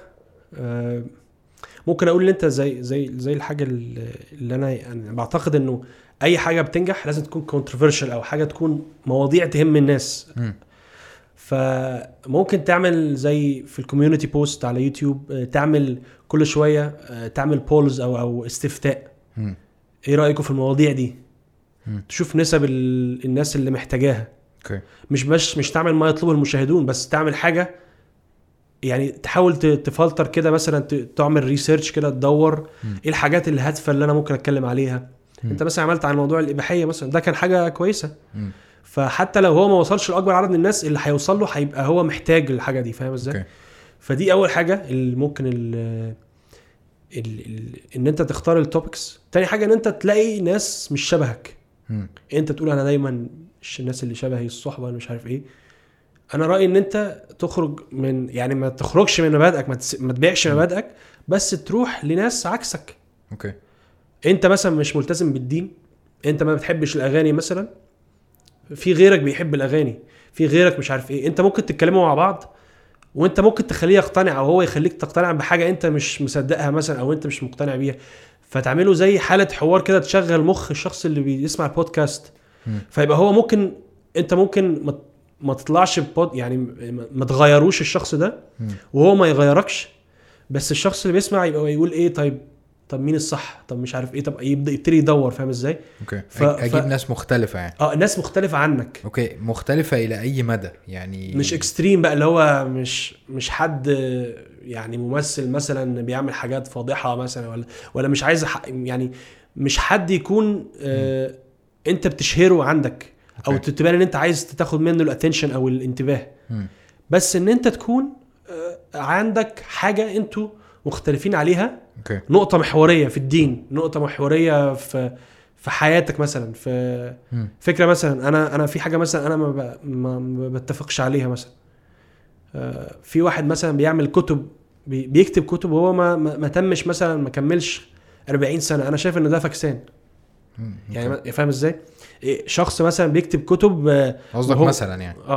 ممكن اقول ان انت زي الحاجه اللي انا بعتقد انه اي حاجه بتنجح لازم تكون كونتروفيرشال، او حاجه تكون مواضيع تهم الناس. فممكن تعمل زي في الكوميونتي بوست على يوتيوب، تعمل كل شويه تعمل بولز او استفتاء. ايه رايكم في المواضيع دي؟ تشوف نسب الناس اللي محتاجاها. اوكي. مش تعمل ما يطلبه المشاهدون، بس تعمل حاجه يعني تحاول تفلتر كده، مثلا تعمل ريسيرش كده، تدور ايه الحاجات الهادفه اللي انا ممكن اتكلم عليها. انت مثلا عملت عن موضوع الاباحيه مثلا، ده كان حاجه كويسه. فحتى لو هو ما وصلش لاكبر عدد من الناس، اللي هيوصل له هيبقى هو محتاج الحاجه دي، فاهم ازاي؟ فدي اول حاجه اللي ممكن ان انت تختار التوبكس. تاني حاجه ان انت تلاقي ناس مش شبهك. انت تقول انا دايما الناس اللي شبهي الصحبه مش عارف ايه. انا رايي ان انت تخرج من، يعني ما تخرجش من مبادئك، ما تبيعش مبادئك، بس تروح لناس عكسك. اوكي. انت مثلا مش ملتزم بالدين، انت ما بتحبش الاغاني مثلا، في غيرك بيحب الاغاني، في غيرك مش عارف ايه. انت ممكن تتكلموا مع بعض، وانت ممكن تخليه يقتنع، او هو يخليك تقتنع بحاجه انت مش مصدقها مثلا، او انت مش مقتنع بيها. فتعملوا زي حاله حوار كده، تشغل مخ الشخص اللي بيسمع البودكاست. فيبقى هو ممكن، انت ممكن ما تطلعش يعني ما تغيروش الشخص ده، وهو ما يغيركش، بس الشخص اللي بيسمع يبقى يقول ايه، طب مين الصح، طب مش عارف ايه، طب يبتدي يدور، فاهم ازاي؟ اوكي. اجيب ناس مختلفه يعني. ناس مختلفه عنك. اوكي. مختلفه الى اي مدى يعني؟ مش اكستريم بقى، اللي هو مش حد يعني ممثل مثلا بيعمل حاجات فاضحه مثلا، ولا مش عايز يعني مش حد يكون انت بتشهره عندك، او تبان ان انت عايز تاخد منه الاتنشن او الانتباه. بس ان انت تكون عندك حاجه انتوا مختلفين عليها. نقطه محوريه في الدين، نقطه محوريه في حياتك مثلا، في فكره مثلا. انا في حاجه مثلا انا ما بتفقش عليها مثلا. في واحد مثلا بيعمل كتب، بيكتب كتب وهو ما تمش مثلا، ما كملش 40 سنه. انا شايف ان ده فكسان. يعني فاهم ازاي؟ شخص مثلا بيكتب كتب، قصدك مثلا يعني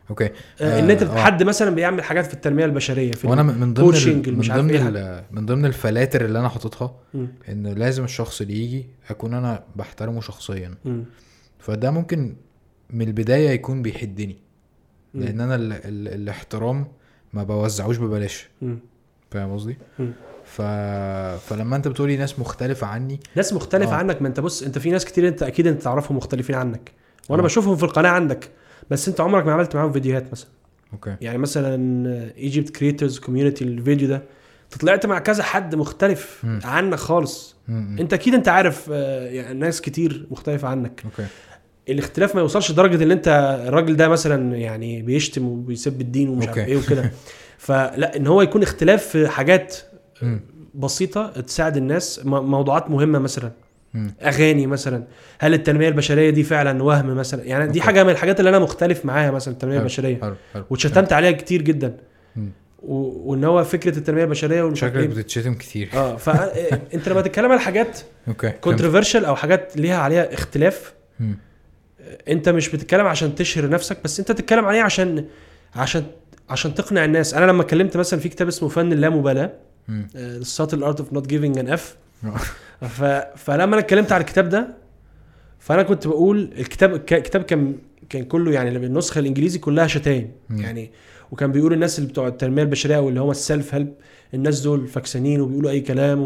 اوكي. ان انت حد مثلا بيعمل حاجات في التنميه البشريه في وانا من ضمن الفلاتر اللي انا حاططها ان لازم الشخص اللي يجي اكون انا بحترمه شخصيا. فده ممكن من البدايه يكون بيحدني لان انا الاحترام ما بوزعوش ببلاش. فاهم قصدي؟ فلما انت بتقولي ناس مختلفه عني، ناس مختلفه عنك، ما انت بص، انت في ناس كتير انت اكيد انت تعرفهم مختلفين عنك، وانا بشوفهم في القناه عندك، بس انت عمرك ما عملت معاهم فيديوهات مثلا. اوكي. يعني مثلا Egypt Creators Community الفيديو ده طلعت مع كذا حد مختلف عنك خالص. انت اكيد انت عارف يعني ناس كتير مختلفه عنك. اوكي. الاختلاف ما يوصلش لدرجه ان انت الراجل ده مثلا يعني بيشتم وبيسب الدين ومش عارف ايه وكده. فلا، ان هو يكون اختلاف في حاجات بسيطه تساعد الناس، موضوعات مهمه مثلا اغاني مثلا. هل التنميه البشريه دي فعلا وهم مثلا؟ يعني دي حاجه من الحاجات اللي انا مختلف معاها مثلا، التنميه البشريه واتشتمت عليها كتير جدا. وان هو فكره التنميه البشريه وشكلك بتتشتم كتير. فانت لما تتكلم على حاجات كونتروفيرشال او حاجات ليها عليها اختلاف، انت مش بتتكلم عشان تشهر نفسك بس، انت تتكلم عليه عشان تقنع الناس. انا لما اتكلمت مثلا في كتاب اسمه فن اللامبالاه، The Subtle Art of Not Giving an F. فلما انا اتكلمت على الكتاب ده، فانا كنت بقول الكتاب كان كله يعني بالنسخه الانجليزي كلها شتايم يعني. وكان بيقول الناس اللي بتوع التنميه البشريه واللي هم السيلف هيلب، الناس دول فاكسانين وبيقولوا اي كلام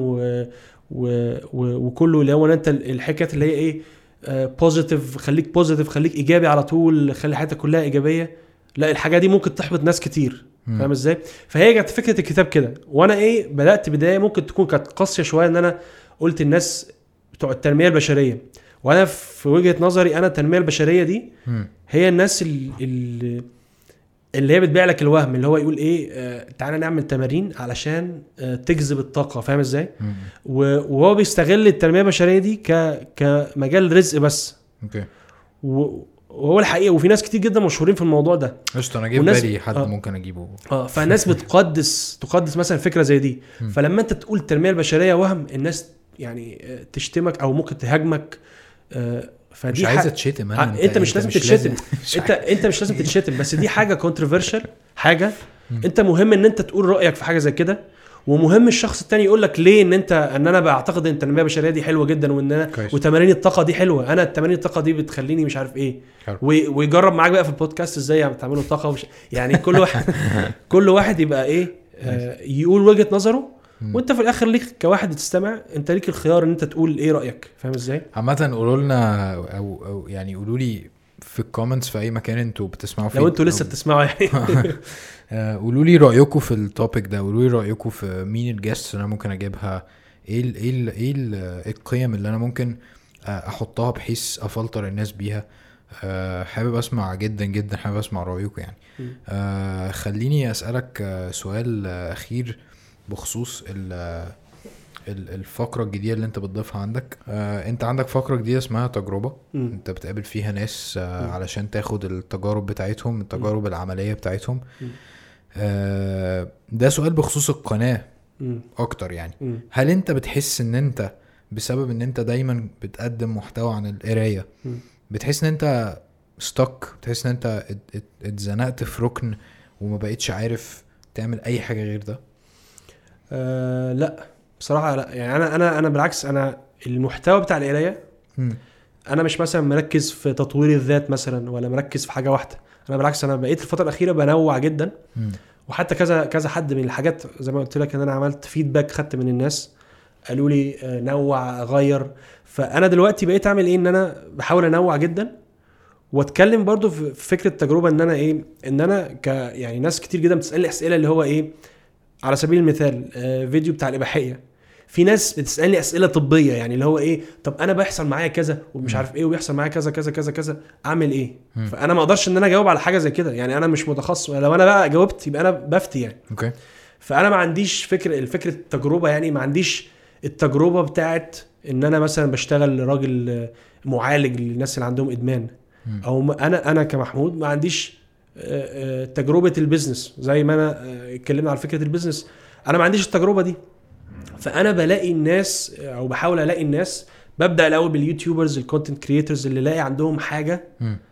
وكله اللي هو انت الحكايات اللي هي ايه، بوزيتيف، خليك بوزيتيف، خليك ايجابي على طول، خلي حياتك كلها ايجابيه. لا، الحاجه دي ممكن تحبط ناس كتير. فاهم ازاي؟ فهي جت فكره الكتاب كده، وانا بدات بدايه ممكن تكون كانت قاسيه شويه، ان انا قلت الناس بتوع التنميه البشريه. وانا في وجهه نظري انا التنميه البشريه دي هي الناس اللي هي بتبيع لك الوهم، اللي هو يقول ايه، تعالى نعمل تمارين علشان تجذب الطاقه. فاهم ازاي؟ وهو بيستغل التنميه البشريه دي كمجال رزق بس. اوكي. وهو الحقيقه، وفي ناس كتير جدا مشهورين في الموضوع ده. انا جايب بالي حد ممكن اجيبه. فالناس تقدس مثلا فكره زي دي. فلما انت تقول التنميه البشريه وهم، الناس يعني تشتمك او ممكن تهاجمك. فدي مش عايزه تشتم. انت مش لازم تتشتم. انت مش لازم تتشتم، بس دي حاجه كونتروفيرشال حاجه. انت مهم ان انت تقول رايك في حاجه زي كده، ومهم الشخص التاني يقول لك ليه ان انا بعتقد ان التنميه البشريه دي حلوه جدا، وان انا وتمارين الطاقه دي حلوه. انا التمارين الطاقه دي بتخليني مش عارف ايه، ويجرب معاك بقى في البودكاست ازاي تعملوا طاقه يعني كل واحد يبقى ايه، يقول وجهه نظره. وانت في الاخر ليك كواحد تستمع، انت ليك الخيار ان انت تقول ايه رايك. فاهم ازاي؟ عامه قولوا لنا او يعني قولوا لي في الكومنتس في اي مكان انتوا بتسمعوا فيه، لو انتوا لسه بتسمعوا يعني. قولوا لي رايكم في التوبيك ده، قولوا لي رايكم في مين الجيست انا ممكن اجيبها، ايه القيم اللي انا ممكن احطها بحيث افلتر الناس بيها. حابب اسمع جدا جدا، حابب اسمع رايكم يعني. خليني اسالك سؤال اخير بخصوص الفقرة الجديدة اللي انت بتضيفها عندك. انت عندك فقرة جديدة اسمها تجربة. انت بتقابل فيها ناس علشان تاخد التجارب بتاعتهم، التجارب العملية بتاعتهم. ده سؤال بخصوص القناة اكتر يعني. هل انت بتحس ان انت بسبب ان انت دايما بتقدم محتوى عن القراية بتحس ان انت ستوك، بتحس ان انت اتزنقت في ركن وما بقيتش عارف تعمل اي حاجة غير ده؟ لا بصراحه لا. يعني انا بالعكس، انا المحتوى بتاع القرايه انا مش مثلا مركز في تطوير الذات مثلا، ولا مركز في حاجه واحده. انا بالعكس، انا بقيت الفتره الاخيره بنوع جدا. وحتى كذا حد من الحاجات زي ما قلت لك ان انا عملت فيدباك، خدت من الناس قالوا لي نوع غير. فانا دلوقتي بقيت اعمل ايه، ان انا بحاول انوع جدا واتكلم برضو في فكره التجربه. ان انا ان انا يعني ناس كتير جدا بتسالني اسئله اللي هو على سبيل المثال فيديو بتاع الإباحية، في ناس بتسألني أسئلة طبية، يعني اللي هو طب أنا بيحصل معايا كذا ومش عارف وبيحصل معايا كذا كذا كذا كذا، أعمل إيه؟ فأنا ما أقدرش إن أنا أجاوب على حاجة زي كده، يعني أنا مش متخصص. لو أنا بقى جاوبت يبقى أنا بفتي يعني. أوكي. فأنا ما عنديش الفكرة التجربة، يعني ما عنديش التجربة بتاعت إن أنا مثلا بشتغل راجل معالج للناس اللي عندهم إدمان، أو أنا كمحمود ما عنديش تجربة البيزنس زي ما أنا اتكلمنا على فكرة البيزنس. أنا ما عنديش التجربة دي. فأنا بلاقي الناس أو بحاول ألاقي الناس، ببدأ الأول باليوتيوبرز الكونتنت كرييترز اللي لاقي عندهم حاجة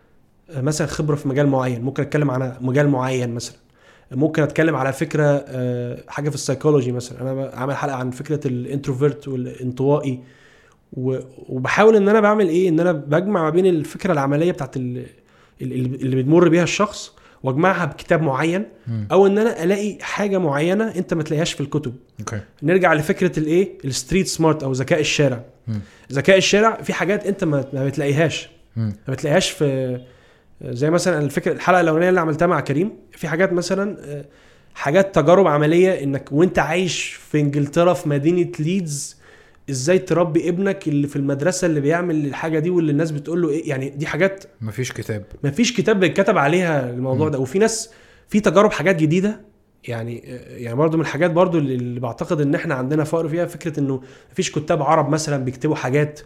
مثلا خبره في مجال معين، ممكن اتكلم على مجال معين مثلا، ممكن اتكلم على فكره حاجه في السايكولوجي مثلا. انا عامل حلقه عن فكره الانتروفيرت والانطوائي، وبحاول ان انا بعمل ايه، ان انا بجمع ما بين الفكره العمليه بتاعت اللي بتمر بيها الشخص واجمعها بكتاب معين، او ان انا الاقي حاجه معينه انت ما تلاقيهاش في الكتب. نرجع لفكره الايه، الستريت سمارت او ذكاء الشارع. ذكاء الشارع في حاجات انت ما بتلاقيهاش، ما بتلاقيهاش في، زي مثلا الفكره الحلقه الاولانيه اللي عملتها مع كريم، في حاجات مثلا حاجات تجارب عمليه، انك وانت عايش في انجلترا في مدينه ليدز ازاي تربي ابنك اللي في المدرسه اللي بيعمل الحاجه دي واللي الناس بتقول له ايه. يعني دي حاجات مفيش كتاب بيتكتب عليها الموضوع ده. وفي ناس في تجارب حاجات جديده، يعني برضو من الحاجات برضو اللي بعتقد ان احنا عندنا فقر فيها، فكره انه مفيش كتاب عرب مثلا بيكتبوا حاجات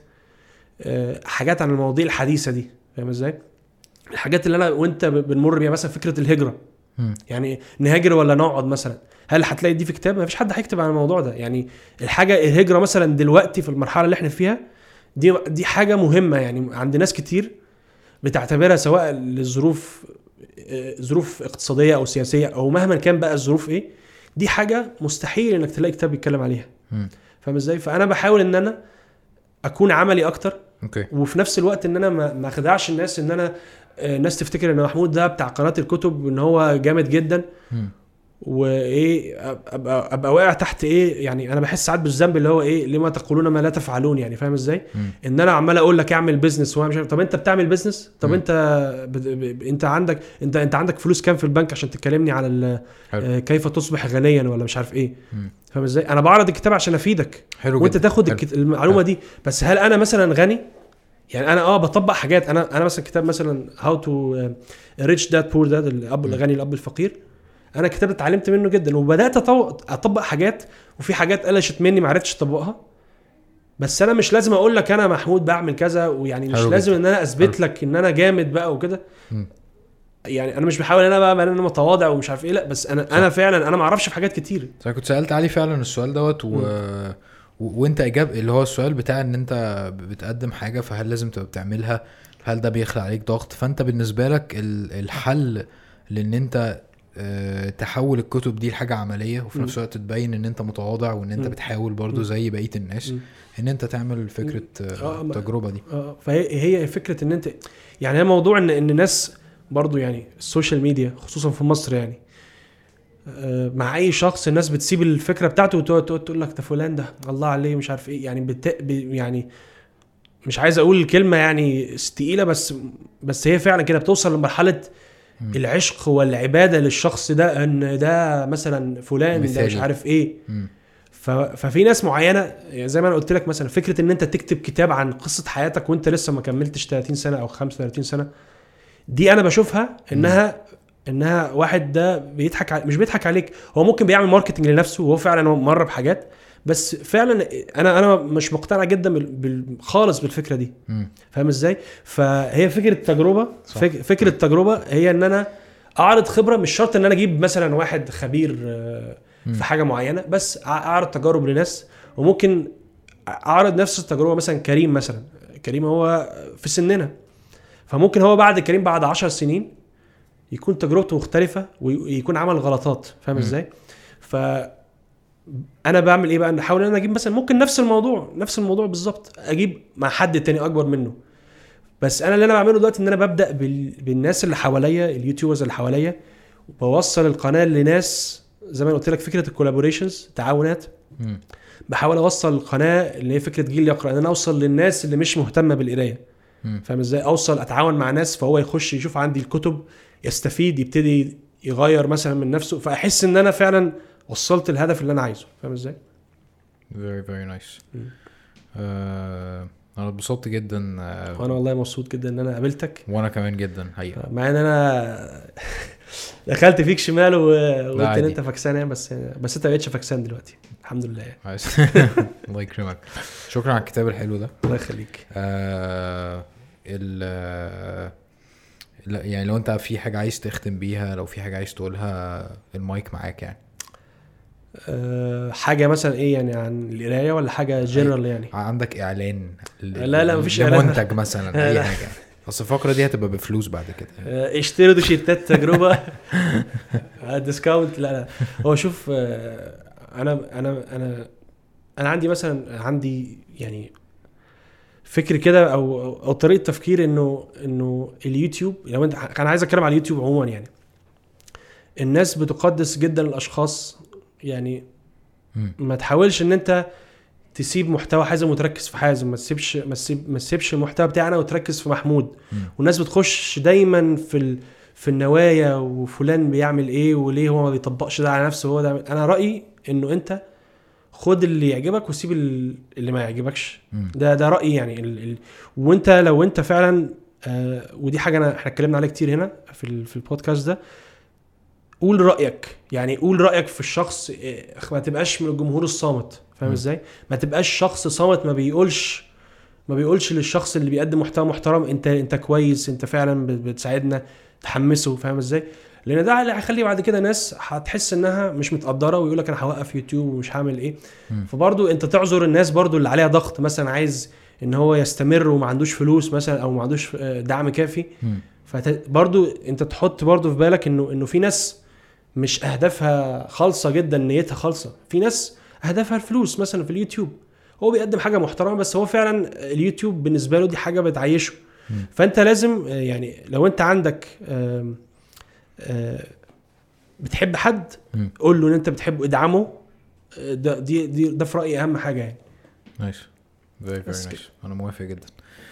عن المواضيع الحديثه دي. فاهم ازاي؟ الحاجات اللي انا وانت بنمر بيها، مثلا فكره الهجره، يعني نهاجر ولا نقعد مثلا، هل هتلاقي دي في كتاب؟ ما فيش حد هيكتب عن الموضوع ده. يعني الهجره مثلا دلوقتي في المرحله اللي احنا فيها دي حاجه مهمه يعني عند ناس كتير بتعتبرها، سواء للظروف ظروف اقتصاديه او سياسيه او مهما كان بقى الظروف ايه، دي حاجه مستحيل انك تلاقي كتاب بيتكلم عليها. فاهم ازاي؟ فانا بحاول ان انا اكون عملي اكتر، وفي نفس الوقت ان انا ما اخدعش الناس، ان انا الناس تفتكر ان محمود ده بتاع قناه الكتب ان هو جامد جدا وايه، ابقى واقع تحت ايه. يعني انا بحس ساعات بالذنب اللي هو ايه، لما تقولون ما لا تفعلون. يعني فاهم ازاي؟ ان انا عمال اقول لك اعمل بيزنس وانا مش عارف. طب انت بتعمل بيزنس؟ طب انت عندك فلوس كام في البنك عشان تكلمني على كيف تصبح غنيا ولا مش عارف ايه؟ فاهم ازاي؟ انا بعرض الكتاب عشان افيدك وانت تاخد المعلومه دي. بس هل انا مثلا غني؟ يعني انا بطبق حاجات. انا مثلا كتاب مثلا هاو تو ريتش داد بور داد، الاب الغني الاب الفقير، انا كتاب اتعلمت منه جدا وبدات اطبق حاجات، وفي حاجات قلشت مني ما عرفتش اطبقها. بس انا مش لازم اقول لك انا محمود بعمل كذا، ويعني مش لازم ان انا اثبت لك ان انا جامد بقى وكده. يعني انا مش بحاول ان انا بقى انا متواضع ومش عارف ايه، لا بس انا فعلا انا ما اعرفش في حاجات كتير. انا كنت سالت علي فعلا السؤال دوت وانت اجاب اللي هو السؤال بتاع ان انت بتقدم حاجه، فهل لازم تبقى بتعملها؟ هل ده بيخلق عليك ضغط؟ فانت بالنسبه لك الحل لان انت تحول الكتب دي لحاجه عمليه، وفي نفس الوقت تبين ان انت متواضع وان انت بتحاول برضو زي بقيه الناس ان انت تعمل فكره التجربه دي. فهي فكره ان انت يعني هي موضوع ان الناس برضو، يعني السوشيال ميديا خصوصا في مصر، يعني مع اي شخص الناس بتسيب الفكره بتاعته وتقول لك ده فلان ده الله عليه مش عارف ايه. يعني يعني مش عايز اقول الكلمه يعني استقيله، بس هي فعلا كده بتوصل لمرحله العشق والعباده للشخص ده، ان ده مثلا فلان ده مش عارف ايه. ففي ناس معينه، يعني زي ما انا قلت لك مثلا فكره ان انت تكتب كتاب عن قصه حياتك وانت لسه ما كملتش 30 سنه او 35 سنه، دي انا بشوفها انها واحد ده مش بيضحك عليك. هو ممكن بيعمل ماركتنج لنفسه وهو فعلا مر بحاجات، بس فعلا انا مش مقتنع جدا خالص بالفكره دي. فاهم ازاي؟ فهي فكره التجربه، فكره التجربه هي ان انا اعرض خبره. مش شرط ان انا اجيب مثلا واحد خبير في حاجه معينه، بس اعرض تجارب لناس. وممكن اعرض نفس التجربه، مثلا كريم هو في سننا، فممكن هو بعد كريم بعد 10 سنين يكون تجربته مختلفه ويكون عمل غلطات. فاهم ازاي؟ انا بعمل ايه بقى؟ ان احاول ان انا اجيب مثلا ممكن نفس الموضوع بالظبط، اجيب مع حد تاني اكبر منه. بس انا اللي انا بعمله دلوقتي ان انا ببدا بالناس اللي حواليا، اليوتيوبرز اللي حواليا، وبوصل القناه لناس زي ما قلت لك، فكره الكولابوريشنز، تعاونات. بحاول اوصل القناه اللي هي فكره جيل يقرا، ان انا اوصل للناس اللي مش مهتمه بالقرايه. فاهم ازاي؟ اوصل اتعاون مع ناس فهو يخش يشوف عندي الكتب، يستفيد، يبتدي يغير مثلا من نفسه، فاحس ان انا فعلا وصلت الهدف اللي انا عايزه. فاهم ازاي؟ very very nice. انا اتبسطت جدا وانا والله مبسوط جدا ان انا قابلتك. وانا كمان جدا حقيقه، مع ان انا دخلت فيك شمال وقلت ان انت فكسان يعني، بس انت بقيتش فكسان دلوقتي الحمد لله يعني. الله يكرمك. شكرا على الكتاب الحلو ده. الله يخليك. لا يعني لو انت في حاجه عايز تختم بيها، لو في حاجه عايز تقولها، المايك معاك يعني. حاجه مثلا ايه يعني عن القرايه، ولا حاجه جنرال يعني؟ عندك اعلان لا مفيش اعلان. منتج مثلا اي حاجه. اصل الفقره دي هتبقى بفلوس بعد كده. اشتروا دوشيتات تجربه ديسكاونت. لا هو شوف، انا عندي يعني فكر كده او طريقه تفكير انه اليوتيوب، لو انا عايز اتكلم على اليوتيوب عموما، يعني الناس بتقدس جدا الاشخاص. يعني ما تحاولش ان انت تسيب محتوى حازم وتركز في حازم، ما تسيبش المحتوى بتاعنا وتركز في محمود. والناس بتخش دايما في النوايا، وفلان بيعمل ايه وليه هو ما بيطبقش ده على نفسه. هو ده انا رأيي، انه انت خد اللي يعجبك وسيب اللي ما يعجبكش. ده رأيي يعني. وانت لو انت فعلا ودي حاجة احنا اتكلمنا عليها كتير هنا في البودكاست ده، قول رأيك. يعني قول رأيك في الشخص، ما تبقاش من الجمهور الصامت. فاهم ازاي؟ ما تبقاش شخص صامت ما بيقولش للشخص اللي بيقدم محتوى محترم انت كويس، انت فعلا بتساعدنا، تحمسه. فاهم ازاي؟ لان ده اللي هيخلي بعد كده ناس هتحس انها مش متقدره، ويقول لك انا هوقف يوتيوب ومش هعمل ايه. فبرضو انت تعذر الناس برضو اللي عليها ضغط، مثلا عايز ان هو يستمر وما عندوش فلوس مثلا، او ما عندوش دعم كافي. فبرضو انت تحط برضو في بالك انه في ناس مش اهدافها خالصة جدا، نيتها خالصة. في ناس اهدافها الفلوس مثلا في اليوتيوب، هو بيقدم حاجة محترمة، بس هو فعلا اليوتيوب بالنسبة له دي حاجة بتعيشه. فانت لازم يعني لو انت عندك بتحب حد، قول له ان انت بتحبه، ادعمه. ده في رأيي اهم حاجة يعني. نايس، very nice. انا موافق جدا.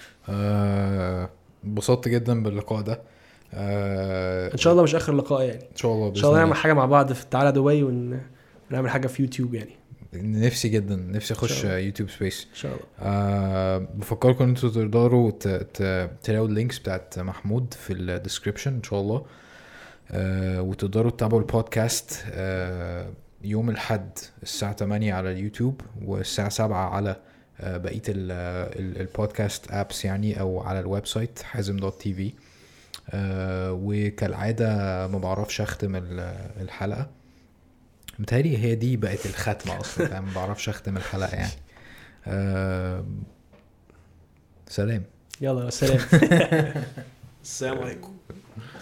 انبسطت جدا باللقاء ده. ان شاء الله مش اخر لقاء يعني. ان شاء الله ان شاء الله نعمل حاجة مع بعض في تعالى دبي، ونعمل حاجة في يوتيوب يعني. نفسي جدا، نفسي اخش يوتيوب سبيس ان شاء الله. بفكركم انتوا تقدروا تلاقوا اللينكس بتاعت محمود في الديسكريبشن ان شاء الله. وتقدروا تتابعوا البودكاست يوم الحد الساعة 8 على اليوتيوب، والساعة 7 على بقية البودكاست ابس يعني، او على الويب سايت hazem.tv. وكالعادة ما بعرفش اختم الحلقة، متهيألي هي دي بقت الختمة اصلا. ما بعرفش اختم الحلقة يعني. سلام. يلا سلام. السلام عليكم.